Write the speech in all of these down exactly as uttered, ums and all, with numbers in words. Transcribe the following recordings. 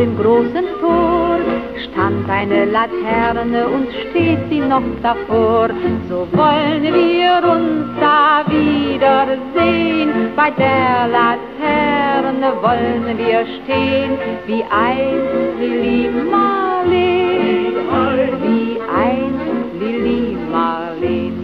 dem großen Tor stand eine Laterne und steht sie noch davor. So wollen wir uns da wiedersehen, bei der Laterne wollen wir stehen, wie einst Lili Marleen, wie einst Lili Marleen.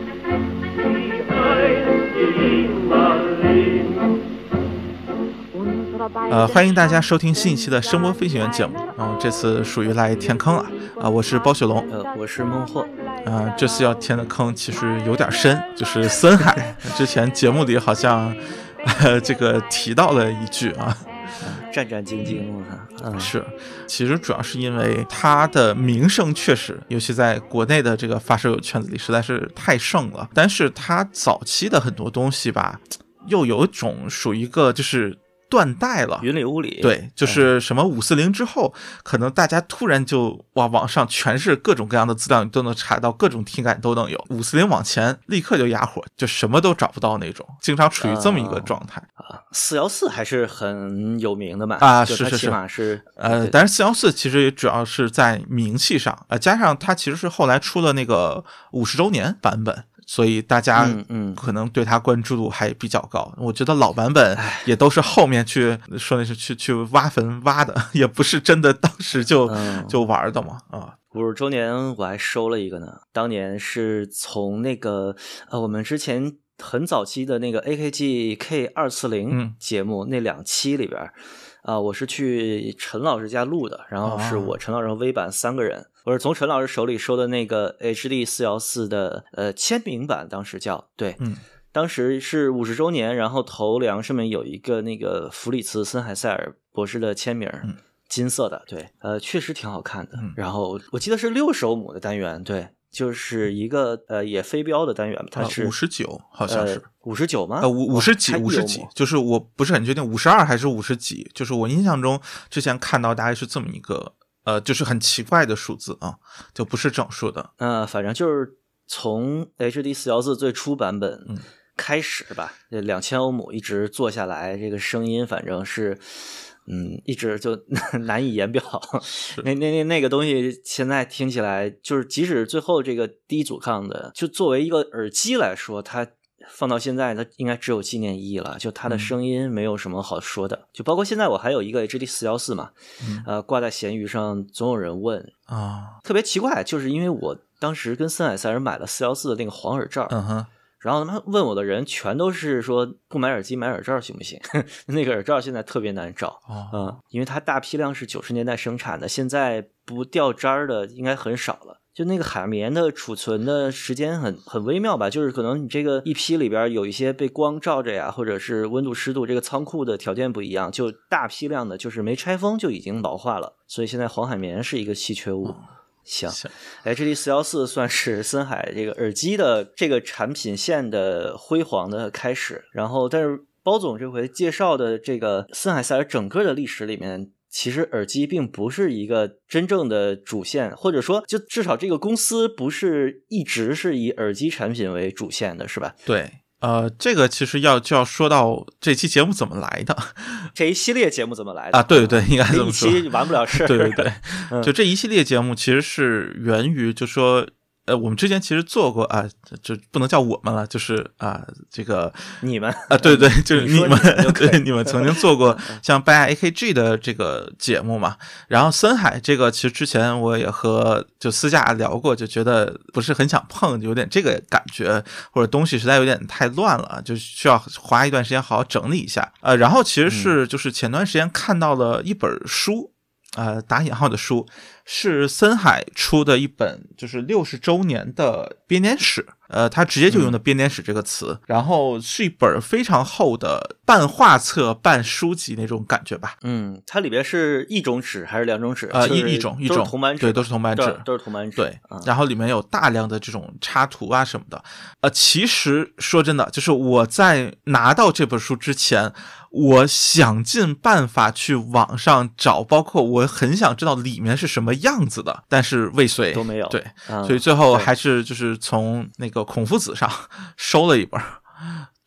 呃，欢迎大家收听新一期的声波飞行员节目。嗯、呃，这次属于来填坑了啊、呃！我是包雪龙， 呃，我是孟获。 呃，这次要填的坑其实有点深，就是森海。之前节目里好像呃这个提到了一句啊， 战战兢兢了。嗯， 是，其实主要是因为他的名声确实，尤其在国内的这个发烧友圈子里实在是太盛了。但是他早期的很多东西吧，又有一种属于一个就是断代了， 云里雾里。 对，就是什么五四零之后、嗯、可能大家突然就哇网上全是各种各样的资料，你都能查到，各种体感都能有。五四零往前立刻就哑火，就什么都找不到那种，经常处于这么一个状态。 啊，四一四还是很有名的嘛。 啊，是是是， 起码是呃，但是四一四其实也主要是在名气上，呃，加上它其实是后来出了那个五十周年版本。所以大家可能对他关注度还比较高、嗯嗯、我觉得老版本也都是后面去说那是去去挖坟挖的，也不是真的当时就、嗯、就玩的嘛啊。 五十周年我还收了一个呢，当年是从那个呃我们之前很早期的那个 A K G K 二四零 节目、嗯、那两期里边啊、呃，我是去陈老师家录的，然后是我陈老师和微版三个人、哦，我是从陈老师手里收的那个 H D 四一四的呃签名版，当时叫对， 嗯， 当时是五十周年，然后头梁上面有一个那个弗里茨森海塞尔博士的签名， 嗯， 金色的，对，呃，确实挺好看的。 嗯、 然后我记得是六首母的单元，对，就是一个呃也飞镖的单元，它是五十九，好像是五十九吗？ 呃，五五十几，五十几，就是我不是很确定，五十二还是五十几，就是我印象中之前看到大概是这么一个。呃，就是很奇怪的数字啊，就不是整数的。 呃，反正就是从 H D 四一四 最初版本开始吧，这两千欧姆一直做下来，这个声音反正是，嗯，一直就难以言表。那那那那个东西现在听起来，就是即使最后这个低阻抗的，就作为一个耳机来说，它。放到现在它应该只有纪念意义了，就它的声音没有什么好说的、嗯、就包括现在我还有一个 H D 四一四 嘛、嗯、呃，挂在闲鱼上总有人问啊， 特别奇怪，就是因为我当时跟森海塞尔买了四一四的那个黄耳罩， 嗯哼， 然后他们问我的人全都是说不买耳机买耳罩行不行那个耳罩现在特别难找、 哦嗯、因为它大批量是九十年代生产的，现在不掉渣的应该很少了，就那个海绵的储存的时间很很微妙吧，就是可能你这个一批里边有一些被光照着呀，或者是温度湿度这个仓库的条件不一样，就大批量的就是没拆封就已经老化了，所以现在黄海绵是一个稀缺物、嗯、行, 行 H D 四一四 算是森海这个耳机的这个产品线的辉煌的开始，然后但是包总这回介绍的这个森海塞尔整个的历史里面，其实耳机并不是一个真正的主线，或者说就至少这个公司不是一直是以耳机产品为主线的，是吧？ 对，呃，这个其实要就要说到这期节目怎么来的， 这一系列节目怎么来的啊？对对对，应该这么说， 一期完不了事。 对对对、嗯，就这一系列节目其实是源于就说。呃，我们之前其实做过啊，就不能叫我们了，就是啊，这个你们啊，对对，就是你们， 你对你们曾经做过像拜亚 A K G 的这个节目嘛。然后森海这个，其实之前我也和就私下聊过，就觉得不是很想碰，有点这个感觉，或者东西实在有点太乱了，就需要花一段时间好好整理一下。呃，然后其实是就是前段时间看到了一本书。呃，打引号的书是森海出的一本，就是六十周年的编年史。呃，他直接就用的编年史这个词、嗯，然后是一本非常厚的半画册半书籍那种感觉吧。 嗯，它里边是一种纸还是两种纸？ 呃， 就是、 一一种一种铜版纸， 对，都是铜版纸， 都是铜版纸。 对、 嗯， 然后里面有大量的这种插图啊什么的。呃，其实说真的，就是我在拿到这本书之前。我想尽办法去网上找，包括我很想知道里面是什么样子的，但是未遂都没有。 对、 嗯， 所以最后还是就是从那个孔夫子上收了一本。对，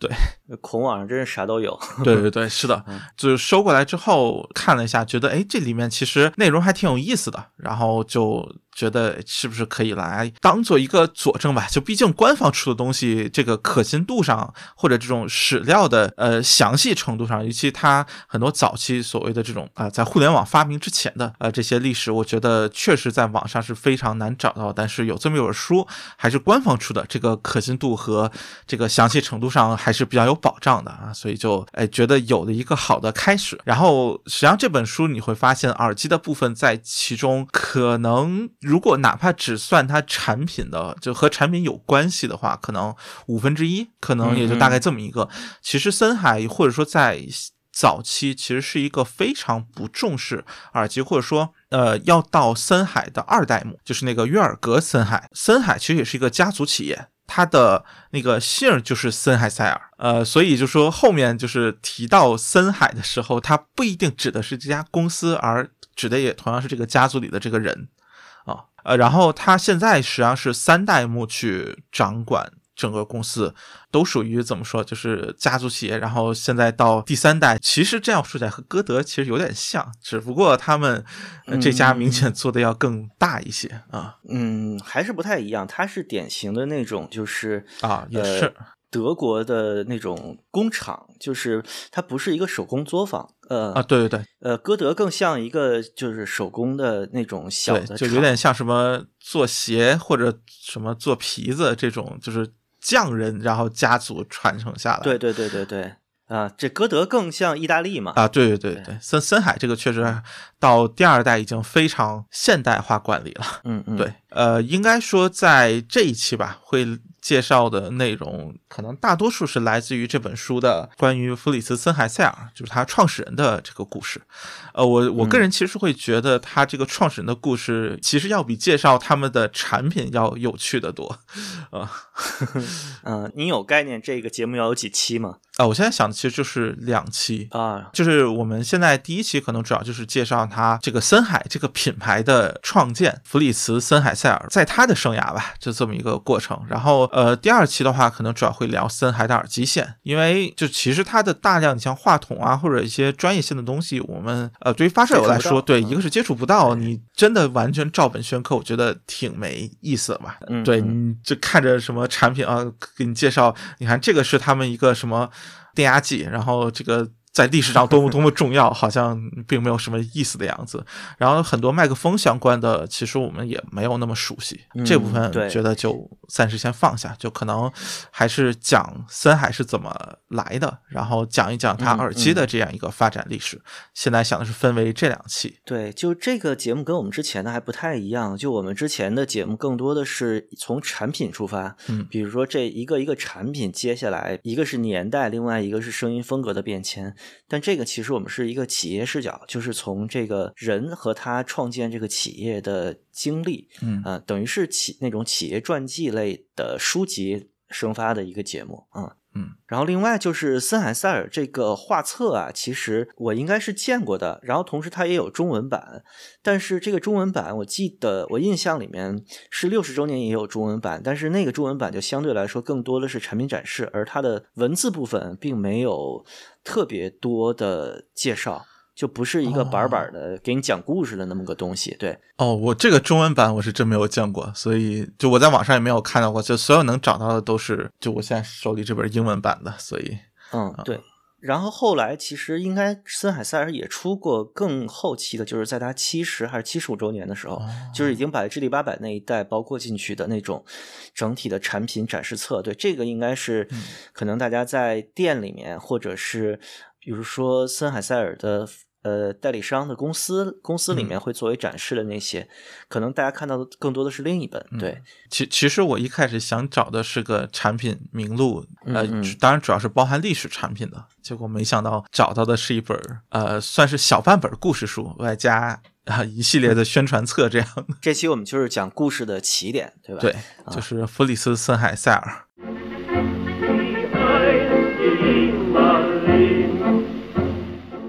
孔网上真是啥都有。 对对对，是的，就是收过来之后看了一下，觉得哎，这里面其实内容还挺有意思的，然后就觉得是不是可以来当做一个佐证吧？就毕竟官方出的东西，这个可信度上或者这种史料的呃详细程度上，尤其它很多早期所谓的这种啊、呃，在互联网发明之前的呃这些历史，我觉得确实在网上是非常难找到，但是有这么一本书还是官方出的，这个可信度和这个详细程度上还是比较有保障的啊，所以就哎觉得有了一个好的开始。然后实际上这本书你会发现耳机的部分在其中可能如果哪怕只算它产品的就和产品有关系的话，可能五分之一，可能也就大概这么一个。嗯嗯其实森海或者说在早期其实是一个非常不重视耳机，或者说呃，要到森海的二代目，就是那个约尔格森海。森海其实也是一个家族企业，它的那个姓就是森海塞尔，呃，所以就说后面就是提到森海的时候，它不一定指的是这家公司，而指的也同样是这个家族里的这个人啊，呃，然后他现在实际上是三代目去掌管整个公司，都属于怎么说，就是家族企业，然后现在到第三代，其实这样说起来和歌德其实有点像，只不过他们、呃、这家明显做的要更大一些啊。 嗯，还是不太一样，它是典型的那种就是啊，也是。呃德国的那种工厂，就是它不是一个手工作坊，呃啊，对对对， 呃，歌德更像一个就是手工的那种小的厂， 就有点像什么做鞋或者什么做皮子这种，就是匠人然后家族传承下来。 对对对对对。啊，这歌德更像意大利嘛？ 啊，对对对对，森森海这个确实到第二代已经非常现代化管理了。 嗯嗯， 对，呃，应该说在这一期吧，会介绍的内容可能大多数是来自于这本书的关于弗里茨森海塞尔，就是他创始人的这个故事。呃，我我个人其实会觉得他这个创始人的故事其实要比介绍他们的产品要有趣的多。啊， 嗯，你有概念这个节目要有几期吗？ 啊，我现在想的其实就是两期啊， 就是我们现在第一期可能主要就是介绍他这个森海这个品牌的创建，弗里茨森海塞尔在他的生涯吧，就这么一个过程。然后呃，第二期的话可能主要会聊森海的耳机线，因为就其实它的大量你像话筒啊或者一些专业性的东西，我们呃对于发烧友来说，对，一个是接触不到，你真的完全照本宣科，我觉得挺没意思的吧。 嗯， 对，你就看着什么产品啊，给你介绍，你看这个是他们一个什么电压计，然后这个在历史上多么多么重要，好像并没有什么意思的样子。然后很多麦克风相关的，其实我们也没有那么熟悉， 嗯、 这部分觉得就暂时先放下，就可能还是讲森海是怎么来的，然后讲一讲他耳机的这样一个发展历史。嗯嗯、现在想的是分为这两期。 对，就这个节目跟我们之前的还不太一样，就我们之前的节目更多的是从产品出发， 嗯， 比如说这一个一个产品接下来，一个是年代，另外一个是声音风格的变迁。但这个其实我们是一个企业视角，就是从这个人和他创建这个企业的经历， 嗯， 呃，等于是企那种企业传记类的书籍生发的一个节目啊。 嗯， 然后另外就是森海塞尔这个画册啊，其实我应该是见过的，然后同时它也有中文版，但是这个中文版我记得我印象里面是六十周年也有中文版，但是那个中文版就相对来说更多的是产品展示，而它的文字部分并没有特别多的介绍，就不是一个板板的给你讲故事的那么个东西。对， 哦，我这个中文版我是真没有见过，所以就我在网上也没有看到过，就所有能找到的都是就我现在手里这本英文版的，所以嗯，对。然后后来其实应该森海塞尔也出过更后期的，就是在他七十还是七十五周年的时候， 哦、 就是已经把 G D 八百那一代包括进去的那种整体的产品展示册。对，这个应该是可能大家在店里面、嗯、或者是比如说森海塞尔的呃代理商的公司公司里面会作为展示的那些、嗯、可能大家看到的更多的是另一本。对、嗯、 其其实我一开始想找的是个产品名录，呃嗯嗯当然主要是包含历史产品的，结果没想到找到的是一本呃算是小半本故事书外加啊一系列的宣传册这样的。 这期我们就是讲故事的起点，对吧？ 对，就是弗里斯森海塞尔。 其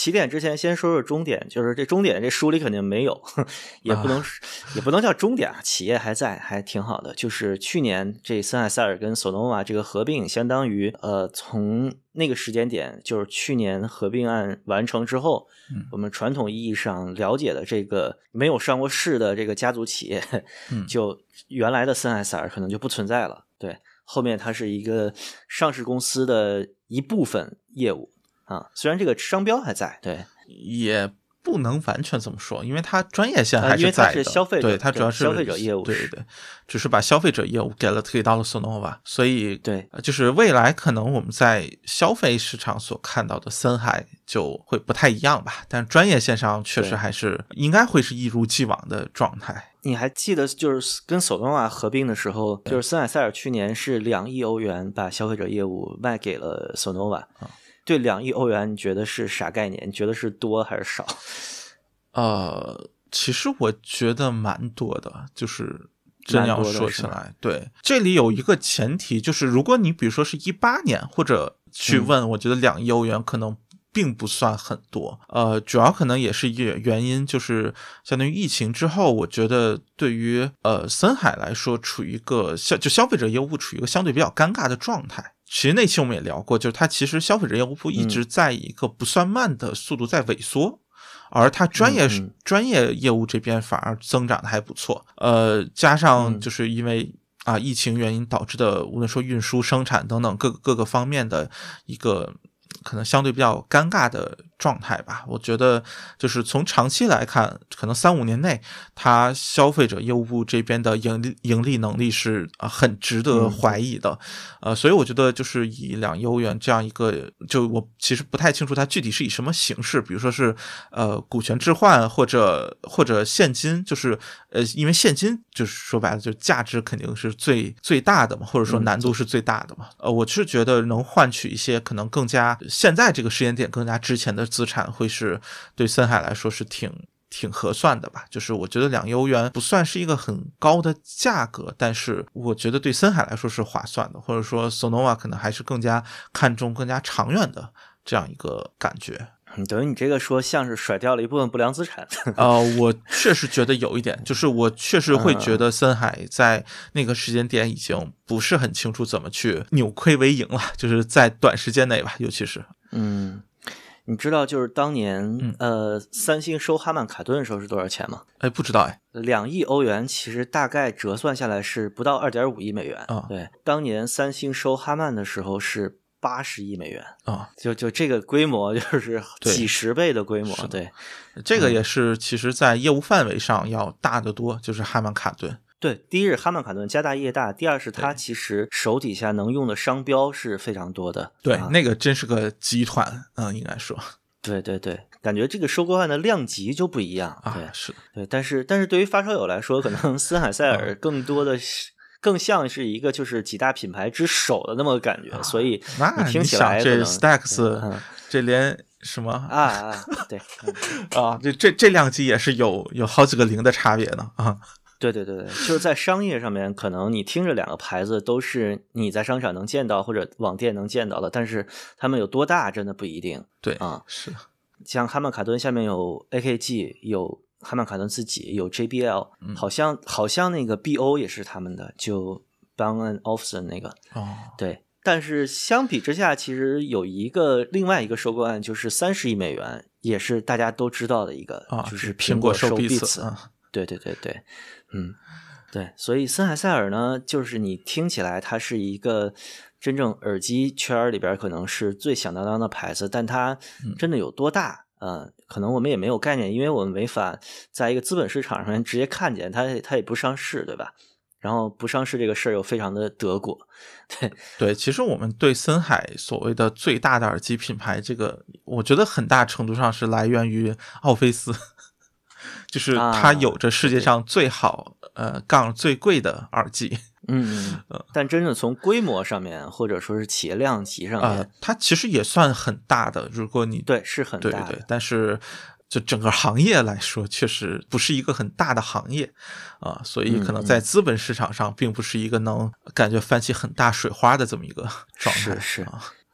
起点之前先说说终点，就是这终点这书里肯定没有，也不能、啊、也不能叫终点啊，企业还在，还挺好的。就是去年这森海塞尔跟索诺瓦这个合并，相当于呃从那个时间点，就是去年合并案完成之后， 嗯、 我们传统意义上了解的这个没有上过市的这个家族企业， 嗯、 就原来的森海塞尔可能就不存在了。对，后面它是一个上市公司的一部分业务啊，虽然这个商标还在，对， 也不能完全这么说，因为它专业线还是在的，呃、因为它是消费者， 对，它主要是消费者业务， 对对对，只是把消费者业务给了给到了索诺瓦，所以对， 就是未来可能我们在消费市场所看到的森海就会不太一样吧，但专业线上确实还是应该会是一如既往的状态。 你还记得就是跟索诺瓦合并的时候，就是森海塞尔去年是两亿欧元把消费者业务卖给了索诺瓦。 嗯， 对，两亿欧元你觉得是啥概念？你觉得是多还是少？ 呃，其实我觉得蛮多的，就是真要说起来，对，这里有一个前提，就是如果你比如说是一八年或者去问，嗯、我觉得两亿欧元可能并不算很多，呃，主要可能也是一个原因，就是相当于疫情之后，我觉得对于呃森海来说，处于一个消就消费者业务处于一个相对比较尴尬的状态。其实那期我们也聊过，就是它其实消费者业务部一直在一个不算慢的速度在萎缩。嗯，而它专业、嗯、专业业务这边反而增长的还不错，呃，加上就是因为、嗯、啊疫情原因导致的，无论说运输、生产等等各个各个方面的一个可能相对比较尴尬的状态吧。我觉得就是从长期来看，可能三五年内，它消费者业务部这边的盈利盈利能力是啊很值得怀疑的，嗯、呃，所以我觉得就是以两亿欧元这样一个，就我其实不太清楚它具体是以什么形式，比如说是呃股权置换或者或者现金，就是呃因为现金就是说白了就价值肯定是最最大的嘛，或者说难度是最大的嘛，呃，我是觉得能换取一些可能更加现在这个时间点更加值钱的资产，会是对森海来说是挺挺合算的吧。就是我觉得两亿欧元不算是一个很高的价格，但是我觉得对森海来说是划算的，或者说索诺瓦可能还是更加看重更加长远的这样一个感觉。 等于你这个说像是甩掉了一部分不良资产。 呃，我确实觉得有一点，就是我确实会觉得森海在那个时间点已经不是很清楚怎么去扭亏为盈了，就是在短时间内吧，尤其是嗯，你知道就是当年、 嗯、 呃三星收哈曼卡顿的时候是多少钱吗？ 哎，不知道哎。 两亿欧元其实大概折算下来是不到二点五亿美元。 哦、 对，当年三星收哈曼的时候是八十亿美元啊、哦， 就就这个规模就是几十倍的规模。对， 这个也是其实在业务范围上要大得多，就是哈曼卡顿。 对，第一是哈曼卡顿家大业大，第二是它其实手底下能用的商标是非常多的。 对， 啊、 那个真是个集团，嗯，应该说。 对对对，感觉这个收购案的量级就不一样。对， 啊、是对，但是但是对于发烧友来说，可能森海塞尔更多的是。更像是一个就是几大品牌之首的那么个感觉，啊、所以你听起来这 Stax、嗯、这连什么啊啊对、 嗯、啊这这这量级也是有有好几个零的差别呢啊。 对对对对，就是在商业上面，可能你听着两个牌子都是你在商场能见到或者网店能见到的，但是他们有多大真的不一定。 对啊， 是像哈曼卡顿下面有 A K G 有。哈曼卡顿自己有 J B L、嗯、好像好像那个 B O 也是他们的，就 Bang and Olufsen 那个。 哦， 对。但是相比之下，其实有一个另外一个收购案，就是三十亿美元，也是大家都知道的一个， 啊、 就是苹果收 Beats。 啊、 对对对对，嗯，对。所以森海塞尔呢，就是你听起来它是一个真正耳机圈里边可能是最响当当的牌子，但它真的有多大？嗯呃，可能我们也没有概念，因为我们没法在一个资本市场上面直接看见它，它也不上市，对吧？然后不上市这个事儿又非常的德国，对对。其实我们对森海所谓的最大的耳机品牌，这个我觉得很大程度上是来源于奥菲斯，就是它有着世界上最好、啊、呃杠最贵的耳机。 嗯嗯，但真的从规模上面，或者说是企业量级上面， 呃，它其实也算很大的。如果你对是很大的， 对对对，但是就整个行业来说，确实不是一个很大的行业啊、呃，所以可能在资本市场上，并不是一个能感觉翻起很大水花的这么一个状态。 是是。 啊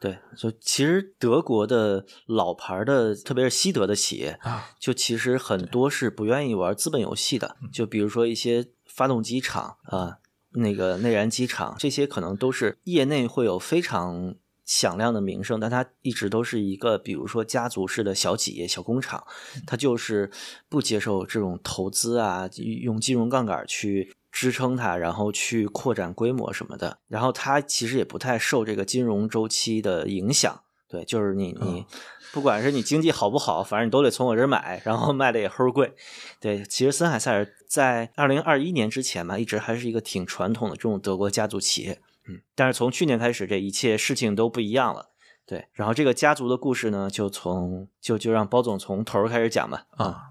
对，就其实德国的老牌的，特别是西德的企业啊， 就其实很多是不愿意玩资本游戏的，就比如说一些发动机厂啊、那个内燃机厂，这些可能都是业内会有非常响亮的名声，但它一直都是一个比如说家族式的小企业、小工厂，它就是不接受这种投资啊，用金融杠杆去支撑它，然后去扩展规模什么的。然后它其实也不太受这个金融周期的影响。对，就是你你不管是你经济好不好，反正你都得从我这儿买，然后卖的也齁贵。对，其实森海塞尔在二零二一年之前嘛，一直还是一个挺传统的这种德国家族企业。嗯，但是从去年开始，这一切事情都不一样了。对，然后这个家族的故事呢，就从就就让包总从头开始讲吧。 啊。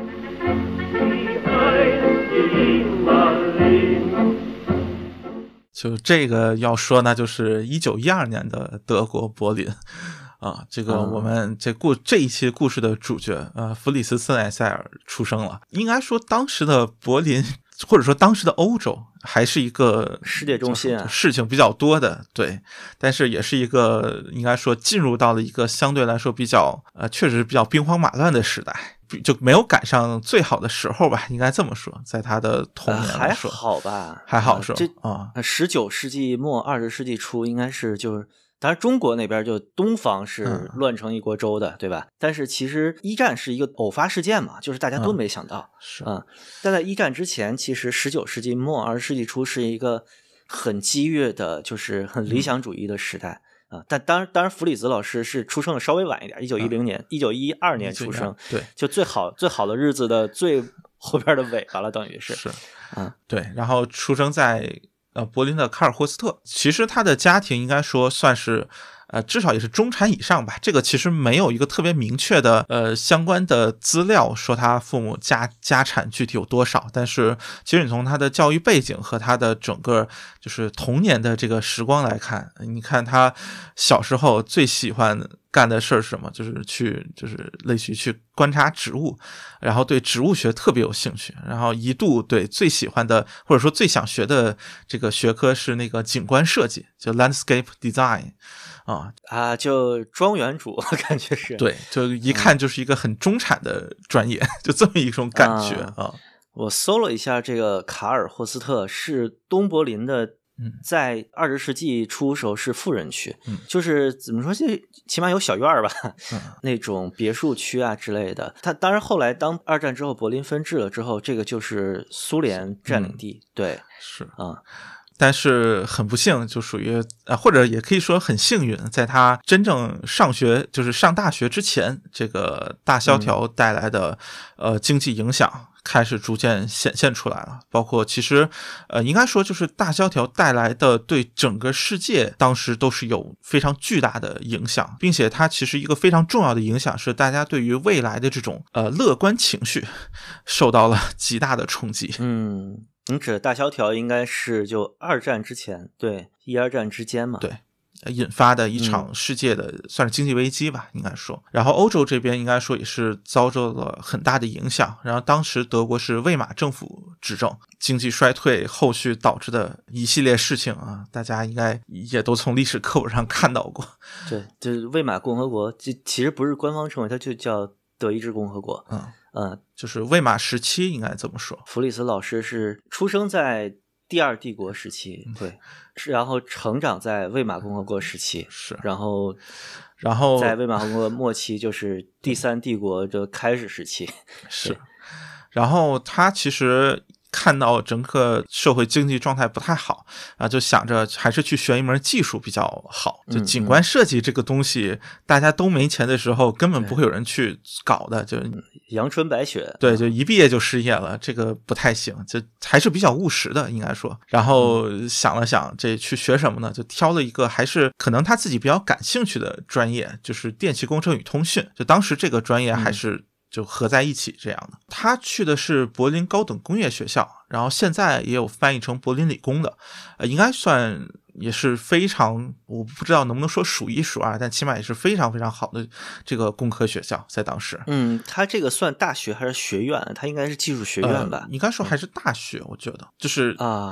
就这个要说呢，就是一九一二年的德国柏林啊，这个我们这故这一期故事的主角呃，弗里斯森海塞尔出生了。应该说当时的柏林，或者说当时的欧洲，还是一个世界中心啊， 事情比较多的，对，但是也是一个应该说进入到了一个相对来说比较呃，确实比较兵荒马乱的时代。就没有赶上最好的时候吧，应该这么说，在他的童年来说、 呃、还好吧， 还好是吧？ 这啊， 十九世纪末二十世纪初应该是就是，当然中国那边就东方是乱成一锅粥的，嗯、对吧？但是其实一战是一个偶发事件嘛，就是大家都没想到， 嗯、是啊、嗯。但在一战之前，其实十九世纪末二十世纪初是一个很激越的，就是很理想主义的时代。嗯啊，但当然，当然，弗里兹老师是出生的稍微晚一点，一九一零年，一九一二年出生， 对， 就最好最好的日子的最后边的尾巴了，等于是是， 啊， 对，然后出生在呃柏林的卡尔霍斯特，其实他的家庭应该说算是。呃，至少也是中产以上吧。这个其实没有一个特别明确的呃相关的资料说他父母家家产具体有多少，但是其实你从他的教育背景和他的整个就是童年的这个时光来看，你看他小时候最喜欢干的事儿是什么？就是去就是类似于去观察植物，然后对植物学特别有兴趣，然后一度对最喜欢的或者说最想学的这个学科是那个景观设计，就 landscape design。啊啊，就庄园主感觉是对，就一看就是一个很中产的专业，嗯、就这么一种感觉啊。啊我搜了一下，这个卡尔霍斯特是东柏林的，在二十世纪初时候是富人区，嗯、就是怎么说，这起码有小院吧，嗯、那种别墅区啊之类的。他当然后来当二战之后柏林分治了之后，这个就是苏联占领地，嗯、对， 是啊。 但是很不幸，就属于啊，或者也可以说很幸运，在他真正上学，就是上大学之前，这个大萧条带来的、嗯、呃经济影响开始逐渐显现出来了。包括其实呃，应该说就是大萧条带来的对整个世界当时都是有非常巨大的影响，并且它其实一个非常重要的影响是大家对于未来的这种呃乐观情绪受到了极大的冲击。 嗯。你指的大萧条应该是就二战之前，对，一二战之间嘛， 对，引发的一场世界的、嗯、算是经济危机吧，应该说。然后欧洲这边应该说也是遭受了很大的影响。然后当时德国是魏玛政府执政，经济衰退后续导致的一系列事情啊，大家应该也都从历史课本上看到过。 对，就是魏玛共和国，这其实不是官方称谓，它就叫德意志共和国。 嗯。 嗯， 就是魏玛时期应该这么说。 弗里斯老师是出生在第二帝国时期，对，是然后成长在魏玛共和国时期， 是， 然后， 然后在魏玛共和国末期就是第三帝国的开始时期， 是，然后他其实。看到整个社会经济状态不太好啊，就想着还是去学一门技术比较好。就景观设计这个东西，嗯嗯、大家都没钱的时候，根本不会有人去搞的。就阳春白雪， 对，就一毕业就失业了，这个不太行。就还是比较务实的，应该说。然后想了想，这去学什么呢？就挑了一个还是可能他自己比较感兴趣的专业，就是电气工程与通讯。就当时这个专业还是、嗯。就合在一起这样的。他去的是柏林高等工业学校，然后现在也有翻译成柏林理工的，呃，应该算也是非常，我不知道能不能说数一数二，但起码也是非常非常好的这个工科学校，在当时。 嗯，他这个算大学还是学院？他应该是技术学院吧？ 呃、应该说还是大学，我觉得就是啊。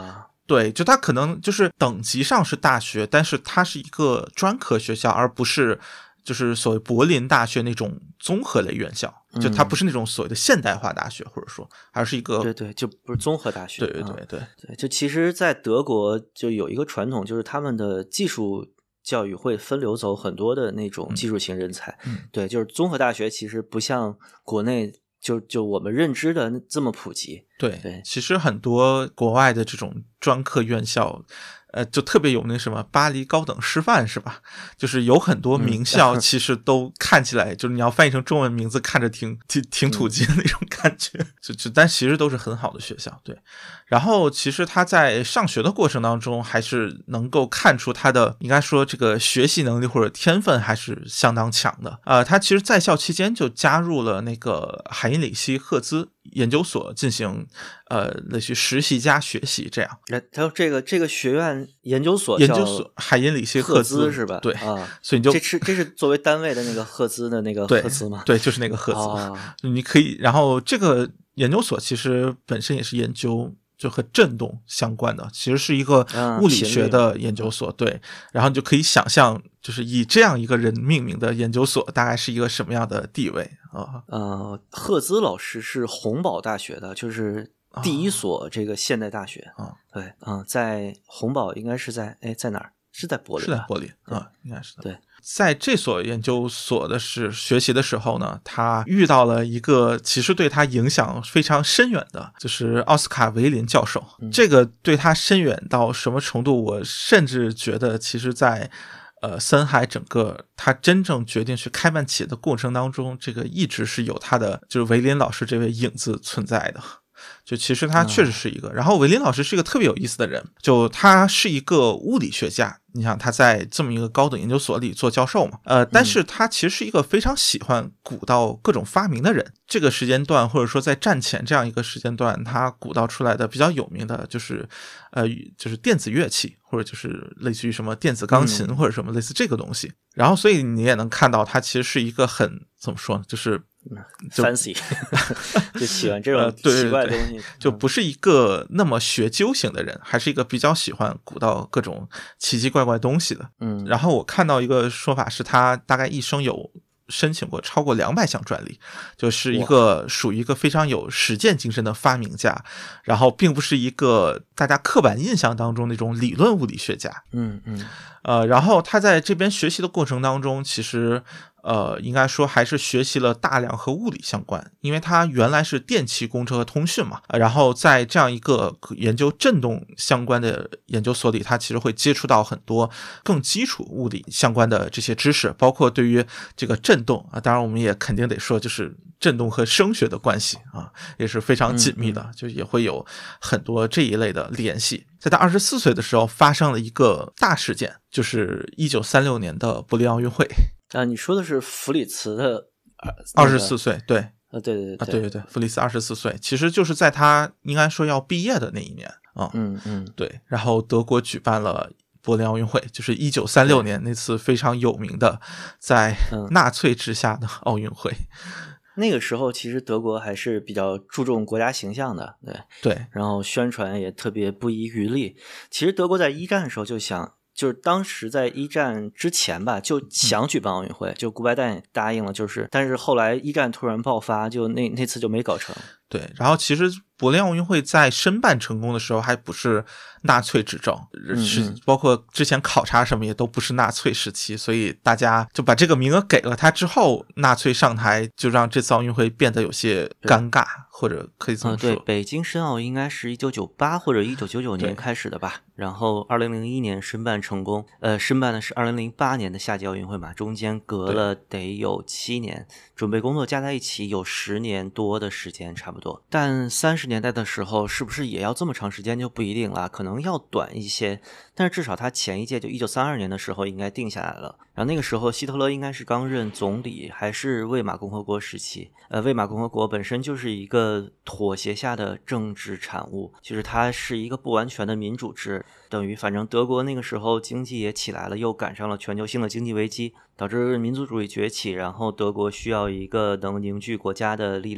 对，就它可能就是等级上是大学，但是它是一个专科学校，而不是就是所谓柏林大学那种综合类院校，就它不是那种所谓的现代化大学，或者说还是一个对对，就不是综合大学。 对对对对、 嗯、对，就其实在德国就有一个传统，就是他们的技术教育会分流走很多的那种技术型人才。 嗯、 对，就是综合大学其实不像国内就就我们认知的这么普及。 对对， 其实很多国外的这种专科院校呃，就特别有那什么巴黎高等师范是吧？就是有很多名校其实都看起来、嗯、就是你要翻译成中文名字看着挺挺挺土鸡的那种感觉、嗯、就就但其实都是很好的学校。对，然后其实他在上学的过程当中还是能够看出他的应该说这个学习能力或者天分还是相当强的。呃，他其实在校期间就加入了那个海因里希赫兹研究所进行呃类似于实习加学习这样。 他这个这个学院研究所研究所海因里希赫兹是吧？ 对啊， 所以你就这是这是作为单位的那个赫兹的那个赫兹吗？ 对，对就是那个赫兹、 哦、 你可以，然后这个研究所其实本身也是研究就和振动相关的，其实是一个物理学的研究所、嗯、对，然后你就可以想象就是以这样一个人命名的研究所大概是一个什么样的地位啊？ 呃，赫兹老师是洪堡大学的，就是第一所这个现代大学啊、哦， 对，嗯、呃，在洪堡应该是在哎在哪儿？是在柏林， 是在柏林啊，应该是的。 对， 在这所研究所的是学习的时候呢，他遇到了一个其实对他影响非常深远的，就是奥斯卡维林教授、嗯。这个对他深远到什么程度？我甚至觉得，其实在呃森海整个他真正决定去开办企业的过程当中，这个一直是有他的就是维林老师这位影子存在的。就其实他确实是一个、嗯、然后维林老师是一个特别有意思的人，就他是一个物理学家，你想他在这么一个高等研究所里做教授嘛，呃，但是他其实是一个非常喜欢鼓捣各种发明的人。这个时间段或者说在战前这样一个时间段，他鼓捣出来的比较有名的就是呃，就是电子乐器，或者就是类似于什么电子钢琴、嗯、或者什么类似这个东西。然后所以你也能看到他其实是一个很怎么说呢，就是 fancy 就喜欢这种奇怪的东西、呃、对对对就不是一个那么学究型的人，还是一个比较喜欢鼓捣各种奇奇怪怪东西的。 嗯， 然后我看到一个说法是他大概一生有申请过超过两百项专利，就是一个属于一个非常有实践精神的发明家，然后并不是一个大家刻板印象当中那种理论物理学家。 嗯嗯， 呃，然后他在这边学习的过程当中，其实呃，应该说还是学习了大量和物理相关，因为他原来是电气工程和通讯嘛，然后在这样一个研究振动相关的研究所里，他其实会接触到很多更基础物理相关的这些知识，包括对于这个振动啊，当然我们也肯定得说，就是振动和声学的关系啊，也是非常紧密的， 嗯嗯， 就也会有很多这一类的联系。在他二十四岁的时候，发生了一个大事件，就是一九三六年的柏林奥运会。 啊，你说的是弗里茨的二十四岁，对， 啊，对对对， 啊，对对对，弗里茨二十四岁，其实就是在他应该说要毕业的那一年啊， 嗯嗯， 对，然后德国举办了柏林奥运会，就是一九三六年那次非常有名的在纳粹之下的奥运会。 嗯，那个时候其实德国还是比较注重国家形象的，对对， 然后宣传也特别不遗余力。其实德国在一战的时候就想。就是当时在一战之前吧，就想举办奥运会，嗯、就顾拜旦也答应了，就是但是后来一战突然爆发，就那那次就没搞成。 对，然后其实柏林奥运会在申办成功的时候还不是纳粹执政，是、嗯、包括之前考察什么也都不是纳粹时期，所以大家就把这个名额给了他之后，纳粹上台就让这次奥运会变得有些尴尬，或者可以这么说。 嗯、对，北京申奥应该是一九九八或者一九九九年开始的吧，然后二零零一年申办成功，呃，申办的是二零零八年的夏季奥运会嘛，中间隔了得有七年，准备工作加在一起有十年多的时间差不多。但三十年代的时候是不是也要这么长时间就不一定了，可能要短一些，但是至少他前一届就一九三二年的时候应该定下来了。然后那个时候希特勒应该是刚任总理，还是魏玛共和国时期，呃，魏玛共和国本身就是一个妥协下的政治产物，就是它是一个不完全的民主制，等于反正德国那个时候经济也起来了，又赶上了全球性的经济危机，导致民族主义崛起，然后德国需要一个能凝聚国家的力量，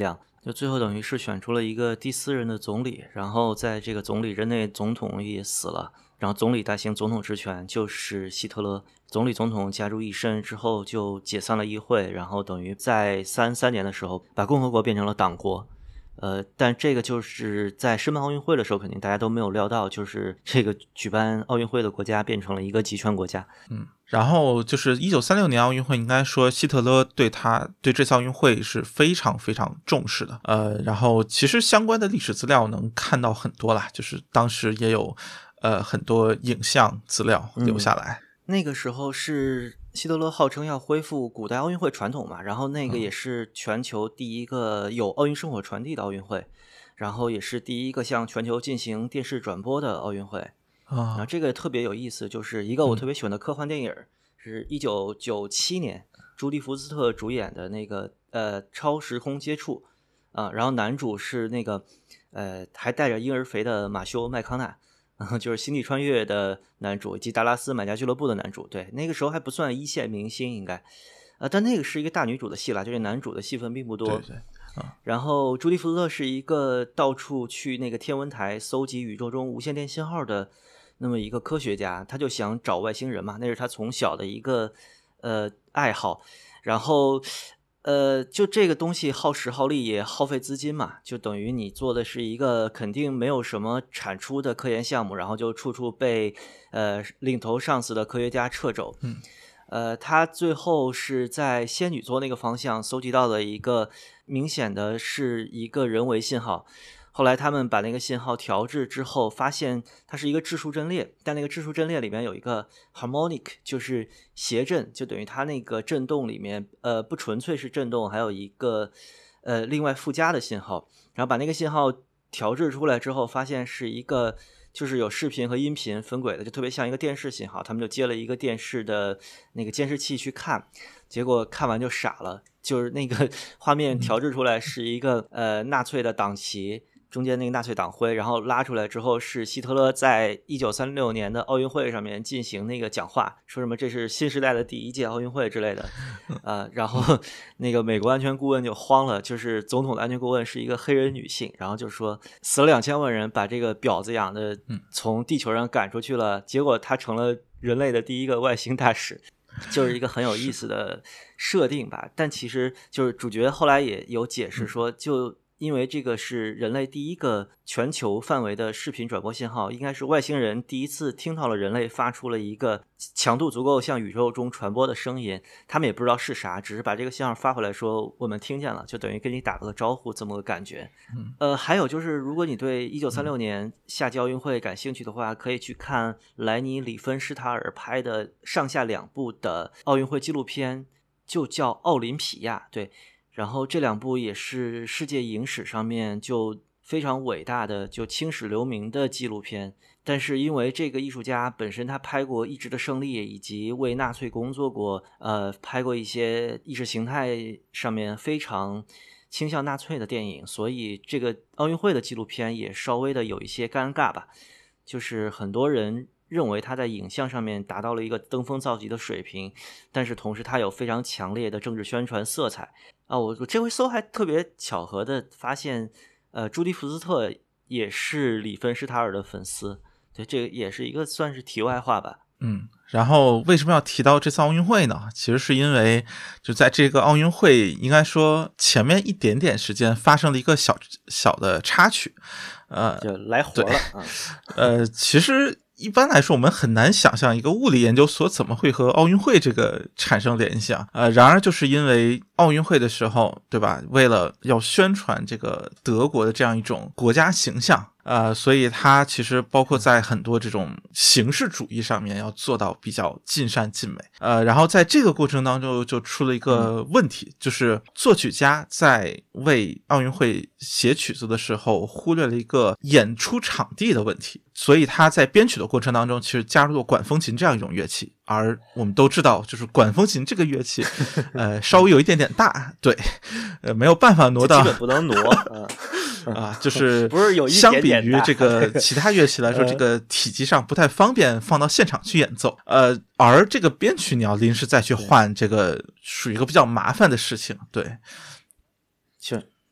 就最后等于是选出了一个第四任的总理，然后在这个总理任内，总统也死了，然后总理代行总统职权，就是希特勒。总理总统加入一身之后就解散了议会，然后等于在三三年的时候把共和国变成了党国。呃，但这个就是在申办奥运会的时候，肯定大家都没有料到，就是这个举办奥运会的国家变成了一个集权国家。 嗯，然后就是一九三六年奥运会，应该说希特勒对他对这次奥运会是非常非常重视的。呃，然后其实相关的历史资料能看到很多啦，就是当时也有呃很多影像资料留下来。 嗯，那个时候是希特勒号称要恢复古代奥运会传统嘛，然后那个也是全球第一个有奥运圣火传递的奥运会，然后也是第一个向全球进行电视转播的奥运会。 啊， 然后这个特别有意思，就是一个我特别喜欢的科幻电影，嗯、是一九九七年朱迪福斯特主演的那个呃《超时空接触》啊、呃，然后男主是那个呃还带着婴儿肥的马修麦康纳。就是星际穿越的男主以及达拉斯买家俱乐部的男主，对，那个时候还不算一线明星应该，呃，但那个是一个大女主的戏啦，就是男主的戏份并不多。 对对、啊、 然后朱迪福斯特是一个到处去那个天文台搜集宇宙中无线电信号的那么一个科学家，他就想找外星人嘛，那是他从小的一个呃爱好，然后呃，就这个东西耗时耗力也耗费资金嘛，就等于你做的是一个肯定没有什么产出的科研项目，然后就处处被呃领头上司的科学家掣肘。 嗯， 呃，他最后是在仙女座那个方向搜集到了一个明显的是一个人为信号。后来他们把那个信号调制之后，发现它是一个质数阵列，但那个质数阵列里面有一个 harmonic， 就是谐振，就等于它那个振动里面，呃，不纯粹是振动，还有一个呃另外附加的信号。然后把那个信号调制出来之后，发现是一个就是有视频和音频分轨的，就特别像一个电视信号。他们就接了一个电视的那个监视器去看，结果看完就傻了，就是那个画面调制出来是一个呃纳粹的党旗。中间那个纳粹党徽，然后拉出来之后是希特勒在一九三六年的奥运会上面进行那个讲话，说什么这是新时代的第一届奥运会之类的，呃，然后那个美国安全顾问就慌了，就是总统的安全顾问是一个黑人女性，然后就说死了两千万人，把这个婊子养的从地球上赶出去了，结果他成了人类的第一个外星大使。就是一个很有意思的设定吧，但其实就是主角后来也有解释说，就因为这个是人类第一个全球范围的视频转播信号，应该是外星人第一次听到了人类发出了一个强度足够向宇宙中传播的声音，他们也不知道是啥，只是把这个信号发回来说我们听见了，就等于跟你打了个招呼这么个感觉。 嗯， 呃，还有就是如果你对一九三六年夏季奥运会感兴趣的话，可以去看莱尼·里芬施塔尔拍的上下两部的奥运会纪录片，就叫奥林匹亚，对。然后这两部也是世界影史上面就非常伟大的就青史留名的纪录片，但是因为这个艺术家本身他拍过《意志的胜利》以及为纳粹工作过，呃，拍过一些意识形态上面非常倾向纳粹的电影，所以这个奥运会的纪录片也稍微的有一些尴尬吧，就是很多人认为他在影像上面达到了一个登峰造极的水平，但是同时他有非常强烈的政治宣传色彩啊！我我这回搜还特别巧合的发现，呃，朱迪福斯特也是里芬施塔尔的粉丝，对，这个也是一个算是题外话吧。 嗯，然后为什么要提到这次奥运会呢？其实是因为就在这个奥运会应该说前面一点点时间发生了一个小小的插曲，呃， 就来活了啊。 呃，其实一般来说我们很难想象一个物理研究所怎么会和奥运会这个产生联想，呃，然而就是因为奥运会的时候，对吧，为了要宣传这个德国的这样一种国家形象，呃，所以它其实包括在很多这种形式主义上面要做到比较尽善尽美，呃，然后在这个过程当中就出了一个问题，嗯、就是作曲家在为奥运会写曲子的时候忽略了一个演出场地的问题，所以他在编曲的过程当中其实加入了管风琴这样一种乐器，而我们都知道就是管风琴这个乐器呃，稍微有一点点大，对，呃，没有办法挪到， 基本不能挪啊，就是不是有一相比于这个其他乐器来说， 呃、 这个体积上不太方便放到现场去演奏。呃，而这个编曲你要临时再去换，这个属于一个比较麻烦的事情。对， 是，嗯，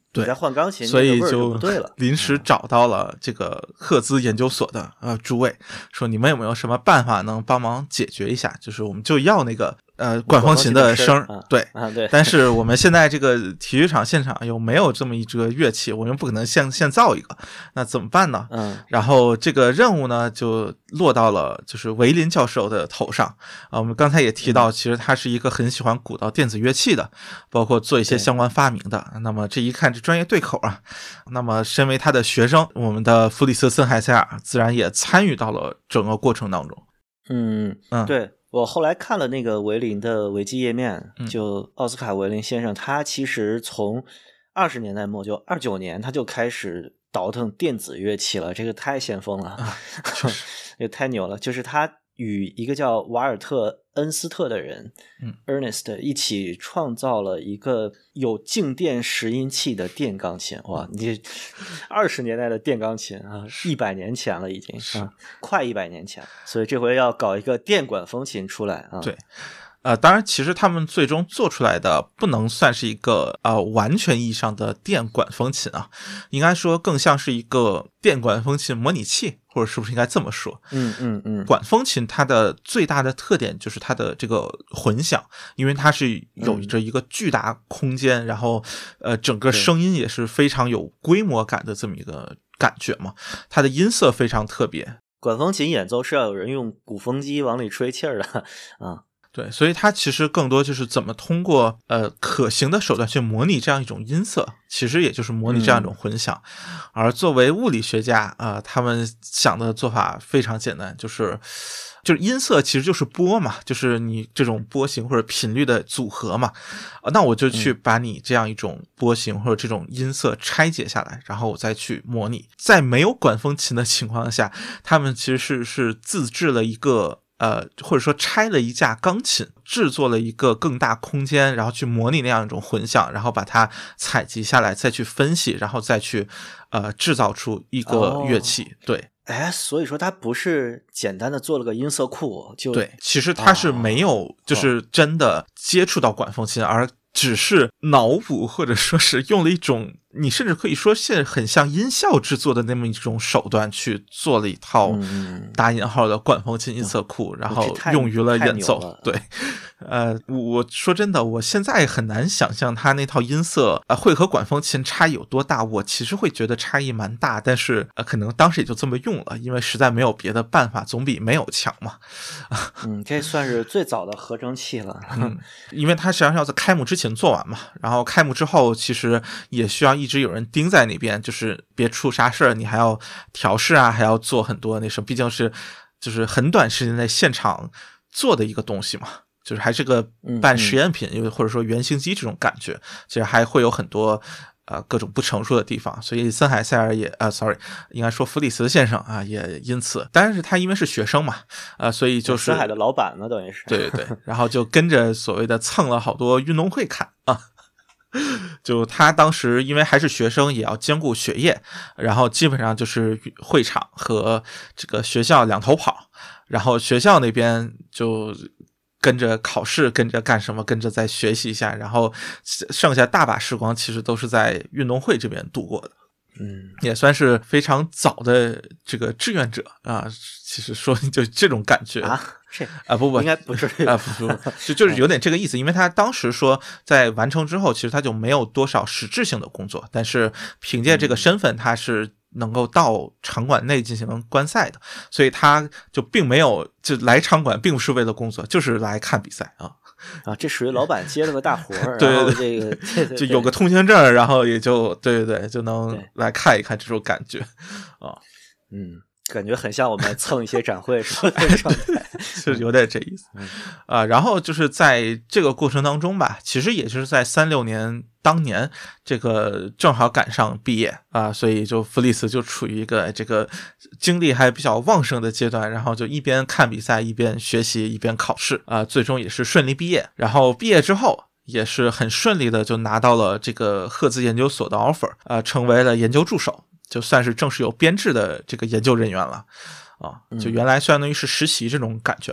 对， 你再换钢琴， 所以就不对了。 临时找到了这个赫兹研究所的呃诸位，说你们有没有什么办法能帮忙解决一下？就是我们就要那个呃管风琴的声， 啊、 对啊对。 但是我们现在这个体育场现场又没有这么一个乐器，我们不可能现现造一个，那怎么办呢？ 嗯， 然后这个任务呢就落到了就是维林教授的头上啊。我们刚才也提到，其实他是一个很喜欢鼓捣电子乐器的，包括做一些相关发明的。那么这一看这专业对口啊，那么身为他的学生，我们的弗里斯森海塞尔自然也参与到了整个过程当中。 嗯嗯，对，我后来看了那个维林的维基页面，就奥斯卡维林先生，他其实从二十年代末就二九年他就开始倒腾电子乐器了，这个太先锋了，啊、这个太牛了。就是他与一个叫瓦尔特恩斯特的人、嗯、Ernest 一起创造了一个有静电拾音器的电钢琴。哇，你二十年代的电钢琴啊，一百年前了已经啊，快一百年前，所以这回要搞一个电管风琴出来啊。 对。呃，当然，其实他们最终做出来的不能算是一个呃完全意义上的电管风琴啊，应该说更像是一个电管风琴模拟器，或者是不是应该这么说？ 嗯嗯嗯。 管风琴它的最大的特点就是它的这个混响，因为它是有着一个巨大空间，嗯、然后呃整个声音也是非常有规模感的这么一个感觉嘛，它的音色非常特别。 管风琴演奏是要有人用鼓风机往里吹气儿的啊。 对，所以它其实更多就是怎么通过呃可行的手段去模拟这样一种音色，其实也就是模拟这样一种混响。嗯、而作为物理学家啊、呃，他们想的做法非常简单，就是就是音色其实就是波嘛，就是你这种波形或者频率的组合嘛。呃、那我就去把你这样一种波形或者这种音色拆解下来，然后我再去模拟。在没有管风琴的情况下，他们其实是是自制了一个。呃，或者说拆了一架钢琴，制作了一个更大空间，然后去模拟那样一种混响，然后把它采集下来，再去分析，然后再去呃制造出一个乐器。哦、对， 哎，所以说它不是简单的做了个音色库，就对，其实它是没有就是真的接触到管风琴，哦、而只是脑补或者说是用了一种。你甚至可以说是很像音效制作的那么一种手段去做了一套打引号的管风琴音色库，嗯、然后用于了演奏。了对，呃，我说真的，我现在很难想象他那套音色呃会和管风琴差异有多大。我其实会觉得差异蛮大，但是呃可能当时也就这么用了，因为实在没有别的办法，总比没有强嘛。 嗯，这算是最早的合成器了。 嗯，因为他实际上要在开幕之前做完嘛，然后开幕之后其实也需要。一直有人盯在那边，就是别出啥事儿，你还要调试啊，还要做很多那什么，毕竟是就是很短时间内现场做的一个东西嘛，就是还是个半实验品，因为、嗯嗯、或者说原型机这种感觉，其实还会有很多呃各种不成熟的地方，所以森海塞尔也呃 sorry 应该说弗里斯先生啊也因此，但是他因为是学生嘛，呃所以就是森海的老板嘛，等于是对对对，然后就跟着所谓的蹭了好多运动会看啊。就他当时因为还是学生，也要兼顾学业，然后基本上就是会场和这个学校两头跑，然后学校那边就跟着考试，跟着干什么，跟着再学习一下，然后剩下大把时光其实都是在运动会这边度过的。 嗯， 也算是非常早的这个志愿者啊。其实说就这种感觉啊，是啊不不应该不是啊不不就就是有点这个意思，因为他当时说在完成之后，其实他就没有多少实质性的工作，但是凭借这个身份，他是能够到场馆内进行观赛的，所以他就并没有就来场馆，并不是为了工作，就是来看比赛啊。 啊，这属于老板接了个大活儿， 对然后这个对对就有个通行证，然后也就对对对，就能来看一看这种感觉啊。 嗯，感觉很像我们蹭一些展会什么的状态， 是有点这意思啊。然后就是在这个过程当中吧，其实也就是在三六年当年，这个正好赶上毕业啊，所以就弗里斯就处于一个这个精力还比较旺盛的阶段，然后就一边看比赛，一边学习，一边考试啊，最终也是顺利毕业。然后毕业之后，也是很顺利的就拿到了这个赫兹研究所的 offer 啊，成为了研究助手，就算是正式有编制的这个研究人员了啊。就原来相当于是实习这种感觉嘛。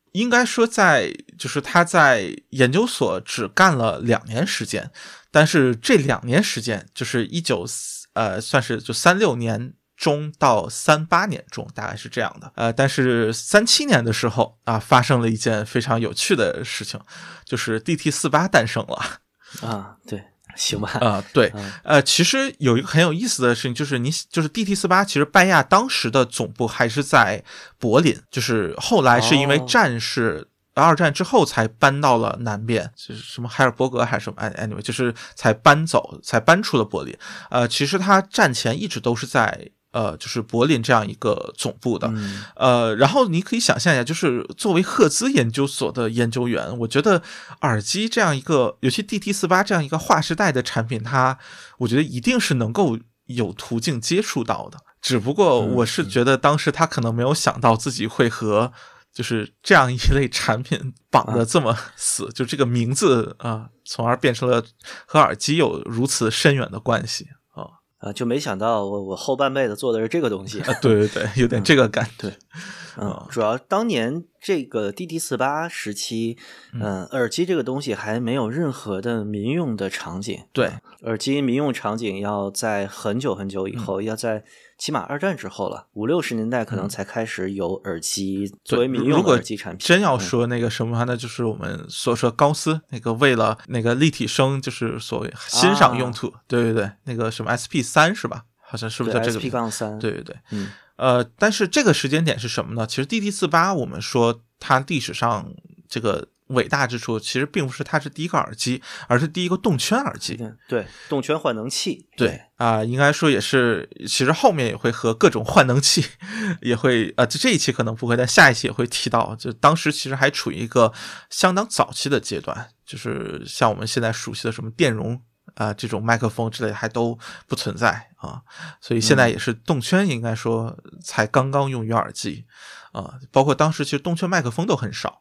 应该说在就是他在研究所只干了两年时间，但是这两年时间就是一九呃算是就三六年中到三八年中，大概是这样的。呃，但是三七年的时候啊，发生了一件非常有趣的事情，就是 D T 四八 诞生了啊，对。行吧， 啊、呃，对，呃，其实有一个很有意思的事情，就是你就是 D T 四八，其实拜亚当时的总部还是在柏林，就是后来是因为战事、哦、二战之后才搬到了南边，就是什么海尔伯格还是什么 anyway， 就是才搬走，才搬出了柏林。呃，其实他战前一直都是在。呃，就是柏林这样一个总部的， 嗯、 呃，然后你可以想象一下，就是作为赫兹研究所的研究员，我觉得耳机这样一个，尤其 D T 四八 这样一个划时代的产品，它我觉得一定是能够有途径接触到的。只不过我是觉得当时他可能没有想到自己会和就是这样一类产品绑得这么死，啊、就这个名字啊，从而变成了和耳机有如此深远的关系。 啊，就没想到我我后半辈子做的是这个东西。 啊、对对对，有点这个感觉。 嗯，嗯主要当年这个 D T 四八 时期，嗯、呃，耳机这个东西还没有任何的民用的场景。 对， 耳机民用场景要在很久很久以后，嗯、要在起码二战之后了，五六十年代可能才开始有耳机作为民用的耳机产品。 真要说那个什么，那就是我们所说高斯那个为了那个立体声，就是所谓欣赏用途。啊、对对对，那个什么 S P 三 是吧？好像是不是叫这个 S P 三？ 对对对， 嗯。 呃，但是这个时间点是什么呢？其实 D T 四八 我们说它历史上这个伟大之处，其实并不是它是第一个耳机，而是第一个动圈耳机。 对，动圈换能器。 对啊、呃，应该说也是，其实后面也会和各种换能器也会，呃，这一期可能不会，但下一期也会提到。就当时其实还处于一个相当早期的阶段，就是像我们现在熟悉的什么电容。啊、呃，这种麦克风之类还都不存在啊，所以现在也是动圈，应该说才刚刚用于耳机啊，包括当时其实动圈麦克风都很少。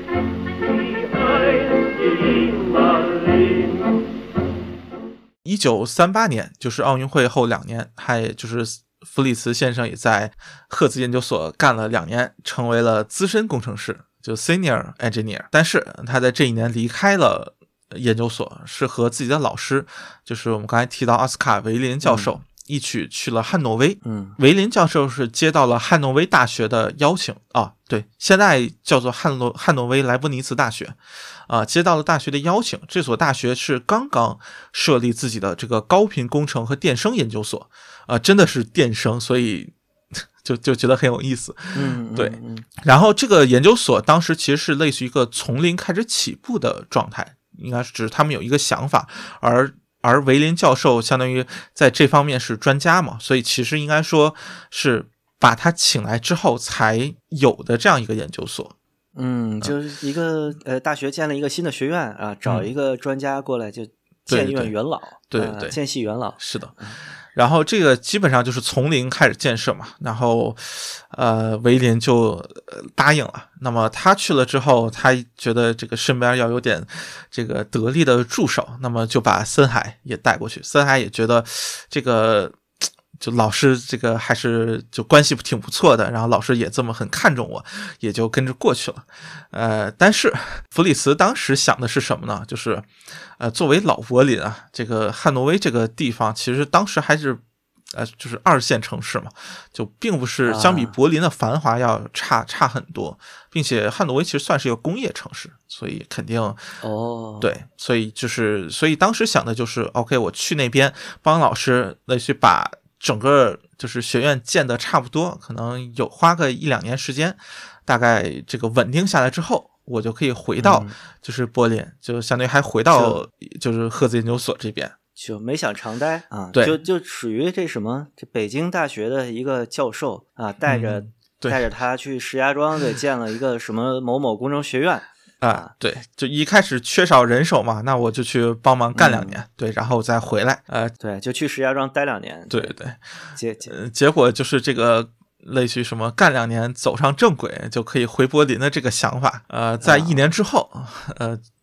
一九三八年，就是奥运会后两年，还就是弗里茨先生也在赫兹研究所干了两年，成为了资深工程师，就 senior engineer。但是他在这一年离开了研究所，是和自己的老师，就是我们刚才提到奥斯卡·维林教授、嗯、一起去了汉诺威。 嗯， 维林教授是接到了汉诺威大学的邀请啊，对，现在叫做汉诺汉诺威莱布尼茨大学啊，接到了大学的邀请。这所大学是刚刚设立自己的这个高频工程和电声研究所啊，真的是电声，所以就就觉得很有意思。 嗯， 对。 嗯嗯、 然后这个研究所当时其实是类似于一个从零开始起步的状态。应该是只是他们有一个想法，而而维林教授相当于在这方面是专家嘛，所以其实应该说是把他请来之后才有的这样一个研究所。 嗯，就是一个呃大学建了一个新的学院啊，找一个专家过来就建院元老， 对对对， 呃、建系元老是的。然后这个基本上就是从零开始建设嘛，然后呃维林就答应了。那么他去了之后，他觉得这个身边要有点这个得力的助手，那么就把森海也带过去。森海也觉得这个就老师这个还是就关系挺不错的，然后老师也这么很看重我，也就跟着过去了。呃，但是弗里茨当时想的是什么呢？就是呃，作为老柏林啊，这个汉诺威这个地方，其实当时还是呃，就是二线城市嘛，就并不是相比柏林的繁华要差差很多，并且汉诺威其实算是一个工业城市，所以肯定哦， 对，所以就是所以当时想的就是 ，OK， 我去那边帮老师来去把整个就是学院建得差不多，可能有花个一两年时间，大概这个稳定下来之后，我就可以回到就是柏林，嗯、就相当于还回到就是赫兹研究所这边。 就没想长待啊， 对， 就就属于这什么，这北京大学的一个教授啊，带着、嗯、带着他去石家庄给建了一个什么某某工程学院啊，啊对，就一开始缺少人手嘛，那我就去帮忙干两年，嗯、对，然后再回来，呃， 对，就去石家庄待两年， 对对， 结结、 呃、结果就是这个。类似于什么干两年走上正轨就可以回柏林的这个想法，呃，在一年之后，呃，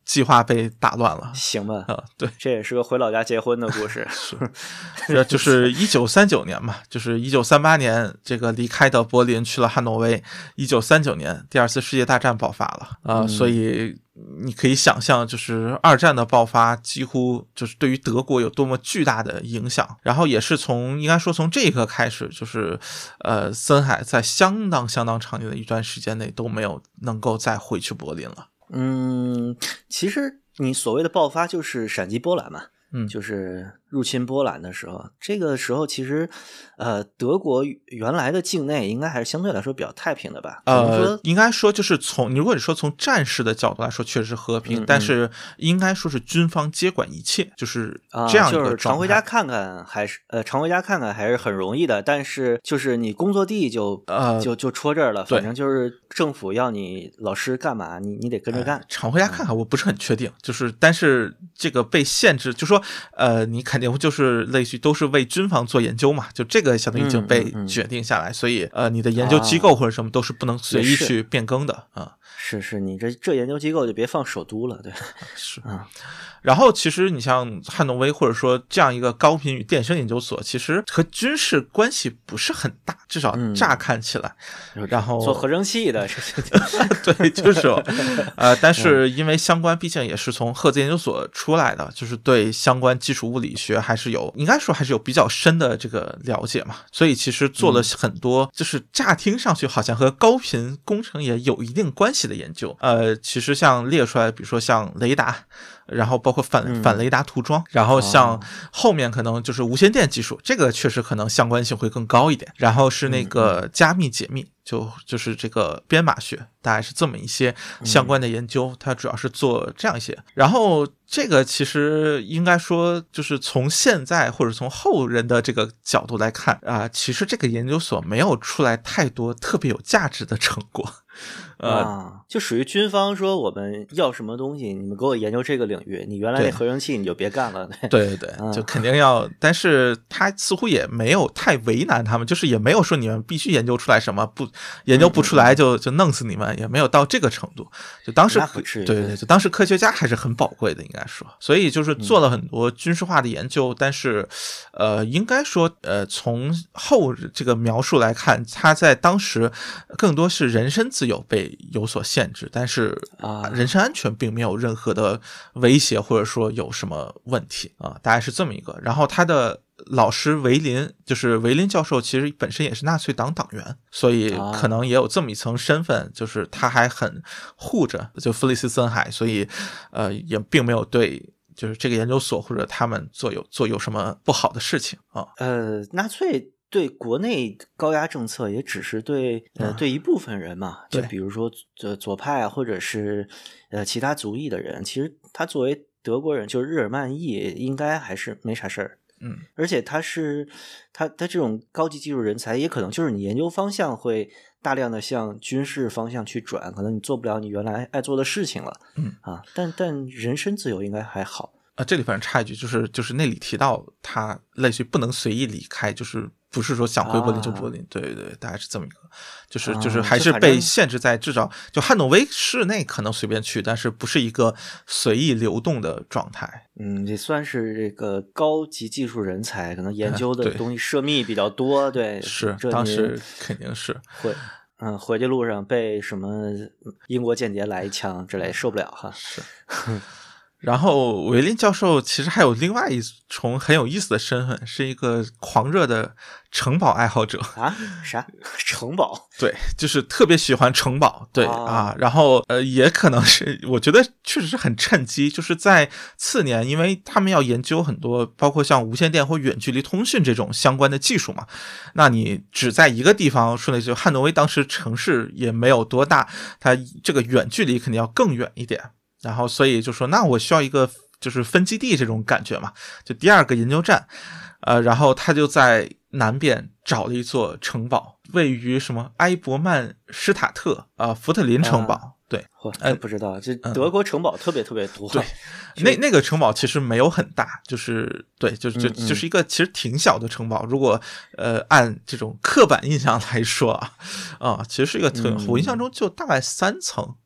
计划被打乱了。 行吧， 啊，对， 这也是个回老家结婚的故事。 是，这就是一九三九年嘛，就是一九三八年这个离开的柏林去了汉诺威，一九三九年第二次世界大战爆发了啊、呃嗯，所以你可以想象，就是二战的爆发几乎就是对于德国有多么巨大的影响。然后也是从应该说从这一刻开始，就是呃，森海在相当相当长的一段时间内都没有能够再回去柏林了。 嗯，其实你所谓的爆发就是闪击波兰嘛， 嗯， 就是入侵波兰的时候，这个时候其实，呃，德国原来的境内应该还是相对来说比较太平的吧？ 呃，应该说就是从你如果你说从战事的角度来说，确实是和平，嗯嗯，但是应该说是军方接管一切，就是这样一个状态。啊， 就是常回家看看还是呃常回家看看还是很容易的，但是就是你工作地就呃就就戳这儿了，反正就是政府要你老师干嘛，你你得跟着干。呃、 常回家看看，我不是很确定，就是但是这个被限制，就说呃你肯定就是类似于都是为军方做研究嘛，就这个相当于已经被决定下来，嗯嗯嗯，所以呃你的研究机构或者什么都是不能随意去变更的啊。 嗯，是是，你这这研究机构就别放首都了，对， 是啊。 然后其实你像汉诺威或者说这样一个高频与电声研究所，其实和军事关系不是很大，至少乍看起来。嗯、然后做合成器的， 对，就是呃，但是因为相关毕竟也是从赫兹研究所出来的，就是对相关基础物理学还是有应该说还是有比较深的这个了解嘛，所以其实做了很多、嗯、就是乍听上去好像和高频工程也有一定关系的研究。呃，其实像列出来，比如说像雷达。然后包括反反雷达涂装、嗯、然后像后面可能就是无线电技术、哦、这个确实可能相关性会更高一点，然后是那个加密解密、嗯、就就是这个编码学，大概是这么一些相关的研究、嗯、它主要是做这样一些。然后这个其实应该说就是从现在或者从后人的这个角度来看啊、呃，其实这个研究所没有出来太多特别有价值的成果。呃、 啊，就属于军方说我们要什么东西，你们给我研究这个领域，你原来那合成器你就别干了。 对对 对, 对，就肯定要、啊，但是他似乎也没有太为难他们，就是也没有说你们必须研究出来什么，不研究不出来就、嗯、就弄死你们，也没有到这个程度。就当时对对对，就当时科学家还是很宝贵的，应该说，所以就是做了很多军事化的研究，嗯、但是呃，应该说呃，从后这个描述来看，他在当时更多是人身自由被有所限制，但是啊，人身安全并没有任何的威胁，或者说有什么问题啊，大概是这么一个。然后他的老师维林，就是维林教授，其实本身也是纳粹党党员，所以可能也有这么一层身份，就是他还很护着就弗里斯森海，所以呃也并没有对就是这个研究所或者他们做有做有什么不好的事情啊。 呃，纳粹对国内高压政策也只是对呃对一部分人嘛，就比如说左左派啊，或者是呃其他族裔的人，其实他作为德国人，就是日耳曼裔，应该还是没啥事儿。 嗯， 而且他是他他这种高级技术人才，也可能就是你研究方向会大量的向军事方向去转，可能你做不了你原来爱做的事情了。 嗯啊，但但人身自由应该还好。 啊，这里反正插一句，就是就是那里提到他类似于不能随意离开，就是不是说想回柏林就柏林，啊、对对对，大概是这么一个，就是就是还是被限制在至少就汉诺威市内可能随便去，但是不是一个随意流动的状态。 嗯，也算是这个高级技术人才，可能研究的东西涉密比较多，对， 是当时肯定是会。嗯，回去路上被什么英国间谍来一枪之类，受不了哈。 是。然后维林教授其实还有另外一重很有意思的身份，是一个狂热的城堡爱好者啊？啥城堡？ 对，就是特别喜欢城堡，对、哦、啊。然后呃，也可能是我觉得确实是很趁机，就是在次年，因为他们要研究很多，包括像无线电或远距离通讯这种相关的技术嘛。那你只在一个地方，说那就汉诺威当时城市也没有多大，它这个远距离肯定要更远一点。然后所以就说那我需要一个就是分基地这种感觉嘛，就第二个研究站，呃，然后他就在南边找了一座城堡，位于什么埃伯曼施塔特啊、呃、福特林城堡、啊、对， 呃不知道，这德国城堡特别特别多、 嗯、对，那那个城堡其实没有很大，就是对就就就是一个其实挺小的城堡，如果呃按这种刻板印象来说啊啊其实是一个特、嗯、我印象中就大概三层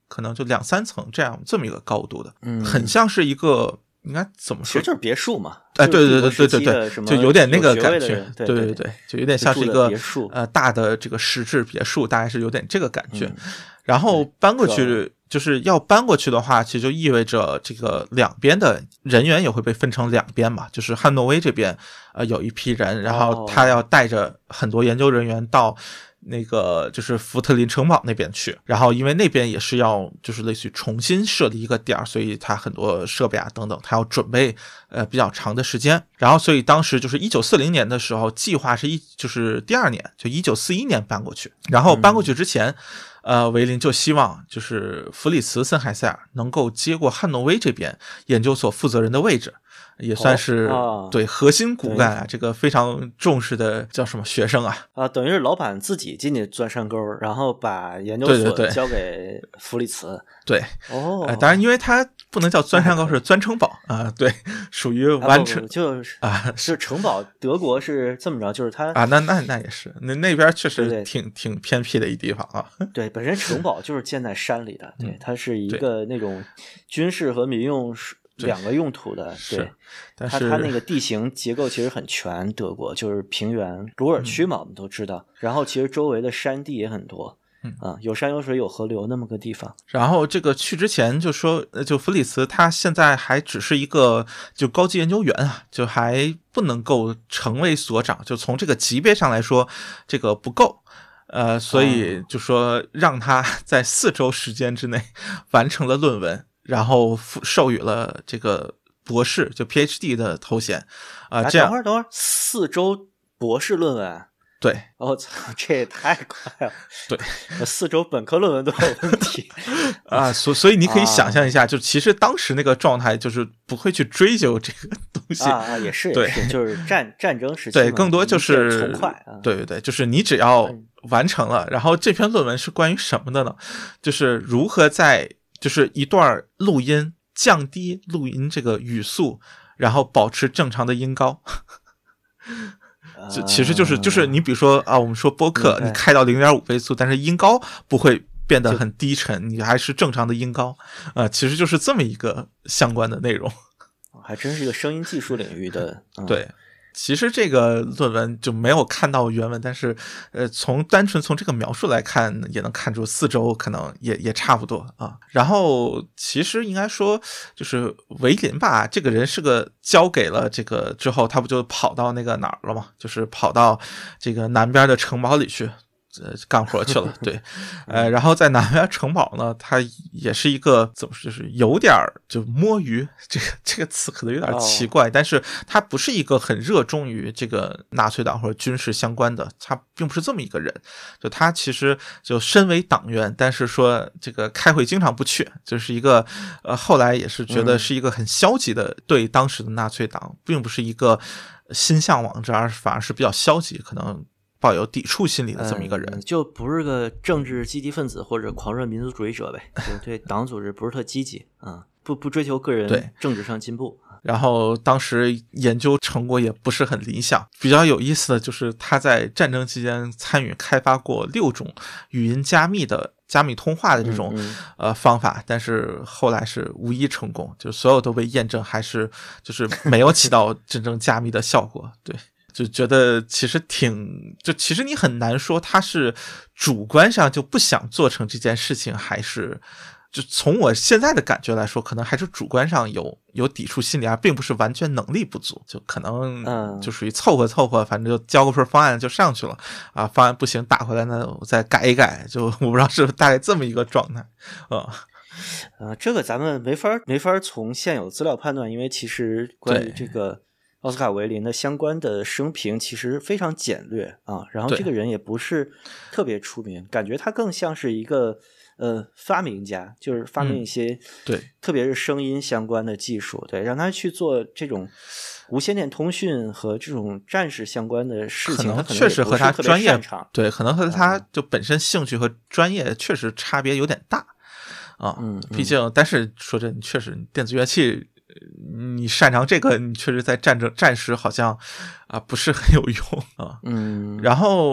可能就两三层这样这么一个高度的， 嗯， 很像是一个应该怎么说， 其实就是别墅嘛。 哎，对对对对对对，就有点那个感觉， 对对对对，就有点像是一个别墅呃大的这个石质别墅，大概是有点这个感觉。 嗯、 然后搬过去，就是要搬过去的话，其实就意味着这个两边的人员也会被分成两边嘛，就是汉诺威这边呃有一批人，然后他要带着很多研究人员到那个就是福特林城堡那边去，然后因为那边也是要就是类似于重新设立一个点，所以他很多设备啊等等，他要准备呃比较长的时间。然后所以当时就是一九四零年的时候，计划是一就是第二年，就一九四一年搬过去。然后搬过去之前，嗯、呃，维林就希望就是弗里茨森海塞尔能够接过汉诺威这边研究所负责人的位置。也算是、 哦啊、 对核心骨干啊，这个非常重视的叫什么学生啊啊，等于是老板自己进去钻山沟，然后把研究所交给弗里茨。 对，对对哦、 呃，当然因为他不能叫钻山沟，是钻城堡啊，对，属于完成、 啊、就是啊， 是城堡。德国是这么着，就是他啊，那那那也是，那那边确实对对挺挺偏僻的一地方啊。 对，本身城堡就是建在山里的，对， 嗯、 它是一个那种军事和民用两个用途的，对， 是但是它它那个地形结构其实很全，德国就是平原，鲁尔区嘛，我们都知道。嗯、然后其实周围的山地也很多， 嗯啊，有山有水有河流那么个地方。 然后这个去之前就说，就弗里茨他现在还只是一个就高级研究员啊，就还不能够成为所长，就从这个级别上来说，这个不够。呃，所以就说让他在四周时间之内完成了论文。然后授予了这个博士，就 P H D 的头衔啊、呃。这样， 等会儿，等会儿，四周博士论文， 对， 我操，这也太快了。 对， 四周本科论文都有问题啊，所所以你可以想象一下，啊、就其实当时那个状态，就是不会去追究这个东西啊啊，也是， 对， 也是就是战战争时期， 对，更多就是从快、啊， 对对对，就是你只要完成了，然后这篇论文是关于什么的呢？就是如何在就是一段录音降低录音这个语速，然后保持正常的音高。就其实就是就是你比如说啊，我们说播客你开到 零点五 倍速，但是音高不会变得很低沉，你还是正常的音高，呃，其实就是这么一个相关的内容。 还真是一个声音技术领域的， 嗯、对。其实这个论文就没有看到原文，但是呃，从单纯从这个描述来看，也能看出四周可能也也差不多啊。然后其实应该说，就是维林吧，这个人是个交给了这个之后，他不就跑到那个哪儿了嘛？就是跑到这个南边的城堡里去。呃，干活去了，对，呃，然后在南边城堡呢，它也是一个怎么说，就是有点就摸鱼，这个这个词可能有点奇怪，哦、但是它不是一个很热衷于这个纳粹党或者军事相关的，他并不是这么一个人，就他其实就身为党员，但是说这个开会经常不去，就是一个呃，后来也是觉得是一个很消极的对当时的纳粹党，并不是一个心向往之，而反而是比较消极，可能。抱有抵触心理的这么一个人、 嗯，就不是个政治积极分子或者狂热民族主义者呗，就对党组织不是特积极啊、嗯，不不追求个人政治上进步。 然后当时研究成果也不是很理想。比较有意思的就是他在战争期间参与开发过六种语音加密的加密通话的这种、 嗯嗯、 呃方法，但是后来是无一成功，就所有都被验证还是就是没有起到真正加密的效果。对。就觉得其实挺，就其实你很难说他是主观上就不想做成这件事情，还是就从我现在的感觉来说，可能还是主观上有有抵触心理，而并不是完全能力不足，就可能就属于凑合凑合，反正就交个份方案就上去了啊，方案不行打回来呢，我再改一改，就我不知道是不是大概这么一个状态啊。 呃，这个咱们没法没法从现有资料判断，因为其实关于这个。奥斯卡维林的相关的生平其实非常简略啊，然后这个人也不是特别出名，感觉他更像是一个呃发明家，就是发明一些、 嗯、对， 特别是声音相关的技术，对，让他去做这种无线电通讯和这种战士相关的事情， 可能确实和他专业对，可能和他就本身兴趣和专业确实差别有点大啊， 嗯， 毕竟，但是说真的，确实电子乐器。你擅长这个，你确实在战争战时好像啊不是很有用啊。 嗯， 然后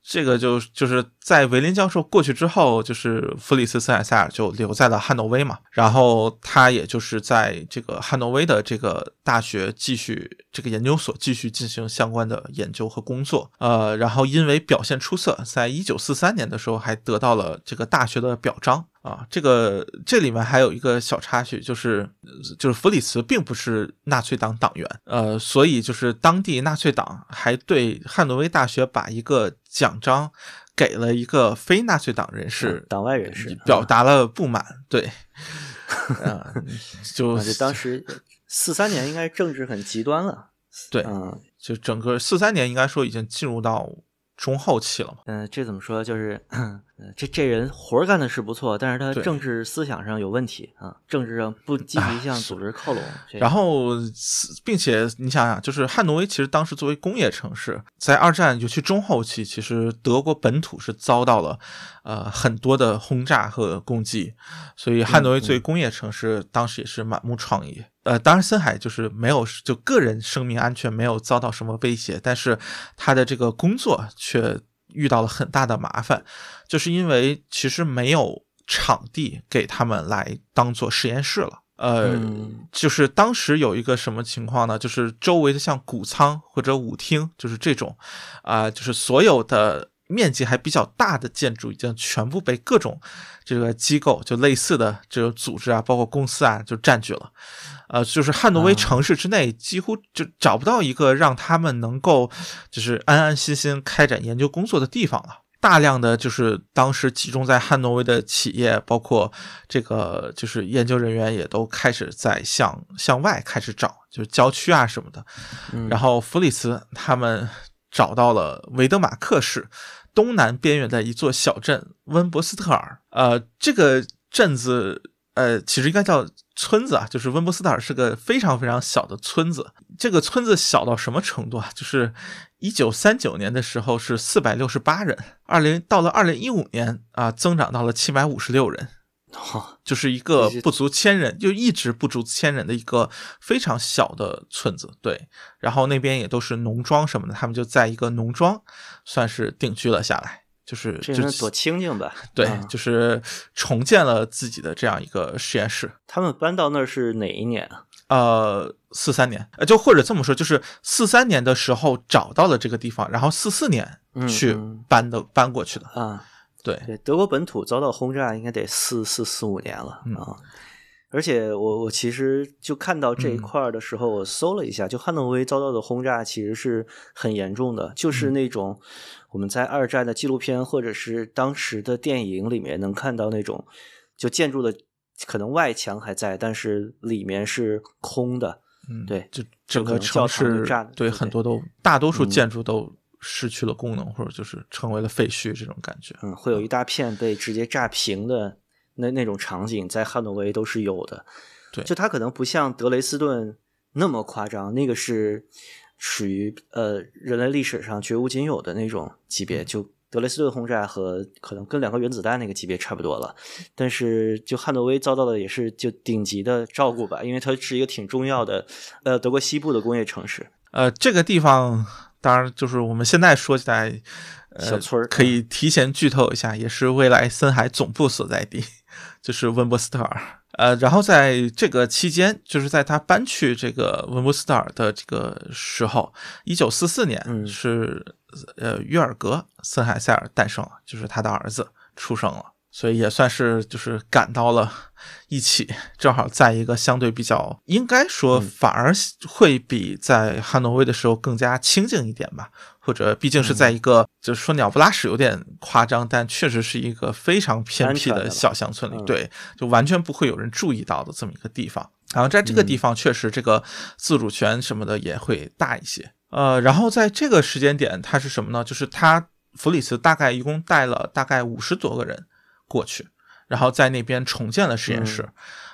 这个就就是在维林教授过去之后，就是弗里斯森海塞尔就留在了汉诺威嘛，然后他也就是在这个汉诺威的这个大学继续这个研究所继续进行相关的研究和工作，呃，然后因为表现出色，在一九四三年的时候还得到了这个大学的表彰。啊，这个这里面还有一个小插曲，就是就是弗里茨并不是纳粹党党员，呃，所以就是当地纳粹党还对汉诺威大学把一个奖章给了一个非纳粹党人士， 嗯、党外人士， 表达了不满。嗯、对，啊、呃，就啊，就当时四三年应该政治很极端了， 对， 嗯， 就整个四三年应该说已经进入到中后期了嘛。 嗯、呃，这怎么说？就是，呃、这这人活干的是不错，但是他政治思想上有问题啊，政治上不积极向组织靠拢。啊、 然后，并且你想想，就是汉诺威其实当时作为工业城市，在二战尤其中后期，其实德国本土是遭到了呃很多的轰炸和攻击，所以汉诺威作为工业城市，嗯、当时也是满目疮痍。呃，当然森海就是没有，就个人生命安全没有遭到什么威胁，但是他的这个工作却遇到了很大的麻烦，就是因为其实没有场地给他们来当做实验室了。呃、嗯，就是当时有一个什么情况呢？就是周围的像谷仓或者舞厅，就是这种，啊、呃，就是所有的面积还比较大的建筑已经全部被各种这个机构就类似的这个组织啊，包括公司啊就占据了。呃，就是汉诺威城市之内几乎就找不到一个让他们能够就是安安心心开展研究工作的地方了。大量的就是当时集中在汉诺威的企业，包括这个就是研究人员也都开始在向向外开始找，就是郊区啊什么的。 嗯、 然后弗里茨他们找到了维德马克市东南边缘的一座小镇温伯斯特尔。呃，这个镇子呃，其实应该叫村子啊，就是温伯斯特尔是个非常非常小的村子。这个村子小到什么程度啊？就是一九三九年的时候是四百六十八人，二零到了二零一五年啊，增长到了七百五十六人， 哦、 就是一个不足千人，就一直不足千人的一个非常小的村子。对，然后那边也都是农庄什么的，他们就在一个农庄算是定居了下来。就是这人多清静吧？ 对、 嗯， 就是重建了自己的这样一个实验室。 他们搬到那儿是哪一年啊？ 呃，四三年，呃，就或者这么说，就是四三年的时候找到了这个地方，然后四四年去搬的、嗯、搬过去的啊。 对对，德国本土遭到轰炸应该得四四四五年了、嗯、啊。而且我我其实就看到这一块的时候，我搜了一下，就汉诺威遭到的轰炸其实是很严重的，就是那种我们在二战的纪录片或者是当时的电影里面能看到那种，就建筑的可能外墙还在，但是里面是空的。嗯，对， 就整个城市对很多都大多数建筑都失去了功能，嗯、或者就是成为了废墟这种感觉。 嗯，会有一大片被直接炸平的。那那种场景在汉诺威都是有的， 对， 就它可能不像德累斯顿那么夸张，那个是属于呃人类历史上绝无仅有的那种级别，就德累斯顿轰炸和可能跟两个原子弹那个级别差不多了，但是就汉诺威遭到的也是就顶级的照顾吧，因为它是一个挺重要的呃德国西部的工业城市。 呃，这个地方当然就是我们现在说起来，呃、 小村儿可以提前剧透一下，也是未来森海总部所在地。就是温伯斯特尔，呃，然后在这个期间，就是在他搬去这个温伯斯特尔的这个时候，一九四四年是、嗯、呃约尔格森海塞尔诞生了，就是他的儿子出生了，所以也算是就是赶到了一起，正好在一个相对比较，应该说反而会比在汉诺威的时候更加清静一点吧。或者毕竟是在一个、嗯、就是说鸟不拉屎有点夸张，但确实是一个非常偏僻的小乡村里，对，就完全不会有人注意到的这么一个地方。然后在这个地方确实这个自主权什么的也会大一些。呃，然后在这个时间点它是什么呢？就是他弗里茨大概一共带了大概五十多个人过去，然后在那边重建了实验室。嗯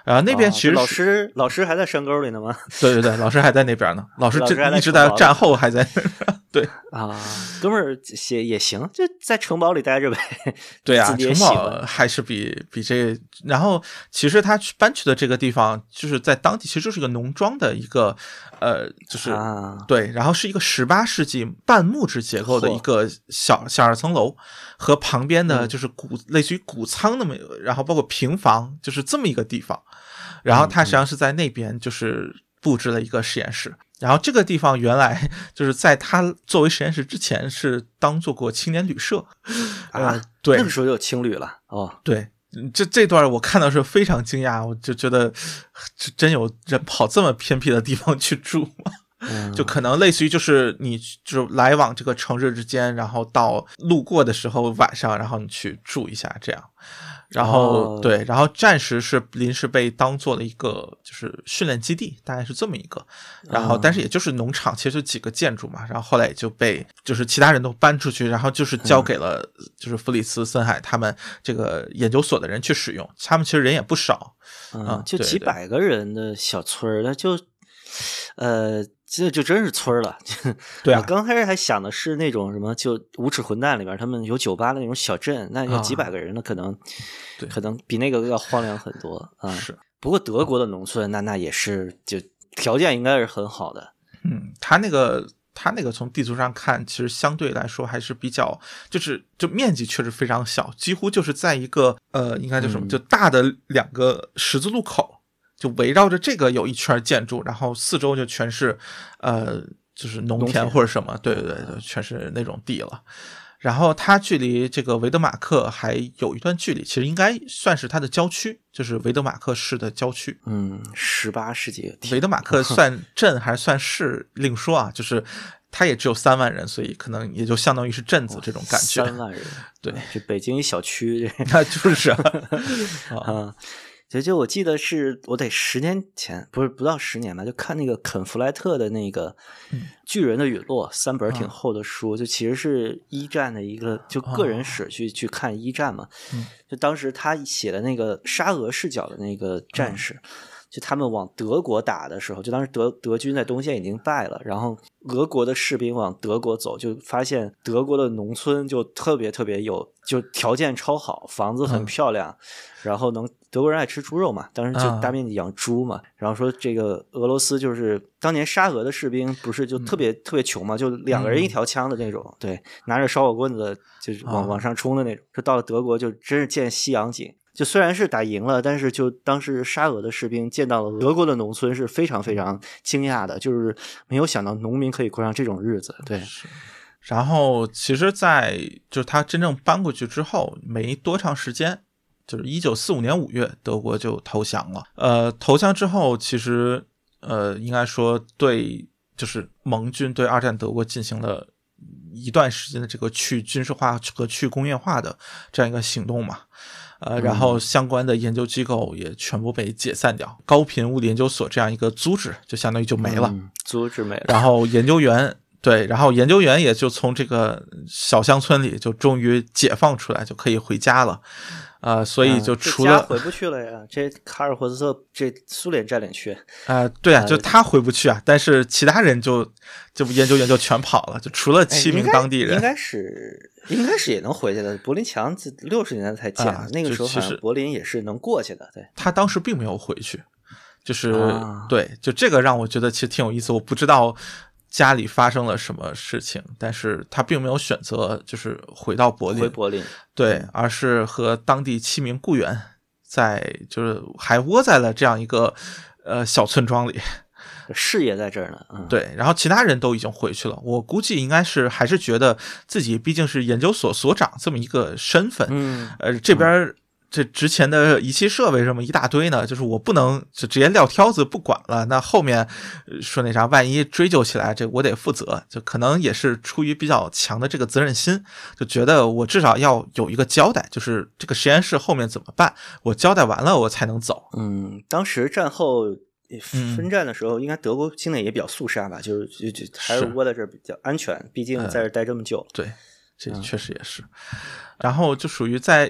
然后那边其实、 哦、老师老师还在山沟里呢吗？ 对对对，老师还在那边呢，老师这一直在战后还在对啊，哥们儿也也行，就在城堡里待着呗。 对啊，城堡还是比比这个。然后其实他搬去的这个地方，就是在当地其实就是一个农庄的一个呃，就是、 啊、 对，然后是一个十八世纪半木质结构的一个小小二层楼，和旁边的就是谷、嗯、类似于谷仓那么，然后包括平房，就是这么一个地方。然后他实际上是在那边就是布置了一个实验室。然后这个地方原来就是在他作为实验室之前是当做过青年旅社啊、呃， 对， 那个时候有青旅了哦。 对，这这段我看到是非常惊讶，我就觉得真有人跑这么偏僻的地方去住吗？ 嗯、 就可能类似于就是你就是来往这个城市之间，然后到路过的时候晚上，然后你去住一下这样。然后、哦、对，然后暂时是临时被当做了一个就是训练基地，大概是这么一个。然后但是也就是农场，其实就几个建筑嘛。然后后来也就被就是其他人都搬出去，然后就是交给了就是弗里斯森海他们这个研究所的人去使用。他们其实人也不少， 嗯，嗯就几百个人的小村那就呃。这就真是村了， 对啊！ 我刚开始还想的是那种什么，就《无耻混蛋》里边他们有酒吧的那种小镇，那有几百个人呢，可能、啊、可能比那个要荒凉很多啊。 是， 不过德国的农村，那那也是就条件应该是很好的。 嗯，他那个他那个从地图上看，其实相对来说还是比较，就是就面积确实非常小，几乎就是在一个呃，应该叫什么，就大的两个十字路口。就围绕着这个有一圈建筑，然后四周就全是，呃，就是农田或者什么，对对对对，全是那种地了。然后它距离这个维德马克还有一段距离，其实应该算是它的郊区，就是维德马克市的郊区。 嗯，十八世纪维德马克算镇还是算市另说啊，就是它也只有三万人，所以可能也就相当于是镇子这种感觉。 三万人， 对， 这北京一小区， 那就是啊。 啊就就我记得是我得十年前，不是不到十年吧，就看那个肯弗莱特的那个《巨人的陨落》三本挺厚的书，就其实是一战的一个就个人史去、哦、去看一战嘛。就当时他写的那个沙俄视角的那个战士。嗯就他们往德国打的时候，就当时德德军在东线已经败了，然后俄国的士兵往德国走，就发现德国的农村就特别特别有，就条件超好，房子很漂亮，嗯、然后能德国人爱吃猪肉嘛，当时就大面积养猪嘛，嗯、然后说这个俄罗斯就是当年沙俄的士兵不是就特别、嗯、特别穷嘛，就两个人一条枪的那种，嗯、对，拿着烧火棍子就是往、嗯、往上冲的那种，就到了德国就真是见西洋景。就虽然是打赢了，但是就当时沙俄的士兵见到了德国的农村是非常非常惊讶的，就是没有想到农民可以过上这种日子。对， 然后其实在就是他真正搬过去之后没多长时间，就是一九四五年五月德国就投降了。呃，投降之后其实呃应该说对就是盟军对二战德国进行了一段时间的这个去军事化和去工业化的这样一个行动嘛。呃，然后相关的研究机构也全部被解散掉，嗯、高频物理研究所这样一个组织就相当于就没了， 嗯、组织没了。 然后研究员对，然后研究员也就从这个小乡村里就终于解放出来，就可以回家了。呃，所以就除了、 嗯、回不去了呀，这卡尔霍斯特这苏联占领区啊、呃，对啊，就他回不去啊，但是其他人就就研究员就全跑了，就除了七名当地人， 哎、应该是应该是也能回去的。柏林墙六十年代才建、啊，那个时候好像柏林也是能过去的。对， 他当时并没有回去，就是、 啊、 对，就这个让我觉得其实挺有意思。我不知道家里发生了什么事情，但是他并没有选择就是回到柏林， 回柏林， 对，而是和当地七名雇员在就是还窝在了这样一个呃小村庄里。 事业在这儿呢，嗯， 对，然后其他人都已经回去了。我估计应该是还是觉得自己毕竟是研究所所长这么一个身份， 嗯， 呃，这边。嗯这之前的仪器设备什么一大堆呢，就是我不能就直接撂挑子不管了，那后面说那啥万一追究起来，这我得负责，就可能也是出于比较强的这个责任心，就觉得我至少要有一个交代，就是这个实验室后面怎么办，我交代完了我才能走。 嗯，当时战后分战的时候，嗯、应该德国境内也比较肃杀吧，就是就就还是窝在这儿比较安全，毕竟在这儿待这么久、 呃。对，这确实也是。嗯、然后就属于在这儿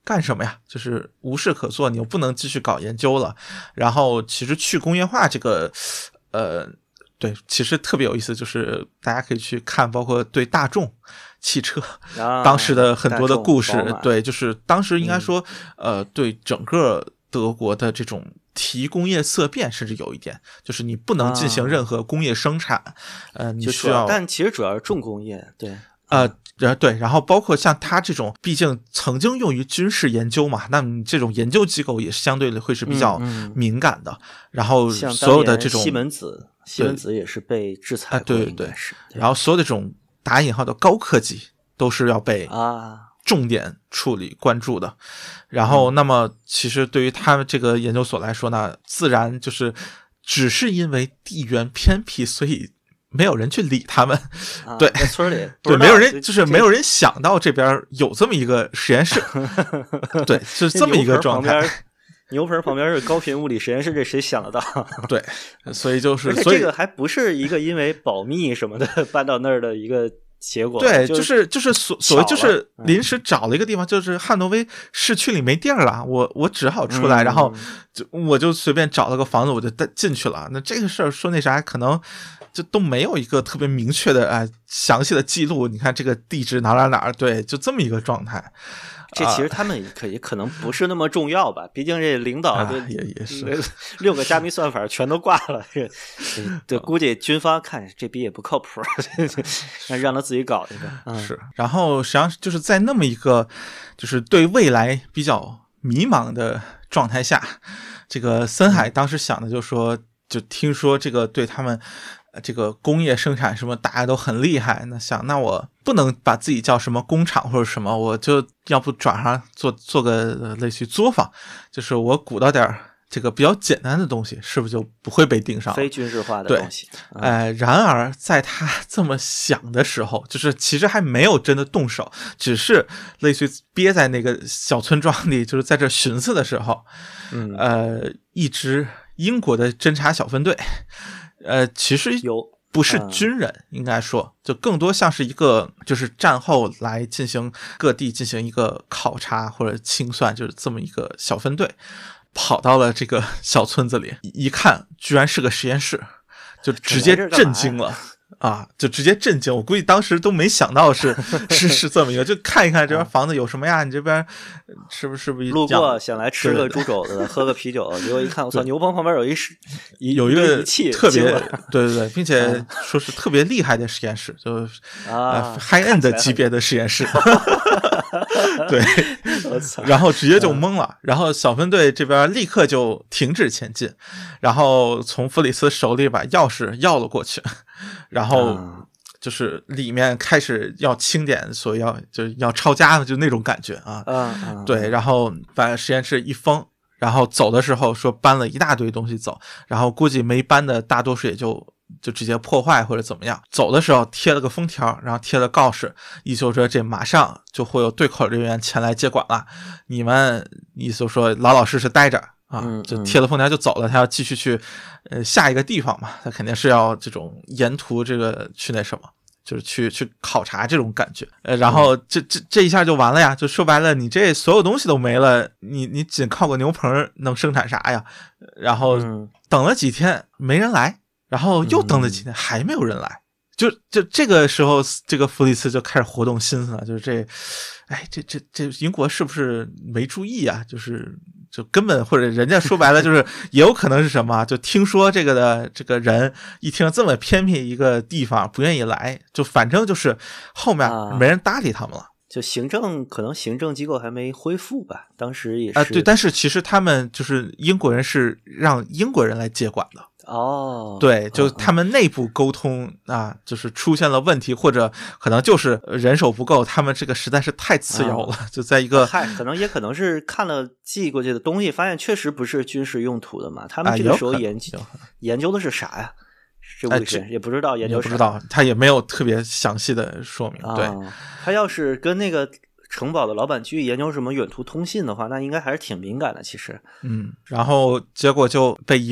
干什么呀？就是无事可做，你又不能继续搞研究了。然后其实去工业化这个，呃，对，其实特别有意思，就是大家可以去看，包括对大众汽车、啊、当时的很多的故事，对，就是当时应该说，嗯、呃，对整个德国的这种提工业色变，甚至有一点，就是你不能进行任何工业生产，啊、呃，你需要， 但其实主要是重工业，对。 呃，对，然后包括像他这种，毕竟曾经用于军事研究嘛，那么这种研究机构也是相对的会是比较敏感的。嗯嗯、然后所有的这种西门子，西门子也是被制裁过， 对对对。然后所有的这种打引号的高科技都是要被啊重点处理关注的。然后，那么其实对于他们这个研究所来说呢，自然就是只是因为地缘偏僻，所以没有人去理他们， 啊、 对， 在村里， 对，没有人，就是没有人想到这边有这么一个实验室，对，是这么一个状态。 牛棚旁边是高频物理实验室，这谁想得到？ 对，所以就是， 所以这个还不是一个因为保密什么的搬到那儿的一个结果。 对， 就是就是所所谓就是临时找了一个地方，就是汉诺威市区里没地儿了，我我只好出来， 嗯、 然后就我就随便找了个房子，我就进去了。那这个事儿说那啥，可能就都没有一个特别明确的哎详细的记录。你看这个地址哪哪哪，对，就这么一个状态。 这其实他们可也可能不是那么重要吧，毕竟这领导对、啊、也也是六个加密算法全都挂了，这对估计军方看这逼也不靠谱，让他自己搞一个、嗯、 是。然后实际上就是在那么一个就是对未来比较迷茫的状态下，这个森海当时想的就是说，就听说这个对他们这个工业生产什么大家都很厉害，那想那我不能把自己叫什么工厂或者什么，我就要不转行做做个类似于作坊，就是我鼓捣点这个比较简单的东西，是不是就不会被盯上？ 非军事化的东西。 对，哎、呃，然而在他这么想的时候，就是其实还没有真的动手，只是类似于憋在那个小村庄里，就是在这寻思的时候， 嗯， 呃，一支英国的侦察小分队。呃，其实不是军人，嗯、应该说，就更多像是一个，就是战后来进行各地进行一个考察或者清算，就是这么一个小分队，跑到了这个小村子里，一看居然是个实验室，就直接震惊了。啊，就直接震惊！我估计当时都没想到是是是这么一个，就看一看这边房子有什么呀？你这边是不是是不是路过想来吃个猪肘子，喝个啤酒，结果一看，我操！牛棚旁边有一一有一个仪器， 特别对对对，并且说是特别厉害的实验室，就啊 high end 的级别的实验室。对，然后直接就懵了，然后小分队这边立刻就停止前进，然后从弗里斯手里把钥匙要了过去。然后就是里面开始要清点，所以要就要抄家的，就那种感觉啊。 嗯， 对，然后把实验室一封，然后走的时候说搬了一大堆东西走，然后估计没搬的大多数也就就直接破坏或者怎么样。走的时候贴了个封条，然后贴了告示，意思说这马上就会有对口人员前来接管了，你们意思说老老实实待着。啊，就贴了封条就走了，他要继续去，呃，下一个地方嘛，他肯定是要这种沿途这个去那什么，就是去去考察这种感觉，呃，然后这这这一下就完了呀，就说白了，你这所有东西都没了，你你仅靠个牛棚能生产啥呀？然后等了几天没人来，然后又等了几天还没有人来，就就这个时候，这个弗里斯就开始活动心思了，就是这，哎，这这这英国是不是没注意啊？就是。就根本或者人家说白了就是也有可能是什么，就听说这个的这个人一听这么偏僻一个地方不愿意来，就反正就是后面没人搭理他们了。啊、 就行政可能行政机构还没恢复吧，当时也是啊、呃，对，但是其实他们就是英国人是让英国人来接管的。 哦， 对，就他们内部沟通、嗯、啊，就是出现了问题，或者可能就是人手不够，他们这个实在是太次要了，啊、就在一个嗨，可能也可能是看了寄过去的东西，发现确实不是军事用途的嘛。他们这个时候研究、啊、研究的是啥呀？这物理学、哎、也不知道研究啥， 也不知道，他也没有特别详细的说明。 啊、 对， 他要是跟那个城堡的老板继续研究什么远途通信的话，那应该还是挺敏感的。其实， 嗯，然后结果就被遗忘了。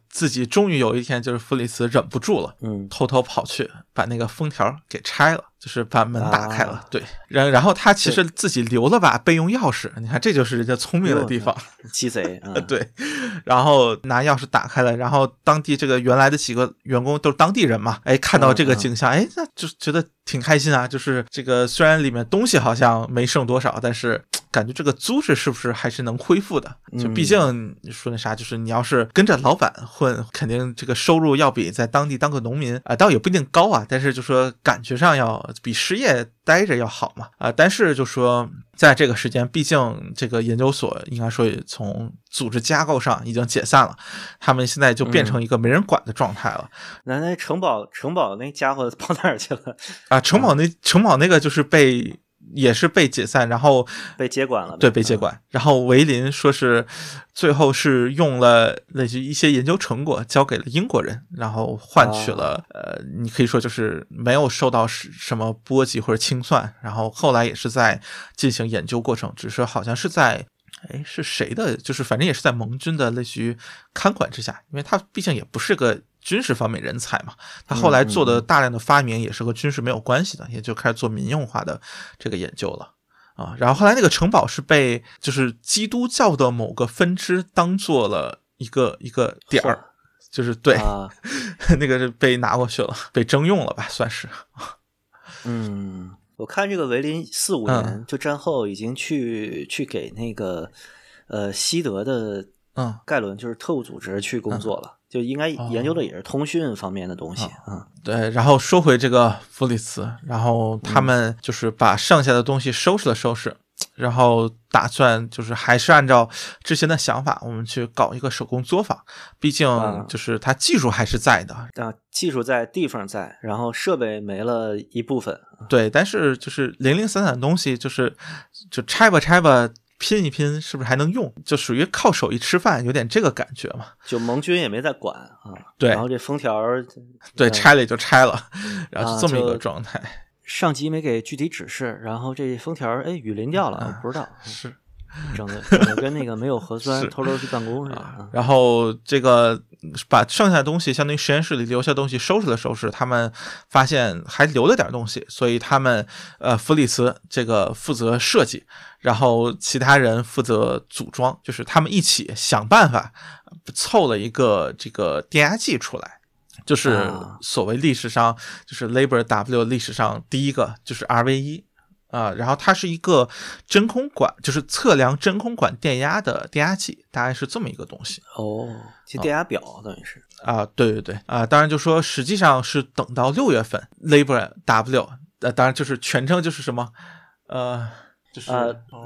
自己终于有一天就是弗里茨忍不住了， 嗯， 偷偷跑去把那个封条给拆了，就是把门打开了， 啊、 对，然然后他其实自己留了把备用钥匙，你看这就是人家聪明的地方， 鸡贼啊， 对，然后拿钥匙打开了，然后当地这个原来的几个员工都是当地人嘛，哎，看到这个景象，嗯嗯、哎，那就觉得挺开心啊，就是这个虽然里面东西好像没剩多少，但是感觉这个租值是不是还是能恢复的？就毕竟你说那啥，就是你要是跟着老板混，肯定这个收入要比在当地当个农民啊、呃，倒也不一定高啊，但是就说感觉上要比失业待着要好嘛啊、呃。但是就说在这个时间，毕竟这个研究所应该说也从组织架构上已经解散了，他们现在就变成一个没人管的状态了。 那、嗯、那城堡城堡那家伙跑哪儿去了啊？城堡那、嗯、城堡那个就是被。也是被解散，然后被接管了。 对，被接管。嗯、然后维林说是最后是用了类似于一些研究成果交给了英国人，然后换取了、啊、呃，你可以说就是没有受到什么波及或者清算。然后后来也是在进行研究过程，只是好像是在哎是谁的，就是反正也是在盟军的类似于看管之下，因为他毕竟也不是个。军事方面人才嘛，他后来做的大量的发明也是和军事没有关系的，嗯嗯也就开始做民用化的这个研究了啊。然后后来那个城堡是被就是基督教的某个分支当做了一个一个点儿，就是对、啊、那个是被拿过去了，被征用了吧，算是。 嗯，我看这个维林四五年、嗯、就战后已经去去给那个呃西德的嗯盖伦就是特务组织去工作了。嗯就应该研究的也是通讯方面的东西啊、哦嗯。对，然后说回这个弗里茨，然后他们就是把剩下的东西收拾了收拾，嗯、然后打算就是还是按照之前的想法，我们去搞一个手工作坊。毕竟就是它技术还是在的、 嗯、啊，技术在，地方在，然后设备没了一部分。 对，但是就是零零散散的东西，就是就拆吧拆吧。拼一拼是不是还能用，就属于靠手艺吃饭，有点这个感觉嘛。 就盟军也没在管啊， 对， 然后这封条对拆了也就拆了，然后就这么一个状态、啊、 上级没给具体指示，然后这封条哎雨淋掉了、啊、我不知道是整的整的跟那个没有核酸偷偷去办公似的、 啊、然后这个把剩下的东西相当于实验室里留下的东西收拾了收拾，他们发现还留了点东西，所以他们呃弗里茨这个负责设计，然后其他人负责组装，就是他们一起想办法凑了一个这个电压计出来，就是所谓历史上就是 Labor W 历史上第一个就是 R V 一啊，然后它是一个真空管，就是测量真空管电压的电压计，大概是这么一个东西。 哦，这电压表、哦、等于是啊，对对对啊，当然就说实际上是等到六月份 Labor W， 呃，当然就是全称就是什么呃。就是呃、uh,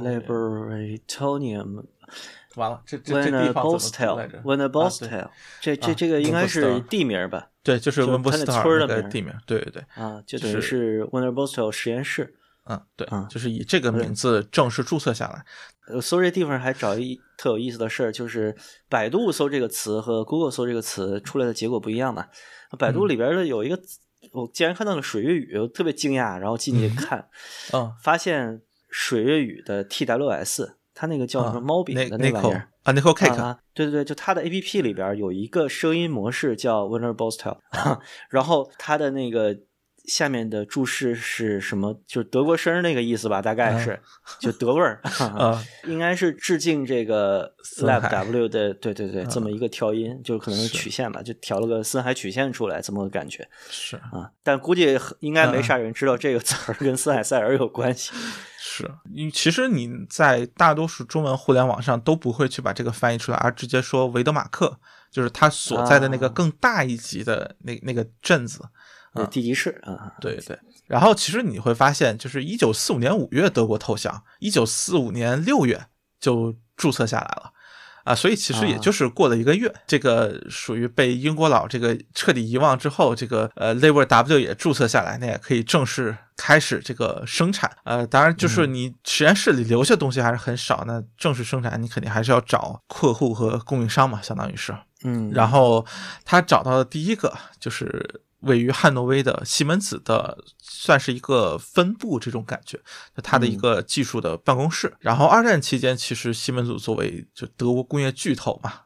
Laboratorium 完了，这这这地方怎么读来着 ？Winterbostel，、啊、这这这个应该是地名吧？ 对，就是 Winterbostel 那个地名，对对对。 啊，就等于是 Winterbostel 实验室。 嗯，对，嗯、就是以这个名字正式注册下来。 我搜这地方还找一特有意思的事儿，就是百度搜这个词和 Google 搜这个词出来的结果不一样嘛。百度里边的有一个，嗯、我竟然看到了水月雨，我特别惊讶，然后进去看， 嗯， 发现。水月雨的 T W S， 它那个叫什么猫饼的那玩意儿啊 ，Nickel Cake，、 啊、对对对，就它的 A P P 里边有一个声音模式叫 Winterbostel，、啊、然后它的那个下面的注释是什么？就是德国声那个意思吧，大概是、啊、就德味儿啊，应该是致敬这个 Lab W 的，对对对，这么一个调音，就可能是曲线吧，就调了个森海曲线出来，这么个感觉是啊，但估计应该没啥人知道这个词儿跟森海塞尔有关系。 是，其实你在大多数中文互联网上都不会去把这个翻译出来，而直接说维德马克，就是他所在的那个更大一级的那、啊、那个镇子， 对，地级市啊， 对对。然后其实你会发现，就是一九四五年五月德国投降，一九四五年六月就注册下来了。啊，所以其实也就是过了一个月，啊、这个属于被英国佬这个彻底遗忘之后，这个呃 Labor W 也注册下来，那也可以正式开始这个生产。呃，当然就是你实验室里留下东西还是很少，那正式生产你肯定还是要找客户和供应商嘛，相当于是。 嗯， 然后他找到的第一个就是位于汉诺威的西门子的，算是一个分部这种感觉，它的一个技术的办公室。嗯、然后二战期间，其实西门子作为就德国工业巨头嘛，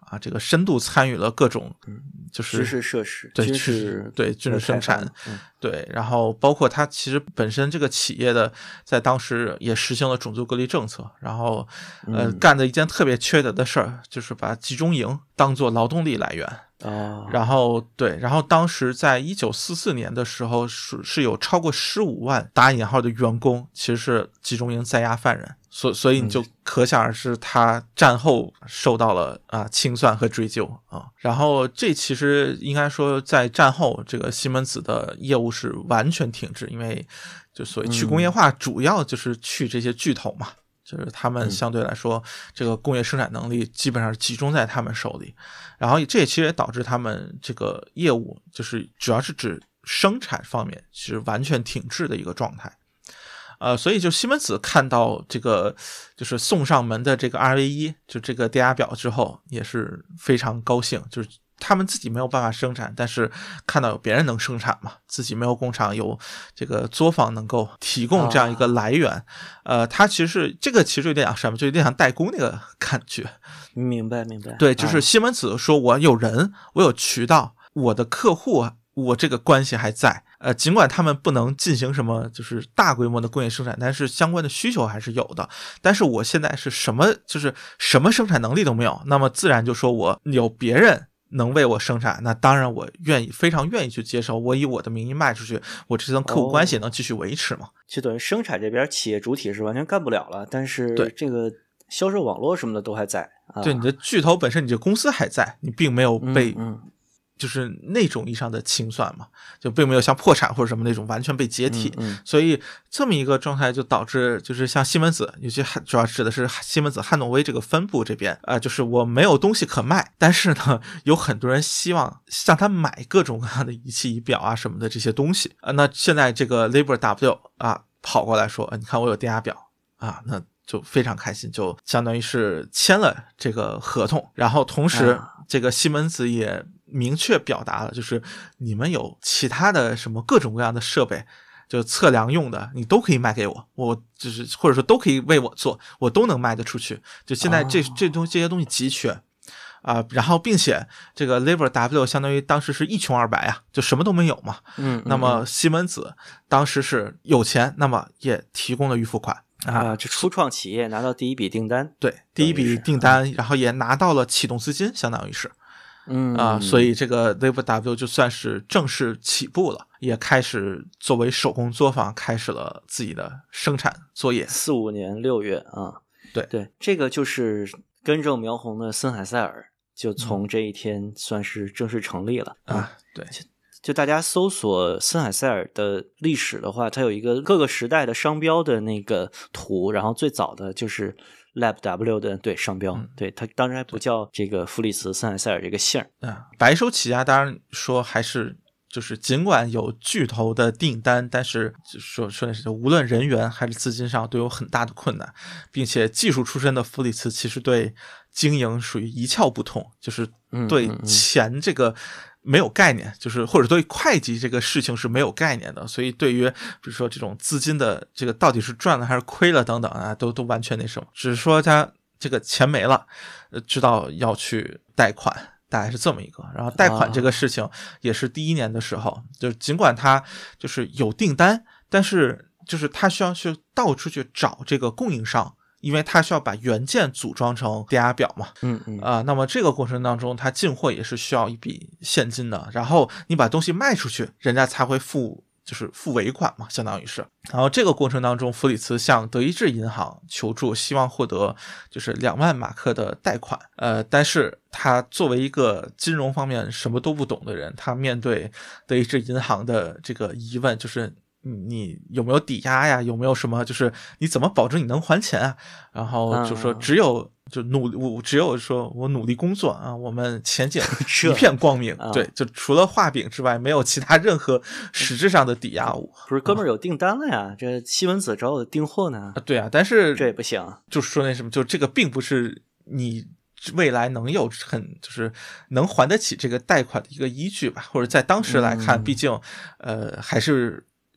啊，这个深度参与了各种就是知识设施、 对军事对军事生产， 嗯、 对，然后包括它其实本身这个企业的在当时也实行了种族隔离政策，然后呃、 嗯、 干的一件特别缺德的事儿，就是把集中营当作劳动力来源。 哦， 然后对，然后当时在一九四四年的时候是是有超过十五万打引号的员工其实是集中营在押犯人，所所以你就可想而知他战后受到了啊清算和追究啊。然后这其实应该说在战后这个西门子的业务是完全停滞，因为就所谓去工业化主要就是去这些巨头嘛。就是他们相对来说，这个工业生产能力基本上是集中在他们手里，然后这也其实也导致他们这个业务就是主要是指生产方面是完全停滞的一个状态。呃，所以就西门子看到这个就是送上门的这个 二 V 一 就这个电压表之后，也是非常高兴，就是他们自己没有办法生产，但是看到有别人能生产嘛，自己没有工厂，有这个作坊能够提供这样一个来源，啊、呃，它其实是这个其实有点像什么，就有点像代工那个感觉。 明白明白。 对，就是西门子说我有人，我有渠道，我的客户，我这个关系还在。呃，尽管他们不能进行什么就是大规模的工业生产，但是相关的需求还是有的。但是我现在是什么就是什么生产能力都没有，那么自然就说我有别人能为我生产，那当然我愿意非常愿意去接受，我以我的名义卖出去，我这层客户关系能继续维持嘛。 哦、就等于生产这边企业主体是完全干不了了，但是这个销售网络什么的都还在。啊、 对，你的巨头本身你这公司还在，你并没有被、 嗯嗯就是那种意义上的清算嘛，就并没有像破产或者什么那种完全被解体， 嗯嗯、 所以这么一个状态就导致就是像西门子，尤其主要指的是西门子汉诺威这个分部这边啊、呃，就是我没有东西可卖，但是呢有很多人希望向他买各种各样的仪器仪表啊什么的这些东西啊、呃，那现在这个 Labor W 啊跑过来说，你看我有电压表啊，那就非常开心，就相当于是签了这个合同，然后同时这个西门子也明确表达了，就是你们有其他的什么各种各样的设备，就测量用的，你都可以卖给我，我就是或者说都可以为我做，我都能卖得出去。就现在这、哦、这东这些东西急缺啊、呃，然后并且这个 Labor W 相当于当时是一穷二白啊，就什么都没有嘛。 嗯， 那么西门子当时是有钱，那么也提供了预付款。 啊，这初创企业拿到第一笔订单， 对，第一笔订单，然后也拿到了启动资金，相当于是， 嗯啊、呃，所以这个 Labor W 就算是正式起步了，也开始作为手工作坊开始了自己的生产作业。 四五年六月啊， 对对，这个就是根正苗红的森海塞尔，就从这一天算是正式成立了、 嗯、啊，对。 就大家搜索森海塞尔的历史的话，它有一个各个时代的商标的那个图，然后最早的就是 Lab W 的对商标，嗯、对它当然还不叫这个弗里茨森海塞尔这个姓儿。 啊，白手起家当然说还是就是尽管有巨头的订单，但是说说的是无论人员还是资金上都有很大的困难，并且技术出身的弗里茨其实对经营属于一窍不通，就是对钱这个。没有概念，就是或者对会计这个事情是没有概念的，所以对于比如说这种资金的这个到底是赚了还是亏了等等啊，都都完全那什么，只是说他这个钱没了，知道要去贷款，大概是这么一个。然后贷款这个事情也是第一年的时候，就尽管他就是有订单，但是就是他需要去到处去找这个供应商。因为他需要把元件组装成电压表嘛， 嗯嗯啊、呃，那么这个过程当中，他进货也是需要一笔现金的，然后你把东西卖出去，人家才会付，就是付尾款嘛，相当于是。然后这个过程当中，弗里茨向德意志银行求助，希望获得就是两万马克的贷款，呃，但是他作为一个金融方面什么都不懂的人，他面对德意志银行的这个疑问就是。你有没有抵押呀？有没有什么？就是你怎么保证你能还钱啊？然后就说只有就努力，只有说我努力工作啊，我们前景一片光明。对，就除了画饼之外，没有其他任何实质上的抵押物。 不是，哥们儿有订单了呀，这西门子找我订货呢。 啊，对啊，但是这也不行。 就说那什么，就这个并不是你未来能有很就是能还得起这个贷款的一个依据吧？或者在当时来看， 嗯、 毕竟呃还是。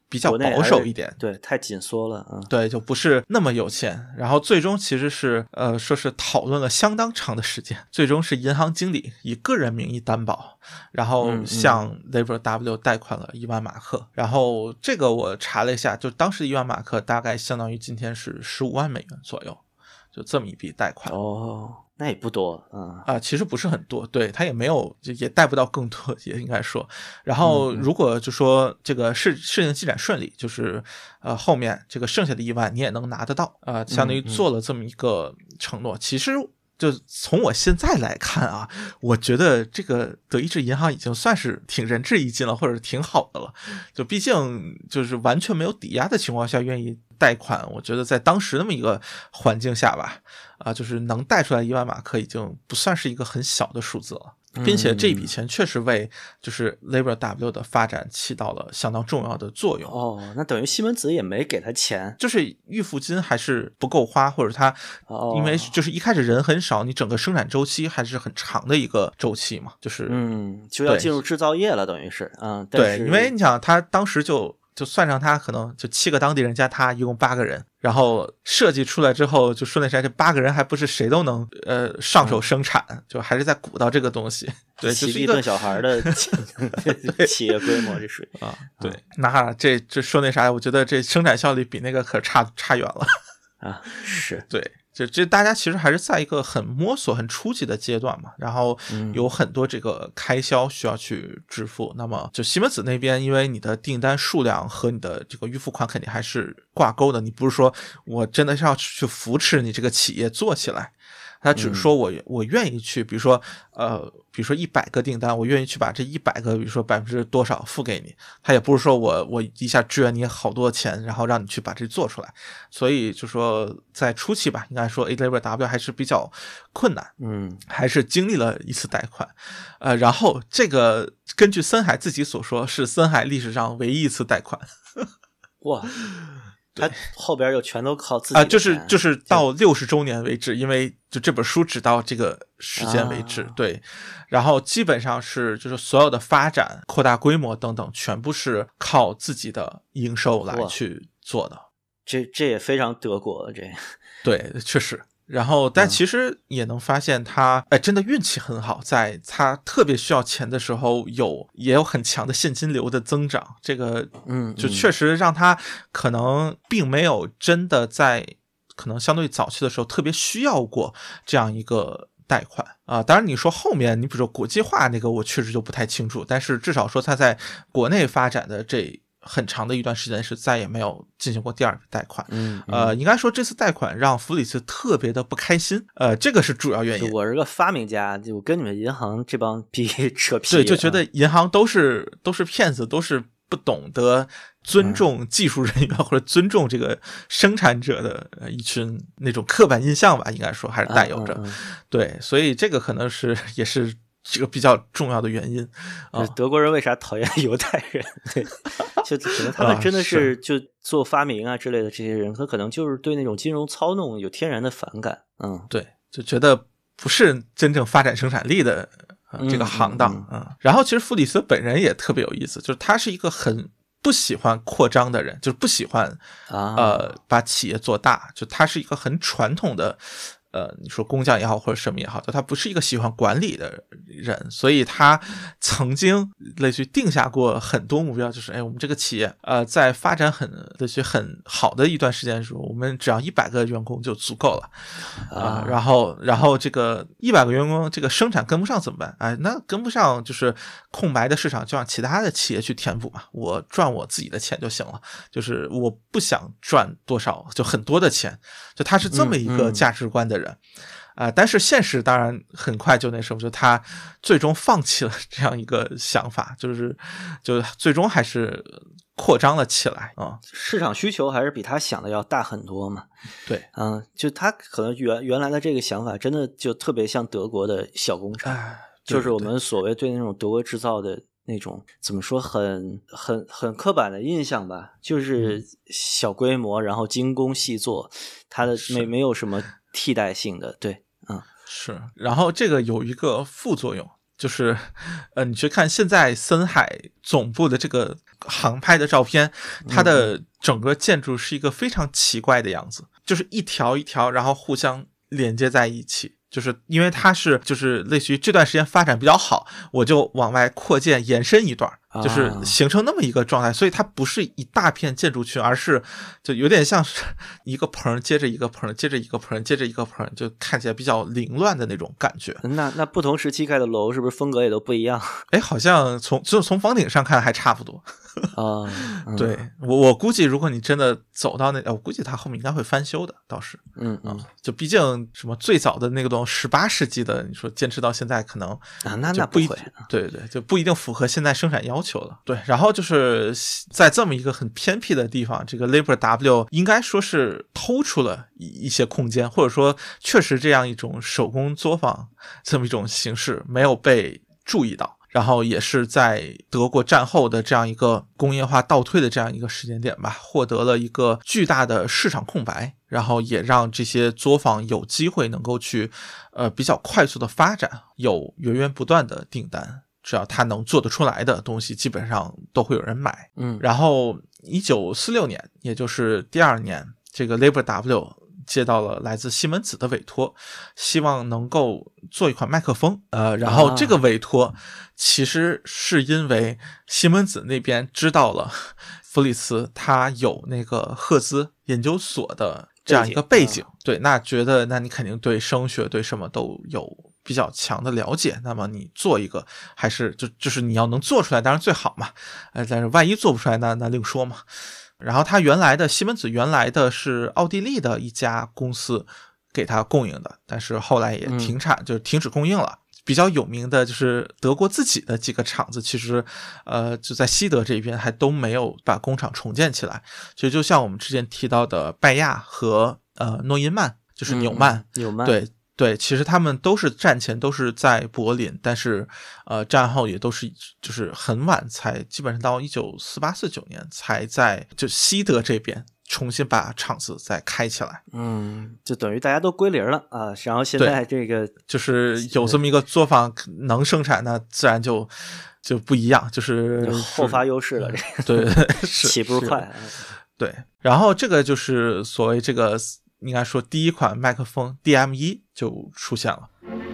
比较保守一点， 对，太紧缩了，嗯， 对，就不是那么有钱。然后最终其实是呃，说是讨论了相当长的时间，最终是银行经理以个人名义担保，然后向 Libre W 贷款了一万马克。然后这个我查了一下，就当时一万马克大概相当于今天是十五万美元左右，就这么一笔贷款。 哦，那也不多，嗯啊、呃，其实不是很多，对，他也没有，也贷不到更多，也应该说。然后如果就说这个事事情进展顺利，就是呃后面这个剩下的一万你也能拿得到，呃，相当于做了这么一个承诺。嗯嗯、其实就从我现在来看啊，我觉得这个德意志银行已经算是挺仁至义尽了，或者挺好的了。就毕竟就是完全没有抵押的情况下愿意贷款，我觉得在当时那么一个环境下吧，啊，就是能贷出来一万马克已经不算是一个很小的数字了。并且这笔钱确实为就是 Libre W 的发展起到了相当重要的作用。 哦，那等于西门子也没给他钱， 就是预付金还是不够花，或者他因为就是一开始人很少，你整个生产周期还是很长的一个周期嘛，就是嗯，就要进入制造业了，等于是，嗯， 对，因为你想他当时就。就算上他可能就七个当地人加他一共八个人，然后设计出来之后就说那啥，这八个人还不是谁都能呃上手生产，嗯、就还是在鼓捣这个东西。对，就是一个炖小孩的企业规模，这属于啊，对，那这这说那啥，我觉得这生产效率比那个可差差远了啊，是对。就这大家其实还是在一个很摸索很初级的阶段嘛，然后有很多这个开销需要去支付、嗯、那么就西门子那边因为你的订单数量和你的这个预付款肯定还是挂钩的，你不是说我真的是要去扶持你这个企业做起来，他只是说我、嗯、我愿意去比如说呃比如说一百个订单，我愿意去把这一百个比如说百分之多少付给你，他也不是说我我一下支援你好多钱然后让你去把这做出来，所以就说在初期吧，应该说 Libre W 还是比较困难， 嗯，还是经历了一次贷款，呃，然后这个根据森海自己所说是森海历史上唯一一次贷款哇，他后边又全都靠自己的、 呃、就是就是到六十周年为止，因为就这本书只到这个时间为止、啊、对，然后基本上是就是所有的发展扩大规模等等全部是靠自己的营收来去做的， 这这也非常德国这对确实，然后但其实也能发现他哎真的运气很好，在他特别需要钱的时候有也有很强的现金流的增长，这个嗯就确实让他可能并没有真的在可能相对早期的时候特别需要过这样一个贷款啊、呃，当然你说后面你比如说国际化那个我确实就不太清楚，但是至少说他在国内发展的这很长的一段时间是再也没有进行过第二笔贷款， 嗯， 呃，应该说这次贷款让弗里茨特别的不开心，呃，这个是主要原因。 我是个发明家，就我跟你们银行这帮逼扯皮， 对，就觉得银行都是都是骗子，都是不懂得尊重技术人员、嗯、或者尊重这个生产者的一群那种刻板印象吧，应该说还是带有着。 嗯嗯嗯、 对，所以这个可能是也是。这个比较重要的原因啊， 德国人为啥讨厌犹太人？对，就可能他们真的是就做发明啊之类的这些人，他可能就是对那种金融操弄有天然的反感。嗯， 对，就觉得不是真正发展生产力的、呃、这个行当啊、嗯嗯嗯。然后其实弗里茨本人也特别有意思，就是他是一个很不喜欢扩张的人，就是不喜欢啊呃把企业做大，就他是一个很传统的。呃，你说工匠也好，或者什么也好，他不是一个喜欢管理的人，所以他曾经类似于定下过很多目标，就是哎，我们这个企业呃，在发展很类似于很好的一段时间的时候，我们只要一百个员工就足够了啊、呃。然后，然后这个一百个员工，这个生产跟不上怎么办？哎，那跟不上就是空白的市场，就让其他的企业去填补嘛。我赚我自己的钱就行了，就是我不想赚多少，就很多的钱，就他是这么一个价值观的人。嗯嗯人啊、呃，但是现实当然很快就那什么，就他最终放弃了这样一个想法，就是就最终还是扩张了起来啊、嗯。 市场需求还是比他想的要大很多嘛。 对， 嗯，就他可能原原来的这个想法，真的就特别像德国的小工厂， 哎、 就是我们所谓对那种德国制造的那种怎么说很很很刻板的印象吧，就是小规模，然后精工细作，它的没没有什么替代性的，对，嗯， 是。然后这个有一个副作用， 就是呃，你去看现在森海总部的这个航拍的照片，它的整个建筑是一个非常奇怪的样子，就是一条一条然后互相连接在一起，就是因为它是就是类似于这段时间发展比较好，我就往外扩建延伸一段，就是形成那么一个状态，所以它不是一大片建筑群，而是就有点像是一个棚接着一个棚接着一个棚接着一个棚，就看起来比较凌乱的那种感觉。 那那不同时期盖的楼是不是风格也都不一样？ 哎，好像从就从房顶上看还差不多。 啊、嗯， 对，我我估计如果你真的走到那，我估计它后面应该会翻修的，倒是， 嗯嗯， 就毕竟什么最早的那个东十八世纪的，你说坚持到现在可能啊，那那不一会， 对对，就不一定符合现在生产要求了。对，然后就是在这么一个很偏僻的地方，这个 Labor W 应该说是偷出了一些空间，或者说确实这样一种手工作坊这么一种形式没有被注意到。然后也是在德国战后的这样一个工业化倒退的这样一个时间点吧，获得了一个巨大的市场空白，然后也让这些作坊有机会能够去呃比较快速的发展，有源源不断的订单，只要他能做得出来的东西基本上都会有人买。 嗯， 然后一九四六年也就是第二年，这个 Labor W接到了来自西门子的委托，希望能够做一款麦克风。呃，然后这个委托其实是因为西门子那边知道了弗里茨他有那个赫兹研究所的这样一个背景，对，那觉得那你肯定对声学对什么都有比较强的了解，那么你做一个还是就就是你要能做出来当然最好嘛，呃，但是万一做不出来那那另说嘛。然后他原来的西门子原来的是奥地利的一家公司给他供应的，但是后来也停产、嗯、就是停止供应了。比较有名的就是德国自己的几个厂子，其实呃就在西德这边还都没有把工厂重建起来。其实就像我们之前提到的拜亚和呃诺因曼，就是纽曼、 嗯、纽曼对对，其实他们都是战前都是在柏林，但是呃战后也都是就是很晚才，基本上到一九四八四九年才在就西德这边重新把厂子再开起来。 嗯，就等于大家都归零了啊。然后现在这个就是有这么一个作坊能生产，那自然就就不一样，就是后发优势了。这个对， 起步快。 对，然后这个就是所谓这个应该说第一款麦克风 D M 一 就出现了。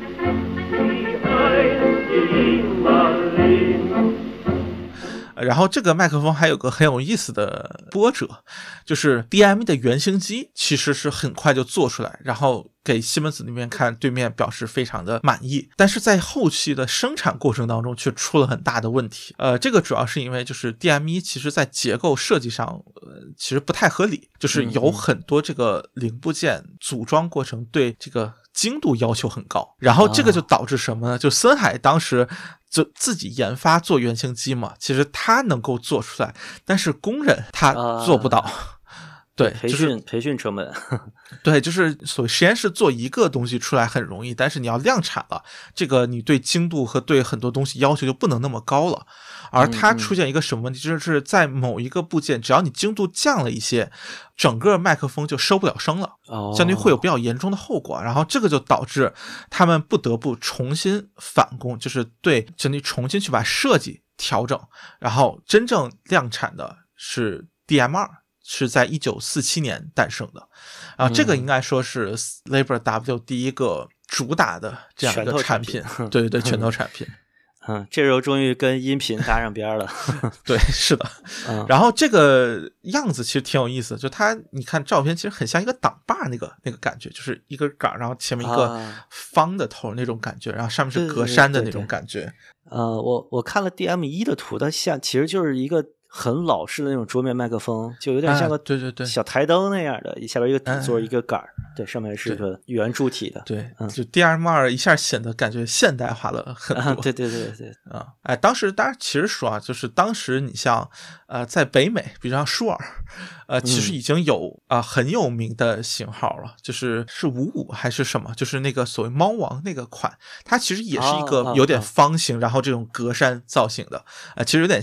然后这个麦克风还有个很有意思的波折，就是 D M 一 的原型机其实是很快就做出来，然后给西门子那边看，对面表示非常的满意，但是在后期的生产过程当中却出了很大的问题。呃，这个主要是因为就是 D M 一 其实在结构设计上呃其实不太合理，就是有很多这个零部件组装过程对这个精度要求很高，然后这个就导致什么呢？就森海当时就自己研发做原型机嘛，其实他能够做出来，但是工人他做不到。啊、对， 培训、就是、培训成本。 对，就是所谓实验室做一个东西出来很容易，但是你要量产了，这个你对精度和对很多东西要求就不能那么高了。而它出现一个什么问题，就是在某一个部件，只要你精度降了一些，整个麦克风就收不了声了，相当于会有比较严重的后果。然后这个就导致他们不得不重新返工，就是对，相当于重新去把设计调整，然后真正量产的是 D M 二，是在一九四七年诞生的。啊，这个应该说是 Labor W 第一个主打的这样一个产品，对对对，拳头产品。 嗯，这时候终于跟音频搭上边了。 对，是的。嗯、然后这个样子其实挺有意思，就它你看照片其实很像一个挡把那个那个感觉，就是一根杆，然后前面一个方的头那种感觉，啊、然后上面是格栅的那种感觉。 对对对对呃，我我看了 D M 一 的图，它像其实就是一个很老式的那种桌面麦克风，就有点像个对对对小台灯那样的，下边一个底座一个杆，对，上面是个圆柱体的。 对，嗯、就 D M 二 一下显得感觉现代化了很多。 啊、对对对对啊，哎，当时当然其实说啊，就是当时你像呃在北美，比如像舒尔，呃其实已经有啊、呃、很有名的型号了，就是是五五还是什么，就是那个所谓猫王那个款，它其实也是一个有点方形，哦哦、然后这种格栅造型的，呃其实有点像。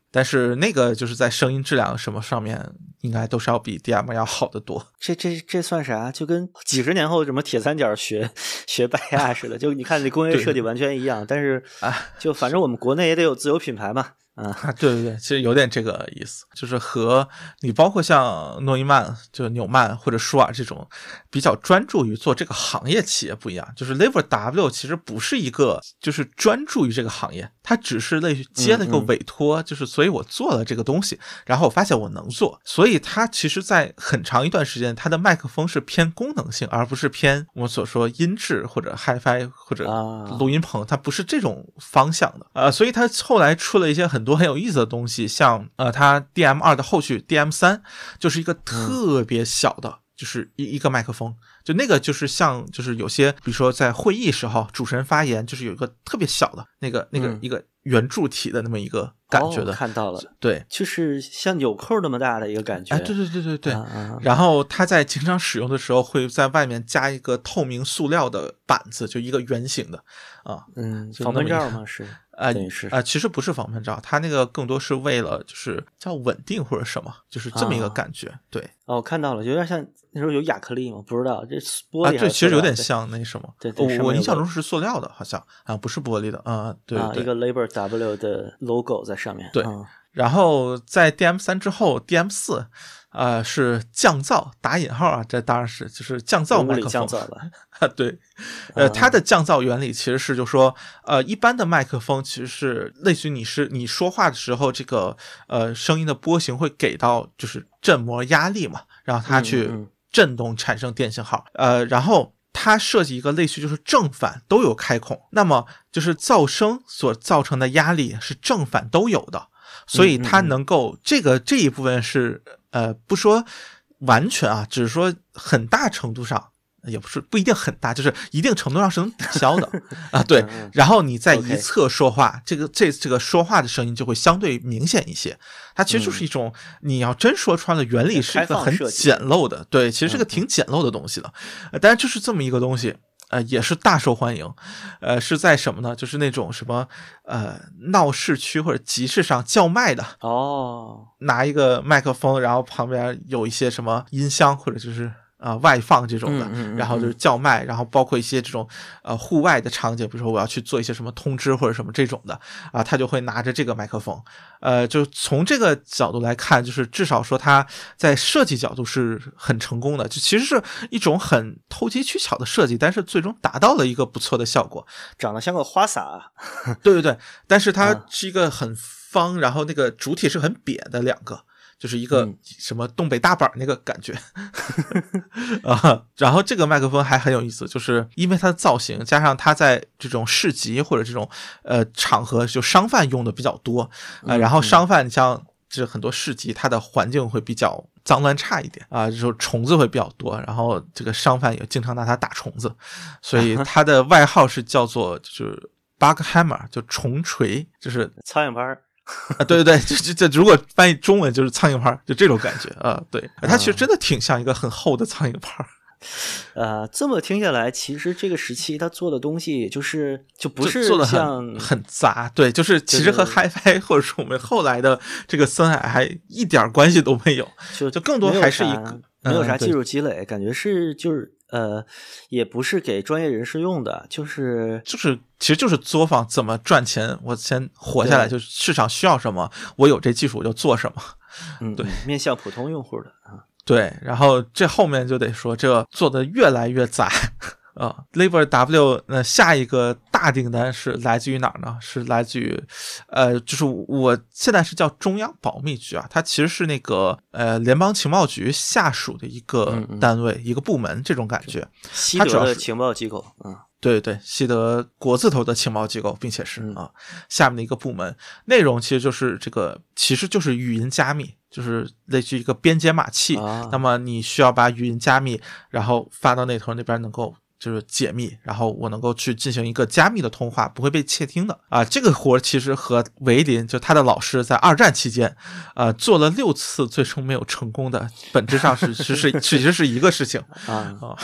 但是那个就是在声音质量什么上面，应该都是要比 D M 要好得多。 这这这算啥？就跟几十年后什么铁三角学学拜亚似的，就你看这工业设计完全一样，但是就反正我们国内也得有自有品牌嘛。啊， 对对对，其实有点这个意思，就是和你包括像诺伊曼、就纽曼或者舒尔这种比较专注于做这个行业企业不一样。就是 Lever W 其实不是一个就是专注于这个行业，它只是类似接了一个委托，嗯嗯就是所以我做了这个东西，然后我发现我能做，所以它其实在很长一段时间，它的麦克风是偏功能性，而不是偏我们所说音质或者 Hi-Fi 或者录音棚，它不是这种方向的。呃，所以它后来出了一些很多很有意思的东西，像呃，它 D M 二 的后续 D M 三 就是一个特别小的，嗯、就是一一个麦克风，就那个就是像就是有些比如说在会议时候主持人发言，就是有一个特别小的那个那个、嗯、一个圆柱体的那么一个感觉的， 哦、看到了， 对， 就是像纽扣那么大的一个感觉， 哎，对对对对对。 啊啊、 然后它在经常使用的时候，会在外面加一个透明塑料的板子，就一个圆形的啊， 嗯，防喷罩吗？是。 呃是呃，其实不是防喷罩，它那个更多是为了就是叫稳定或者什么，就是这么一个感觉。啊、对， 哦，看到了，有点像那时候有亚克力吗？不知道这玻璃啊， 对，其实有点像那什么。 对，对我我印象中是塑料的，好像啊，不是玻璃的啊。对对对， 啊，一个 Labor W 的 logo 在上面。 对， 嗯、 然后在 D M 三 之后 ，D M 四。呃，是降噪打引号啊，这当然是就是降噪麦克风， 降噪了啊，对，呃，它的降噪原理其实是就说，呃，一般的麦克风其实是类似于你是你说话的时候，这个呃声音的波形会给到就是振膜压力嘛，让它去震动产生电信号，嗯嗯呃，然后它设计一个类似于就是正反都有开孔，那么就是噪声所造成的压力是正反都有的，所以它能够、嗯嗯、这个这一部分是。呃，不说完全啊，只是说很大程度上，也不是不一定很大，就是一定程度上是能抵消的啊。对，然后你在一侧说话， okay. 这个这这个说话的声音就会相对明显一些。它其实就是一种，嗯、你要真说穿了，原理是一个很简陋的，对，其实是个挺简陋的东西的。呃，但是就是这么一个东西。呃，也是大受欢迎，呃，是在什么呢？就是那种什么，呃，闹市区或者集市上叫卖的哦， 拿一个麦克风，然后旁边有一些什么音箱或者就是啊、呃、外放这种的， 嗯嗯嗯然后就是叫卖，然后包括一些这种呃户外的场景，比如说我要去做一些什么通知或者什么这种的啊、呃，他就会拿着这个麦克风，呃，就从这个角度来看，就是至少说他在设计角度是很成功的，就其实是一种很投机取巧的设计，但是最终达到了一个不错的效果， 长得像个花洒， 对对对，但是它是一个很方，啊、然后那个主体是很瘪的两个。就是一个什么东北大板那个感觉、嗯、啊，然后这个麦克风还很有意思，就是因为它的造型加上它在这种市集或者这种呃场合就商贩用的比较多，呃，然后商贩你像这很多市集它的环境会比较脏乱差一点啊，就是虫子会比较多，然后这个商贩也经常拿它打虫子，所以它的外号是叫做就是 bug hammer， 就虫锤，就是苍蝇拍啊，对对对，这这如果翻译中文就是苍蝇拍，就这种感觉啊。对，它其实真的挺像一个很厚的苍蝇拍。 呃，这么听下来，其实这个时期他做的东西就是就不是做的像很很杂，对，就是其实和 Hi-Fi 或者说我们后来的这个森海还一点关系都没有， 就就更多还是一个没有啥技术积累，嗯、感觉是就是呃，也不是给专业人士用的，就是就是其实就是作坊怎么赚钱，我先活下来，就是市场需要什么，我有这技术我就做什么， 嗯， 对， 面向普通用户的啊。 对，然后这后面就得说这做的越来越杂啊。Labor W 那下一个大订单是来自于哪儿呢？是来自于呃，就是我现在是叫中央保密局啊，它其实是那个呃联邦情报局下属的一个单位、嗯嗯、一个部门这种感觉。 西德的情报机构啊。嗯对对，西德国字头的情报机构，并且是啊下面的一个部门，内容其实就是这个，其实就是语音加密，就是类似于一个边解码器。 啊、 那么你需要把语音加密，然后发到那头那边能够就是解密，然后我能够去进行一个加密的通话，不会被窃听的啊。这个活其实和维林就他的老师在二战期间，呃做了六次，最终没有成功的，本质上是其实是其实是一个事情啊啊。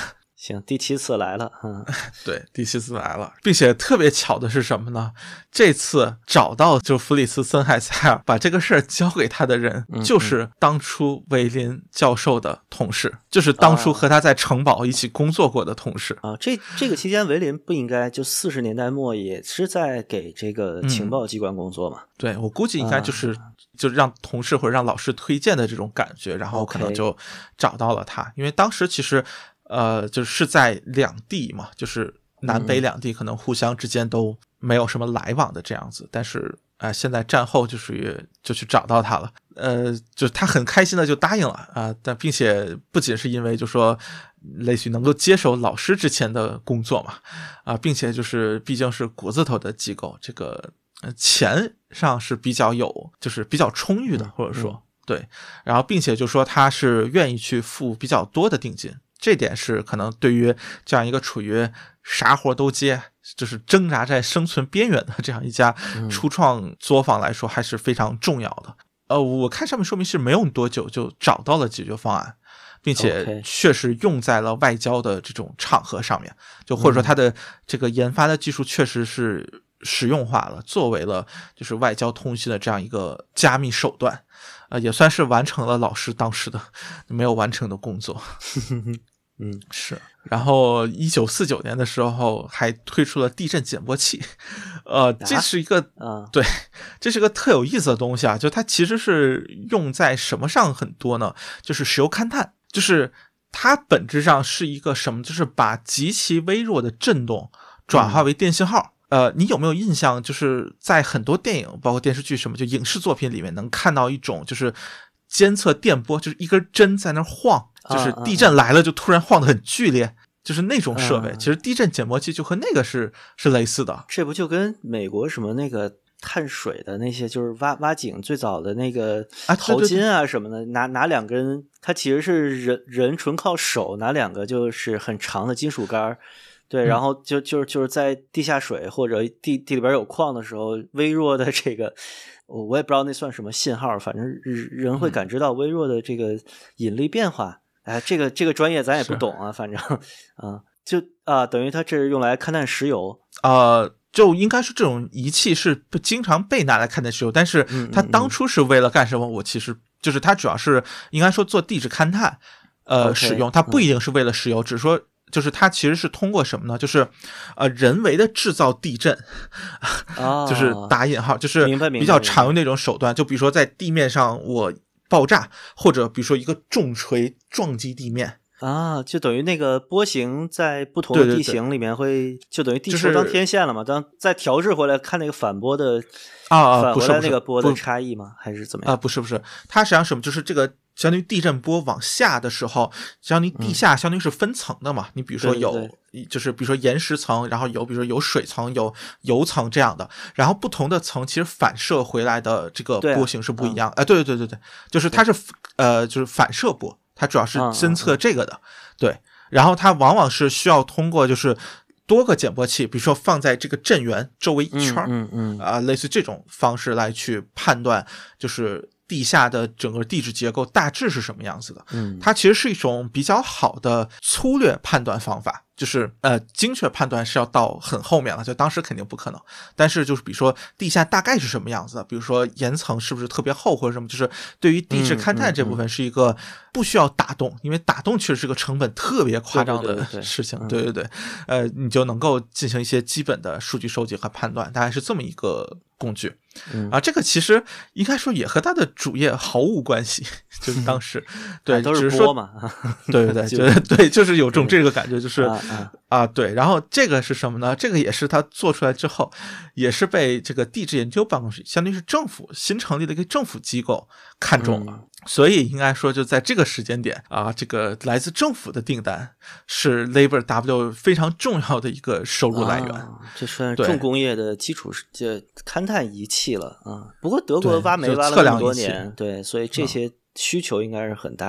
行，第七次来了，嗯， 对，第七次来了，并且特别巧的是什么呢？这次找到就弗里斯·森海塞尔，把这个事儿交给他的人， 嗯、 就是当初韦林教授的同事，嗯、就是当初和他在城堡一起工作过的同事啊。这这个期间，韦林不应该就四十年代末也是在给这个情报机关工作嘛？ 嗯、对，我估计应该就是、啊、就让同事或者让老师推荐的这种感觉，然后可能就找到了他， okay. 因为当时其实。呃，就是在两地嘛，就是南北两地可能互相之间都没有什么来往的这样子，嗯、但是啊、呃，现在战后就属于就去找到他了，呃，就他很开心的就答应了啊、呃，但并且不仅是因为就说类似于能够接手老师之前的工作嘛，啊、呃，并且就是毕竟是国字头的机构，这个呃钱上是比较有，就是比较充裕的，或者说、嗯、对，然后并且就说他是愿意去付比较多的定金。这点是可能对于这样一个处于啥活都接，就是挣扎在生存边缘的这样一家初创作坊来说，还是非常重要的。呃，我看上面说明是没用多久就找到了解决方案，并且确实用在了外交的这种场合上面，就或者说它的这个研发的技术确实是实用化了，作为了就是外交通信的这样一个加密手段，呃，也算是完成了老师当时的没有完成的工作。 嗯， 是。然后一九四九年的时候还推出了地震减波器，呃，这是一个、 啊、 对，这是个特有意思的东西啊，就它其实是用在什么上很多呢？就是石油勘探，就是它本质上是一个什么？就是把极其微弱的震动转化为电信号。嗯、呃，你有没有印象？就是在很多电影，包括电视剧什么，就影视作品里面能看到一种就是监测电波，就是一根针在那晃。就是地震来了就突然晃得很剧烈，啊啊啊就是那种设备、啊、其实地震减波器就和那个是是类似的。 这不就跟美国什么那个探水的那些，就是挖挖井最早的那个淘金啊什么的，啊、对对对拿拿两根，它其实是人人纯靠手拿两个就是很长的金属杆，对，然后就就就是在地下水或者地地里边有矿的时候，微弱的这个。我也不知道那算什么信号，反正人会感知到微弱的这个引力变化。哎，这个这个专业咱也不懂啊，反正啊，就啊，等于它这是用来勘探石油， 呃，就应该是这种仪器是不经常被拿来勘探石油，但是它当初是为了干什么？我其实就是它主要是应该说做地质勘探，呃， okay, 使用，它不一定是为了石油，嗯、只是说。就是它其实是通过什么呢？就是呃人为的制造地震， 哦、 就是打引号，就是比较常用那种手段。就比如说在地面上我爆炸，或者比如说一个重锤撞击地面啊，就等于那个波形在不同的地形里面会，对对对就等于地球当天线了嘛？当再调制回来看那个反波的啊， 返回来那个波的差异吗？还是怎么样？ 啊，不是不是，它实际上什么？就是这个。相当于地震波往下的时候，相当于地下相当于是分层的嘛。嗯、你比如说有， 对对对就是比如说岩石层，然后有比如说有水层、有油层这样的，然后不同的层其实反射回来的这个波形是不一样。哎、啊，对对对对对，就是它是呃就是反射波，它主要是侦测这个的。嗯嗯嗯对，然后它往往是需要通过就是多个减波器，比如说放在这个震源周围一圈， 嗯嗯啊、呃，类似这种方式来去判断，就是地下的整个地质结构大致是什么样子的。 嗯， 它其实是一种比较好的粗略判断方法。就是呃，精确判断是要到很后面了，就当时肯定不可能。但是就是比如说地下大概是什么样子的，比如说岩层是不是特别厚或者什么，就是对于地质勘探这部分是一个不需要打洞，嗯嗯嗯、因为打洞确实是个成本特别夸张的事情。对对 对, 对, 对, 对，呃，你就能够进行一些基本的数据收集和判断，大概是这么一个工具。 嗯、 啊，这个其实应该说也和他的主业毫无关系，就是当时、嗯、对， 都是波嘛， 对对对，就是对，就是有种这个感觉，就是。 啊啊, 啊，对，然后这个是什么呢？这个也是他做出来之后，也是被这个地质研究办公室，相当于是政府新成立的一个政府机构看中了，嗯、所以应该说就在这个时间点啊，这个来自政府的订单是 Labor W 非常重要的一个收入来源，啊、 这算是重工业的基础这勘探仪器了啊。不过德国挖煤挖了那么多年，对，所以这些需求应该是很大的。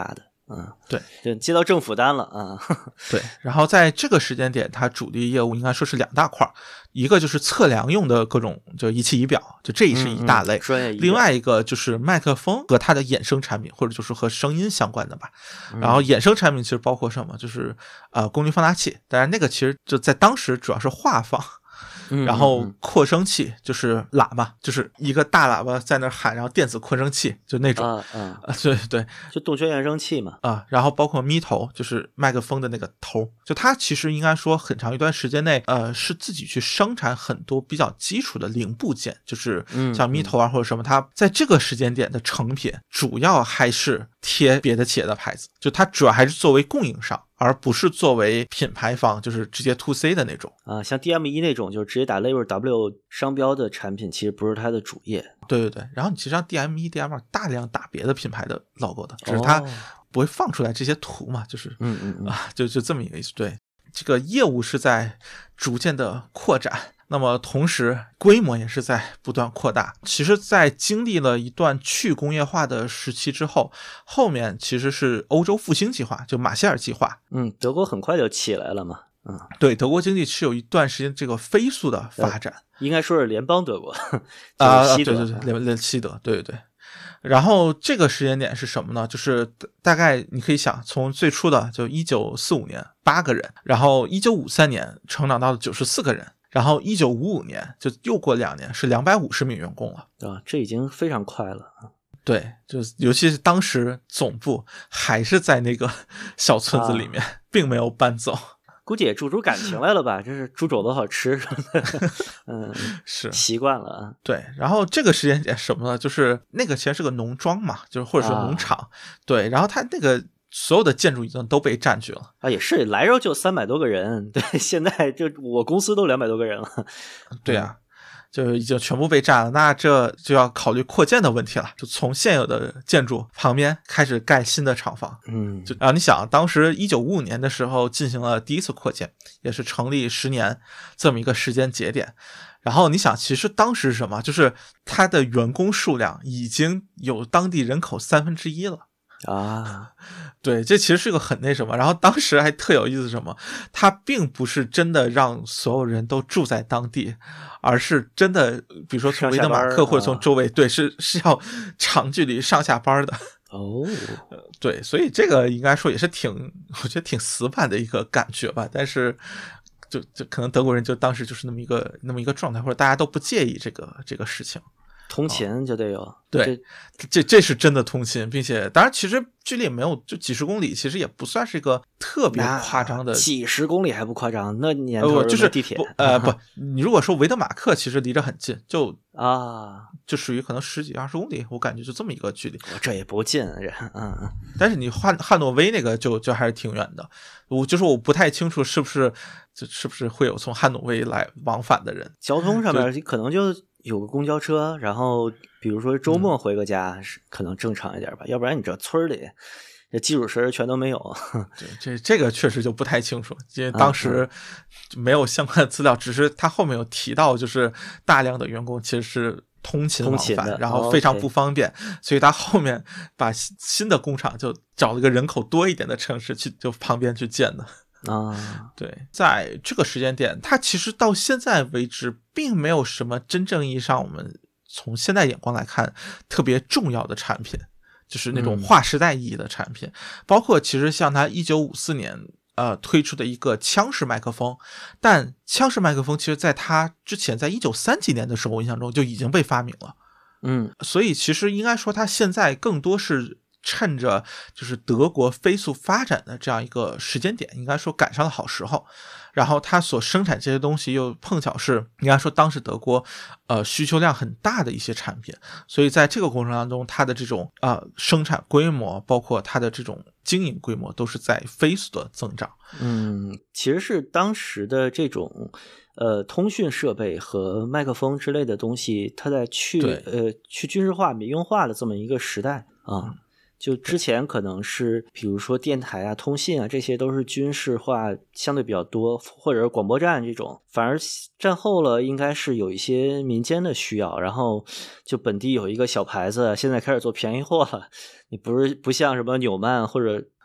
嗯， 对， 就接到政府单了啊。 对，然后在这个时间点，它主力业务应该说是两大块，一个就是测量用的各种就仪器仪表，就这是一大类， 嗯嗯、专业仪表。 另外一个就是麦克风和它的衍生产品，或者就是和声音相关的吧。 嗯、 然后衍生产品其实包括什么，就是呃功率放大器，当然那个其实就在当时主要是话放。然后扩声器就是喇叭，就是一个大喇叭在那喊，然后电子扩声器就那种啊啊， 对对， 就动圈原声器嘛啊。然后包括咪头，就是麦克风的那个头，就它其实应该说很长一段时间内，呃，是自己去生产很多比较基础的零部件，就是像咪头啊或者什么，它在这个时间点的成品主要还是贴别的企业的牌子，就它主要还是作为供应商。而不是作为品牌方，就是直接 to C 的那种啊，像 D M 一 那种，就是直接打 label W 商标的产品，其实不是它的主业。 对对对，然后你其实像 D M 一、D M 二大量打别的品牌的 logo 的，只是它不会放出来这些图嘛，就是嗯嗯嗯啊，就就这么一个意思。对，这个业务是在逐渐的扩展。那么同时规模也是在不断扩大。其实在经历了一段去工业化的时期之后，后面其实是欧洲复兴计划，就马歇尔计划。 嗯，德国很快就起来了嘛。嗯， 对，德国经济是有一段时间这个飞速的发展， 应该说是联邦德国啊，对对对，联联西德，对对对。然后这个时间点是什么呢？就是大概你可以想，从最初的就一九四五年八个人，然后一九五三年成长到了九十四个人。然后一九五五年就又过两年是两百五十名员工了啊，这已经非常快了。 对，就尤其是当时总部还是在那个小村子里面，啊、并没有搬走。 估计也注出感情来了吧？这是猪肘子好吃，嗯， 是习惯了啊。 对，然后这个时间点什么呢？就是那个其实是个农庄嘛，就是或者是农场，啊、对，然后它那个。所有的建筑已经都被占据了啊，也是来时就三百多个人，对，现在就我公司都两百多个人了， 对啊，就已经全部被占了，那这就要考虑扩建的问题了，就从现有的建筑旁边开始盖新的厂房， 嗯， 就然后你想，当时一九五五年的时候进行了第一次扩建，也是成立十年这么一个时间节点。然后你想，其实当时是什么？就是它的员工数量已经有当地人口三分之一了。 啊， 对，这其实是个很那什么，然后当时还特有意思什么，他并不是真的让所有人都住在当地，而是真的比如说从维德马克或者从周围，对，是是要长距离上下班的哦、 呃，对，所以这个应该说也是挺我觉得挺死板的一个感觉吧，但是就就可能德国人就当时就是那么一个那么一个状态，或者大家都不介意这个这个事情。 通勤就得有、哦、 对，这这是真的通勤，并且当然其实距离也没有就几十公里，其实也不算是一个特别夸张的， 几十公里还不夸张，那年头就是地铁， 呃不，你如果说维德马克其实离着很近，就啊就属于可能十几二十公里，我感觉就这么一个距离， 这也不近，这嗯嗯， 但是你汉汉诺威那个就就还是挺远的，我就是我不太清楚是不是是不是会有从汉诺威来往返的人， 交通上面可能就有个公交车，然后比如说周末回个家、嗯、是可能正常一点吧，要不然你这村里这基础设施全都没有。 对，这这个确实就不太清楚，因为当时没有相关的资料，嗯、只是他后面有提到，就是大量的员工其实是通勤往返，然后非常不方便，哦 okay、所以他后面把新的工厂就找了个人口多一点的城市去，就旁边去建的。 啊， 对，在这个时间点，它其实到现在为止，并没有什么真正意义上我们从现在眼光来看特别重要的产品，就是那种划时代意义的产品。嗯、包括其实像它一九五四年呃推出的一个枪式麦克风，但枪式麦克风其实在它之前，在一九三几年的时候，我印象中就已经被发明了。 嗯， 所以其实应该说，它现在更多是趁着就是德国飞速发展的这样一个时间点，应该说赶上了好时候，然后它所生产这些东西又碰巧是应该说当时德国呃需求量很大的一些产品，所以在这个过程当中，它的这种呃生产规模，包括它的这种经营规模，都是在飞速的增长。 嗯，其实是当时的这种呃通讯设备和麦克风之类的东西，它在去呃去军事化、民用化的这么一个时代啊。嗯，就之前可能是比如说电台啊、通信啊，这些都是军事化相对比较多，或者是广播站这种，反而战后了应该是有一些民间的需要，然后就本地有一个小牌子，现在开始做便宜货了，你不是不像什么纽曼或者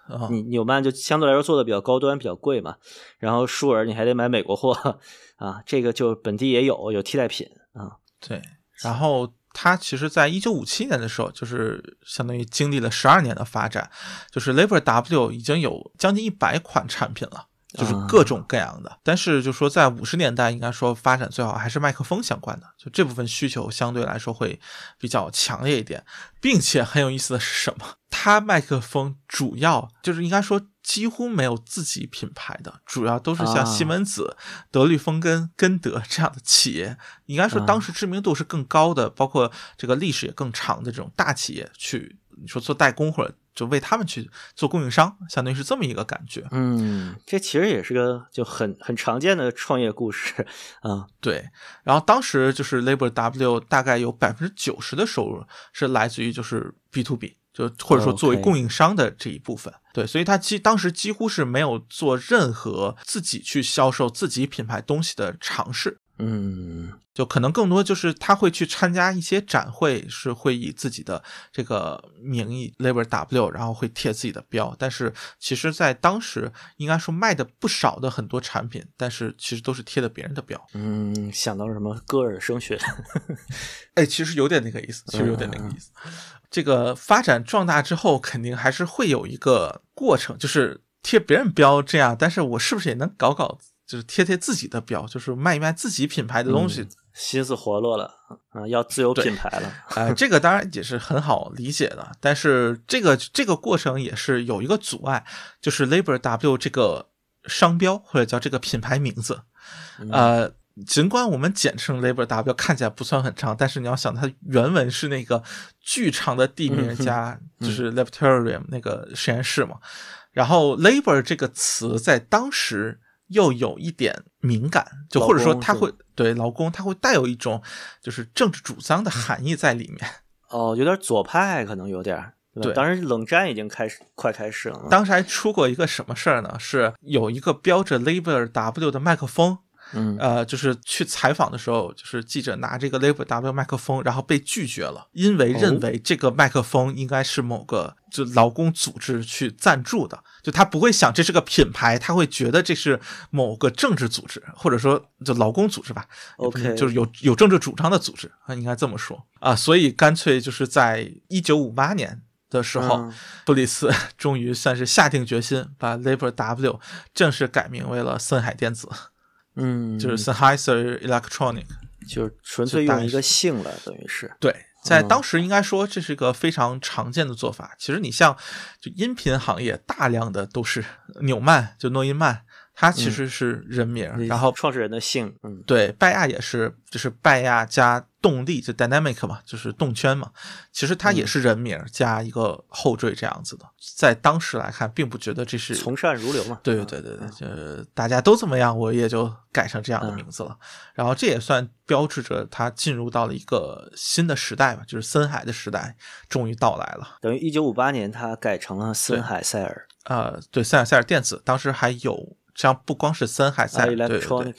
哦、 你纽曼就相对来说做的比较高端比较贵嘛，然后舒尔你还得买美国货啊，这个就本地也有有替代品啊。 对，然后他其实在一九五七年的时候，就是相当于经历了十二年的发展，就是 Labor W 已经有将近一百款产品了，就是各种各样的、啊、但是就说在五十年代应该说发展最好还是麦克风相关的，就这部分需求相对来说会比较强烈一点。并且很有意思的是什么，它麦克风主要就是应该说几乎没有自己品牌的，主要都是像西门子、啊、德律风根、根德这样的企业，应该说当时知名度是更高的、啊、包括这个历史也更长的这种大企业去你说做代工或者就为他们去做供应商，相当于是这么一个感觉。 嗯，这其实也是个就很很常见的创业故事啊。 对，然后当时就是 Labor W 大概有 百分之九十 的收入是来自于就是 B to B， 就或者说作为供应商的这一部分。Okay. 对，所以他几当时几乎是没有做任何自己去销售自己品牌东西的尝试。 嗯， 就可能更多就是他会去参加一些展会，是会以自己的这个名义 Labor W， 然后会贴自己的标。但是其实在当时应该说卖的不少的很多产品，但是其实都是贴的别人的标。 嗯，想到什么歌尔声学哎，其实有点那个意思，其实有点那个意思。嗯、这个发展壮大之后肯定还是会有一个过程，就是贴别人标这样，但是我是不是也能搞搞就是贴贴自己的标，就是卖一卖自己品牌的东西。 嗯、心思活络了啊，要自有品牌了。 呃，这个当然也是很好理解的，但是这个这个过程也是有一个阻碍，就是 Labor W 这个商标或者叫这个品牌名字，呃，尽管我们简称 Labor W 看起来不算很长，但是你要想它原文是那个巨长的地名加、嗯、就是 Laboratorium 那个实验室嘛，然后 Labor 这个词在当时又有一点敏感，就或者说它会对劳工，它会带有一种就是政治主张的含义在里面。 哦，有点左派，可能有点。对， 对， 当时冷战已经开始，快开始了嘛。 当时还出过一个什么事儿呢？是有一个标着 Labor W 的麦克风。 嗯， 呃，就是去采访的时候，就是记者拿这个 Labor W 麦克风，然后被拒绝了，因为认为这个麦克风应该是某个就劳工组织去赞助的，就他不会想这是个品牌，他会觉得这是某个政治组织，或者说就劳工组织吧 ，OK， 就是有有政治主张的组织，应该这么说啊，所以干脆就是在一九五八年。的时候， 嗯、 布里斯终于算是下定决心，把 Labor W 正式改名为了森海电子。 嗯， 就是 Sennheiser Electronic， 就是纯粹用一个姓了，等于是。 对，在当时应该说这是一个非常常见的做法。嗯、其实你像就音频行业，大量的都是纽曼，就诺因曼，他其实是人名， 嗯、 然后创始人的姓，嗯， 对，拜亚也是，就是拜亚加动力，就 dynamic 嘛，就是动圈嘛，其实它也是人名、嗯、加一个后缀这样子的。在当时来看，并不觉得这是从善如流嘛。 对对对对，就是大家都这么样，我也就改成这样的名字了。嗯、然后这也算标志着它进入到了一个新的时代吧，就是森海的时代终于到来了。 等于一九五八年，它改成了森海塞尔。 呃，对，森海塞尔电子，当时还有这样，不光是森海塞尔 ，Electronic，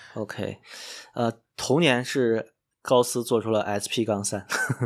OK， 呃，同年是。高斯做出了 S P 三，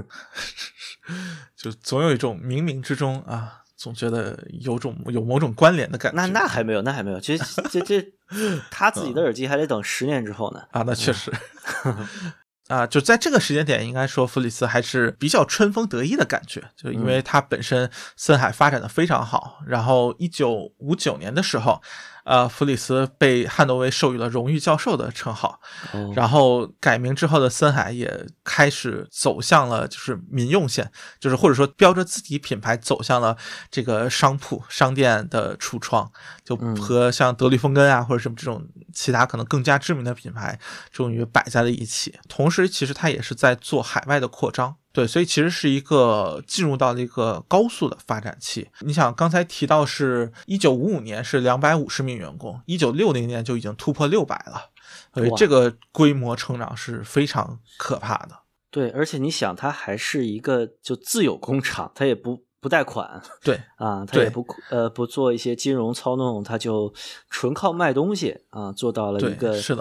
就总有一种冥冥之中啊，总觉得有种有某种关联的感觉。 那那还没有，那还没有，这这这他自己的耳机还得等十年之后呢。 啊，那确实。啊，就在这个时间点，应该说弗里斯还是比较春风得意的感觉，就因为他本身森海发展的非常好，嗯、然后一九五九年的时候。呃，弗里斯被汉诺威授予了荣誉教授的称号， 哦、 然后改名之后的森海也开始走向了就是民用线，就是或者说标着自己品牌走向了这个商铺商店的橱窗，就和像德律风根啊、嗯、或者什么这种其他可能更加知名的品牌终于摆在了一起。同时其实他也是在做海外的扩张。对，所以其实是一个进入到了一个高速的发展期。你想刚才提到是一九五五年是两百五十名员工，一九六零年就已经突破六百了，所以这个规模成长是非常可怕的。 对，而且你想它还是一个就自有工厂，它也不不贷款， 对啊，它也不呃不做一些金融操弄，它就纯靠卖东西啊，做到了一个是的。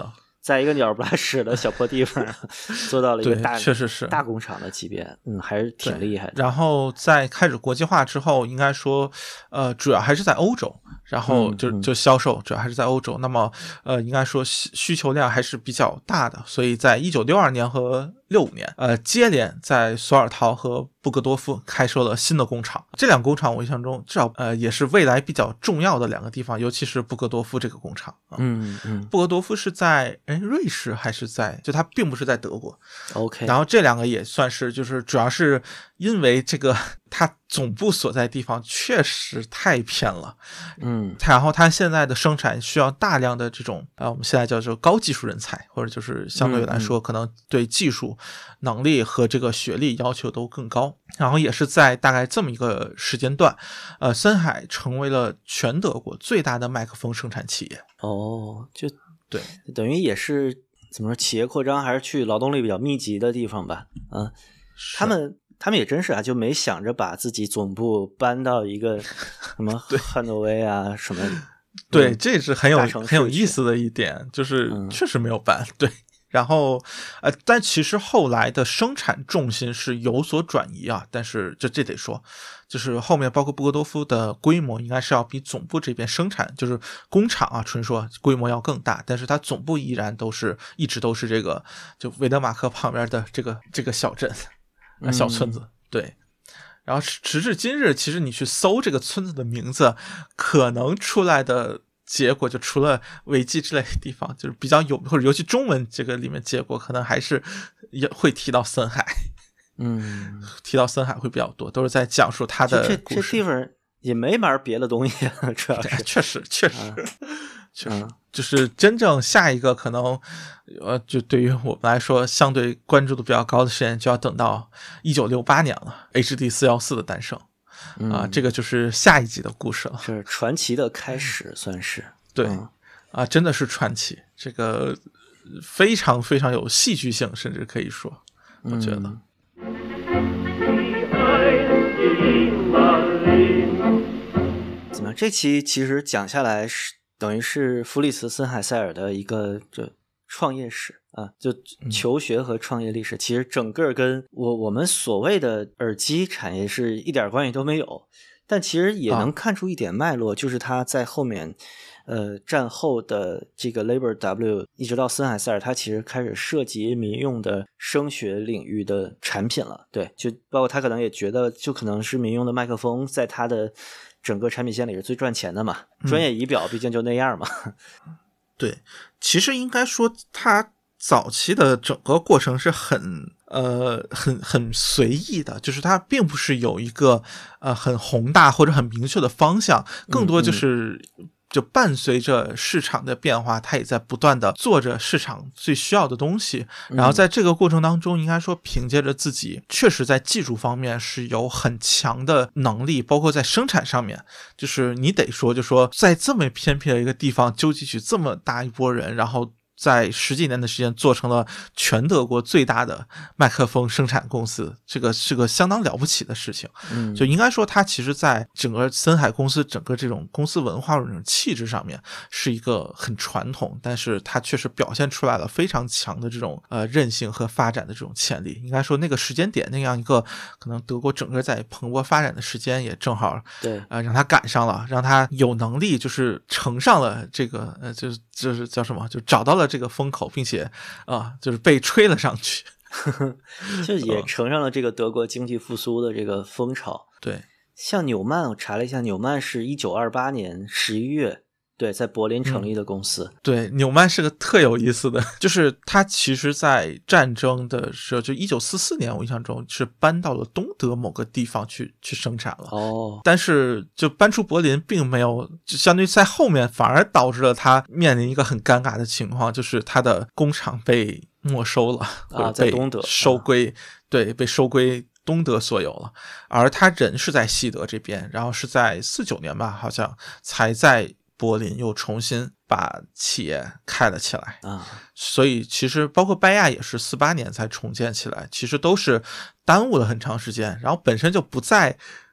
在一个鸟不拉屎的小破地方做到了一个大确实是大工厂的级别，嗯，还是挺厉害的。 然后在开始国际化之后，应该说，呃，主要还是在欧洲，然后就、 嗯嗯、 就销售主要还是在欧洲。那么，呃，应该说需求量还是比较大的，所以在一九六二年和六五年，呃，接连在索尔陶和布格多夫开设了新的工厂。这两个工厂我印象中至少呃也是未来比较重要的两个地方，尤其是布格多夫这个工厂。 嗯嗯， 布格多夫是在哎瑞士还是在？就它并不是在德国。 OK。 然后这两个也算是就是主要是因为这个它总部所在地方确实太偏了。 嗯， 然后它现在的生产需要大量的这种啊、呃，我们现在叫做高技术人才，或者就是相对来说可能对技术能力和这个学历要求都更高。然后也是在大概这么一个时间段，呃，森海成为了全德国最大的麦克风生产企业。 哦，就对， 等于也是怎么说，企业扩张还是去劳动力比较密集的地方吧。嗯，他们他们也真是啊，就没想着把自己总部搬到一个什么汉诺威啊什么。 对， 嗯、 这是很有很有意思的一点，就是确实没有搬。嗯、对。然后，呃，但其实后来的生产重心是有所转移啊，但是这这得说，就是后面包括布格多夫的规模应该是要比总部这边生产，就是工厂啊，纯说规模要更大，但是它总部依然都是一直都是这个就维德马克旁边的这个这个小镇、呃、小村子，嗯、对。然后时至今日，其实你去搜这个村子的名字，可能出来的结果就除了维基之类的地方，就是比较有或者尤其中文这个里面结果可能还是也会提到森海， 嗯， 提到森海会比较多，都是在讲述他的故事。 这这地方也没买别的东西，主要是确实确实、嗯、确实、 嗯， 就是真正下一个可能，呃，就对于我们来说相对关注度比较高的时间，就要等到一九六八年了 ，H D 四一四的诞生。 嗯、 啊，这个就是下一集的故事了， 是传奇的开始，算是对、 嗯、 啊，真的是传奇，这个非常非常有戏剧性，甚至可以说，我觉得。 怎么样？这期其实讲下来是等于是弗里茨·森海塞尔的一个这创业史。啊，就求学和创业历史，嗯、其实整个跟我我们所谓的耳机产业是一点关系都没有，但其实也能看出一点脉络，啊、就是他在后面，呃，战后的这个 Labor W， 一直到森海塞尔，他其实开始涉及民用的声学领域的产品了。对，就包括他可能也觉得，就可能是民用的麦克风，在他的整个产品线里是最赚钱的嘛，嗯、专业仪表毕竟就那样嘛。 对，其实应该说他早期的整个过程是很呃很很随意的，就是它并不是有一个呃很宏大或者很明确的方向，更多就是就伴随着市场的变化，它也在不断的做着市场最需要的东西。然后在这个过程当中，应该说凭借着自己确实在技术方面是有很强的能力，包括在生产上面，就是你得说就说在这么偏僻的一个地方纠集起这么大一波人，然后在十几年的时间做成了全德国最大的麦克风生产公司，这个是个相当了不起的事情。 嗯， 就应该说它其实在整个森海公司整个这种公司文化这种气质上面是一个很传统，但是它确实表现出来了非常强的这种呃韧性和发展的这种潜力。应该说那个时间点那样一个可能德国整个在蓬勃发展的时间也正好对呃让它赶上了，让它有能力就是乘上了这个呃就是就是叫什么就找到了这个风口，并且啊，就是被吹了上去， 就也乘上了这个德国经济复苏的这个风潮。 对， 像纽曼，我查了一下，纽曼是一九二八年十一月，对，在柏林成立的公司。 嗯、对，纽曼是个特有意思的，就是他其实在战争的时候，就一九四四年，我印象中是搬到了东德某个地方去去生产了。 哦， 但是就搬出柏林，并没有，就相对于在后面反而导致了他面临一个很尴尬的情况，就是他的工厂被没收了， 啊，在东德收归，啊、对，被收归东德所有了。而他人是在西德这边，然后是在四九年吧，好像才在柏林又重新把企业开了起来啊， 所以其实包括拜亚也是四八年才重建起来，其实都是耽误了很长时间，然后本身就不在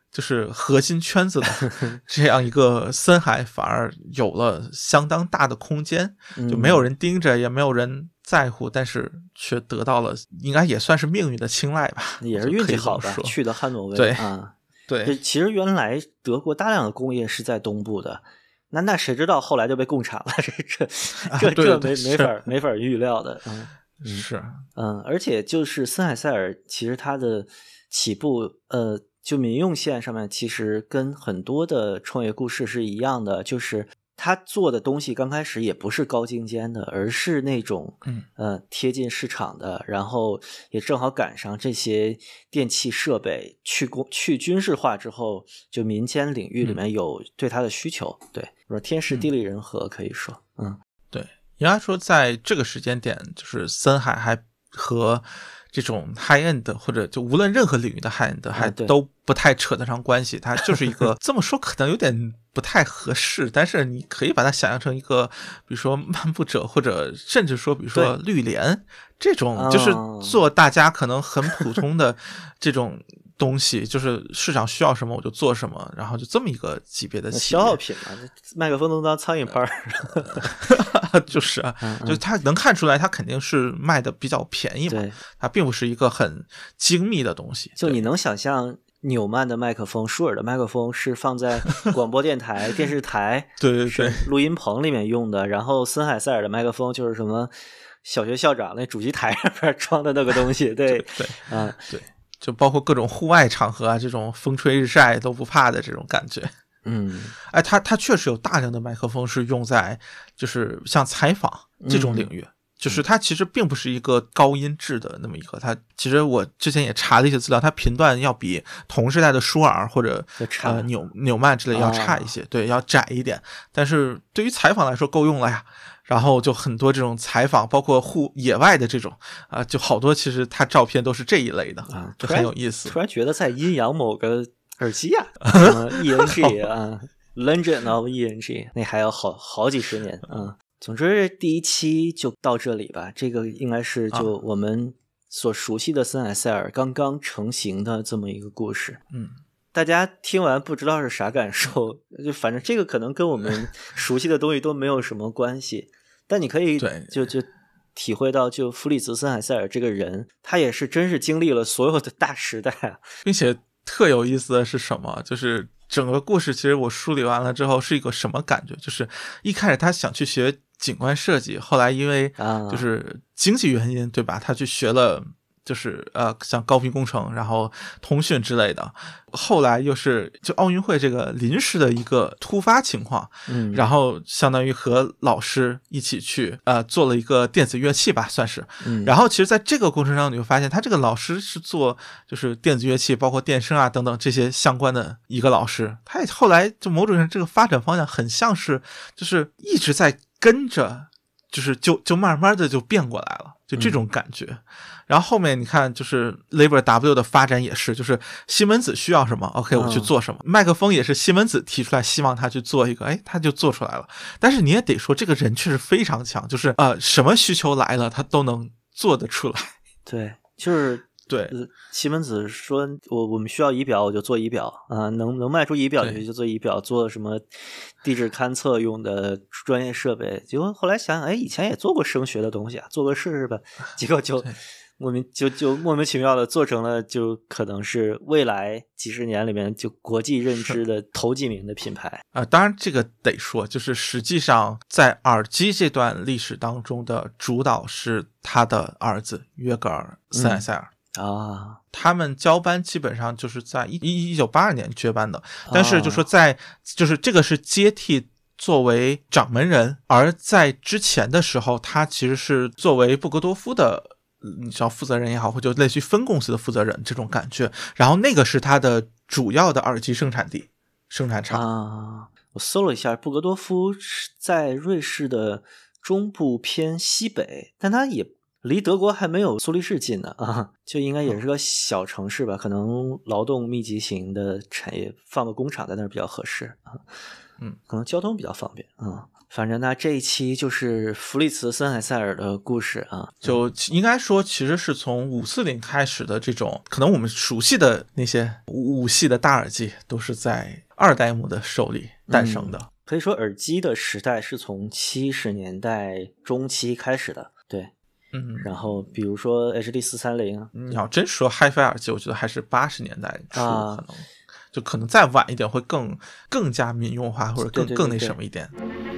就是核心圈子的这样一个森海反而有了相当大的空间，就没有人盯着，也没有人在乎，但是却得到了应该也算是命运的青睐吧， 也是运气好吧，去的汉诺威。 对啊， 对， 其实原来德国大量的工业是在东部的，那那谁知道后来就被共产了，这这这、啊、这没没法没法预料的。嗯， 是， 嗯，而且就是森海塞尔，其实它的起步，呃，就民用线上面，其实跟很多的创业故事是一样的，就是他做的东西刚开始也不是高精尖的，而是那种嗯呃贴近市场的，然后也正好赶上这些电器设备去工去军事化之后，就民间领域里面有对它的需求，嗯、对，说天时地利人和，可以说，嗯， 对，应该说在这个时间点，就是森海还和这种 high end 或者就无论任何领域的 high end 还都不太扯得上关系，它就是一个这么说可能有点不太合适，但是你可以把它想象成一个比如说漫步者，或者甚至说比如说绿联这种，就是做大家可能很普通的这种东西，就是市场需要什么我就做什么，然后就这么一个级别的企业。 消耗品嘛，麦克风能当苍蝇拍就是啊，就是它能看出来它肯定是卖的比较便宜嘛，它并不是一个很精密的东西。 就你能想象纽曼的麦克风、舒尔的麦克风是放在广播电台、电视台、 对对对录音棚里面用的，然后森海塞尔的麦克风就是什么小学校长那主席台上面装的那个东西，对对啊， 对，就包括各种户外场合啊，这种风吹日晒都不怕的这种感觉。 嗯， 哎，它它确实有大量的麦克风是用在就是像采访这种领域。嗯，就是它其实并不是一个高音质的那么一个，它其实我之前也查了一些资料，它频段要比同时代的舒尔或者呃纽纽曼之类要差一些，哦，对，要窄一点。但是对于采访来说够用了呀。然后就很多这种采访，包括户野外的这种啊，呃，就好多其实它照片都是这一类的啊， 就很有意思。 突然觉得在阴阳某个耳机啊，呃、E N G 啊，Legend of E N G， 那还有好好几十年啊。总之第一期就到这里吧，这个应该是就我们所熟悉的森海塞尔刚刚成型的这么一个故事。 嗯， 大家听完不知道是啥感受，就反正这个可能跟我们熟悉的东西都没有什么关系，但你可以就就体会到就弗里茨森海塞尔这个人，他也是真是经历了所有的大时代啊， 并且特有意思的是什么，就是整个故事其实我梳理完了之后是一个什么感觉，就是一开始他想去学景观设计，后来因为就是经济原因，对吧，他去学了就是呃像高频工程，然后通讯之类的，后来又是就奥运会这个临时的一个突发情况， 嗯， 然后相当于和老师一起去呃做了一个电子乐器吧，算是， 嗯， 然后其实在这个过程中你会发现他这个老师是做就是电子乐器包括电声啊等等这些相关的一个老师，他也后来就某种上这个发展方向很像是就是一直在跟着，就是就就慢慢的就变过来了，就这种感觉。嗯，然后后面你看就是 Labor W 的发展也是，就是西门子需要什么 OK 我去做什么，嗯，麦克风也是西门子提出来希望他去做一个，哎他就做出来了。但是你也得说这个人确实非常强，就是呃什么需求来了他都能做得出来。 对，就是对， 呃、西门子说我我们需要仪表我就做仪表啊，呃，能能卖出仪表就就做仪表，做什么地质勘测用的专业设备。结果后来想想，哎，以前也做过声学的东西啊，做个试试吧。结果就莫名就就莫名其妙的做成了，就可能是未来几十年里面就国际认知的头几名的品牌啊，呃。当然这个得说，就是实际上在耳机这段历史当中的主导是他的儿子约格尔森海塞尔。 嗯啊， 他们交班基本上就是在一一九八二年接班的，但是就说在就是这个是接替作为掌门人，而在之前的时候，他其实是作为布格多夫的，你知道负责人也好，或者类似于分公司的负责人这种感觉。然后那个是他的主要的耳机生产地、生产厂啊。我搜了一下，布格多夫是在瑞士的中部偏西北，但他也离德国还没有苏黎世近呢啊，就应该也是个小城市吧，可能劳动密集型的产业，放个工厂在那儿比较合适啊。 嗯， 可能交通比较方便啊。 反正呢，这一期就是弗利茨森海塞尔的故事啊， 就应该说其实是从五四零开始的这种，可能我们熟悉的那些五系的大耳机都是在二代目的手里诞生的。嗯， 可以说耳机的时代是从七十年代中期开始的，对。 嗯， 然后比如说 H D 四三零， 你要真说 Hi-Fi 耳机，我觉得还是八十年代初， 啊， 可能就可能再晚一点会更更加民用化，或者更对对对对更那什么一点。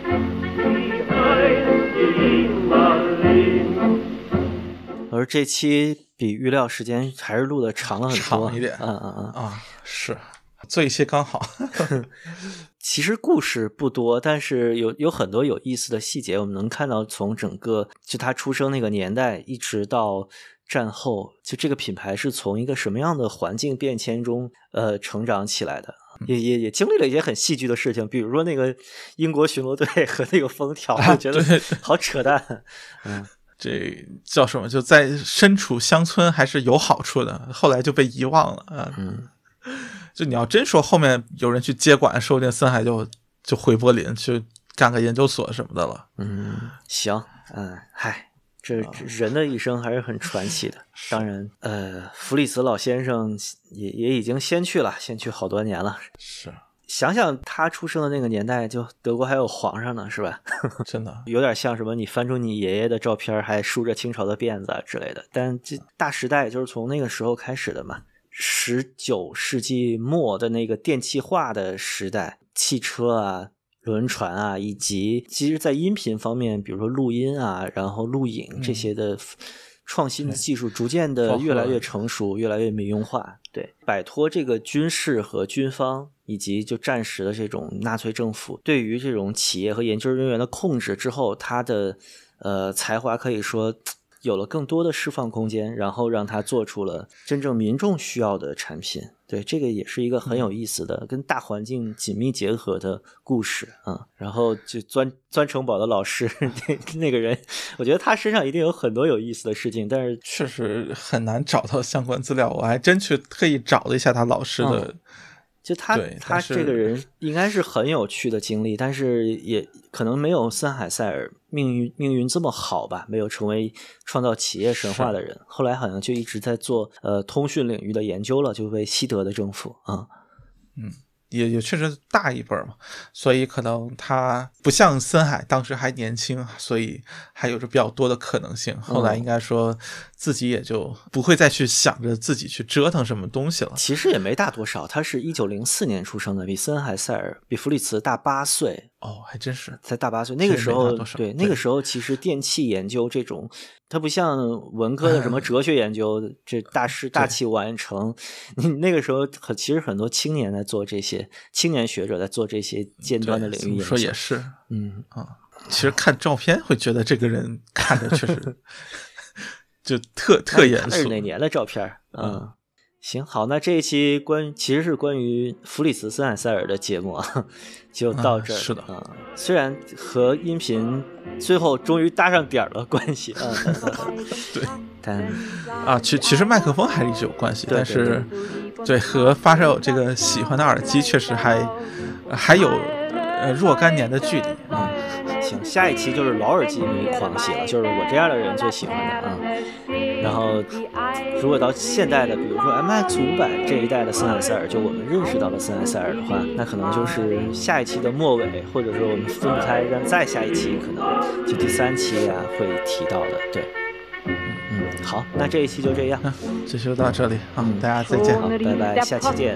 而这期比预料时间还是录的长了很多， 长一点， 嗯嗯嗯啊，是做一些刚好。 其实故事不多，但是有有很多有意思的细节，我们能看到从整个就他出生那个年代一直到战后，就这个品牌是从一个什么样的环境变迁中呃成长起来的。也也也经历了一些很戏剧的事情，比如说那个英国巡逻队和那个封条， 啊， 我觉得好扯淡。嗯， 这叫什么？就在身处乡村还是有好处的，后来就被遗忘了啊。 嗯， 就你要真说后面有人去接管，说不定森海就就回柏林去干个研究所什么的了。 嗯，行，嗯，嗨。这人的一生还是很传奇的，当然，呃，弗里茨老先生也也已经先去了，先去好多年了。 是， 想想他出生的那个年代，就德国还有皇上呢，是吧？ 真的有点像什么，你翻出你爷爷的照片，还梳着清朝的辫子啊之类的。但这大时代就是从那个时候开始的嘛。十九世纪末的那个电气化的时代，汽车啊。轮船啊，以及其实在音频方面，比如说录音啊，然后录影这些的创新的技术逐渐的越来越成熟，越来越民用化。对，摆脱这个军事和军方以及就战时的这种纳粹政府对于这种企业和研究人员的控制之后，他的呃才华可以说有了更多的释放空间，然后让他做出了真正民众需要的产品。对，这个也是一个很有意思的、嗯、跟大环境紧密结合的故事啊、嗯。然后就钻钻城堡的老师那, 那个人，我觉得他身上一定有很多有意思的事情，但是确实很难找到相关资料，我还真去特意找了一下他老师的、 嗯、就他他这个人应该是很有趣的经历，但是也可能没有森海塞尔命运命运这么好吧，没有成为创造企业神话的人，后来好像就一直在做呃通讯领域的研究了，就被西德的政府啊， 嗯，也也确实大一辈嘛，所以可能他不像森海当时还年轻，所以还有着比较多的可能性。后来应该说自己也就不会再去想着自己去折腾什么东西了。 其实也没大多少，他是一九零四年出生的，比森海塞尔比弗里茨大八岁。 哦，还真是才大八岁。那个时候，对那个时候其实电气研究这种，它不像文科的什么哲学研究，嗯、这大师大器晚成。那个时候很其实很多青年在做这些，青年学者在做这些尖端的领域研究。 说也是， 嗯啊，其实看照片会觉得这个人看着确实就特特严肃。 那是哪年的照片？嗯。嗯行，好，那这一期关其实是关于弗里茨森海塞尔的节目啊，就到这儿、 嗯。是的啊，虽然和音频最后终于搭上点了关系啊， 对， 但啊，其其实麦克风还是一直有关系， 对对对但是对和发烧友这个喜欢的耳机确实还还有呃若干年的距离啊。 行，下一期就是老耳机迷狂喜了，就是我这样的人最喜欢的啊。然后，如果到现代的，比如说 M X 五百这一代的森海塞尔，就我们认识到的森海塞尔的话，那可能就是下一期的末尾，或者说我们分不开，但再下一期可能就第三期啊会提到的。对，嗯，好，那这一期就这样， 嗯、这就到这里啊，大家再见， 好，拜拜，下期见。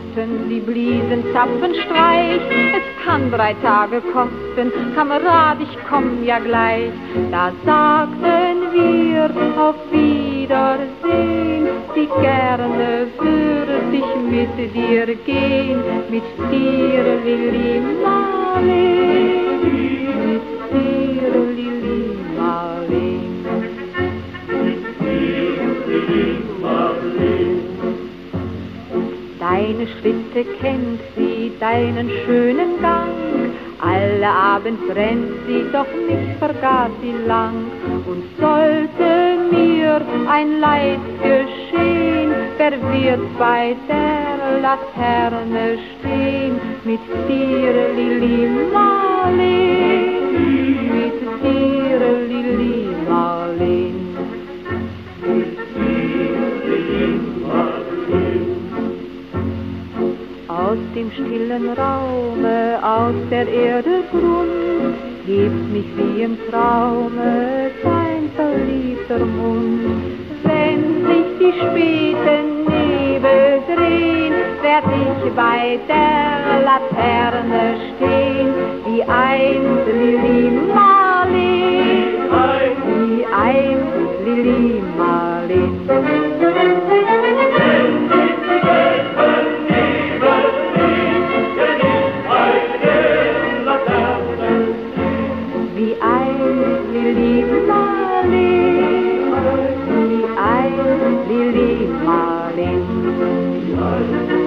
Kann drei Tage kosten, Kamerad, ich komm ja gleich. Da sagten wir auf Wiedersehen, wie gerne würde ich mit dir gehen, mit dir, Lili Marleen, mit dir, Lili Marleen. Deine Schritte kennt sie, deinen schönen Gang. Alle Abend rennt sie, doch mich vergaß sie lang. Und sollte mir ein Leid geschehen, wer wird bei der Laterne stehen? Mit dir, Lili Marleen. dir, Lili Marleen. Aus dem stillen Raume, aus der Erde Grund, hebt mich wie im Traume dein verliebter Mund. Wenn sich die späten Nebel drehen, werd ich bei der Laterne stehen, wie einst Lili Marleen, wie einst Lili Marleen. Wie einst Lili Marleen, wie einst Lili Marleen.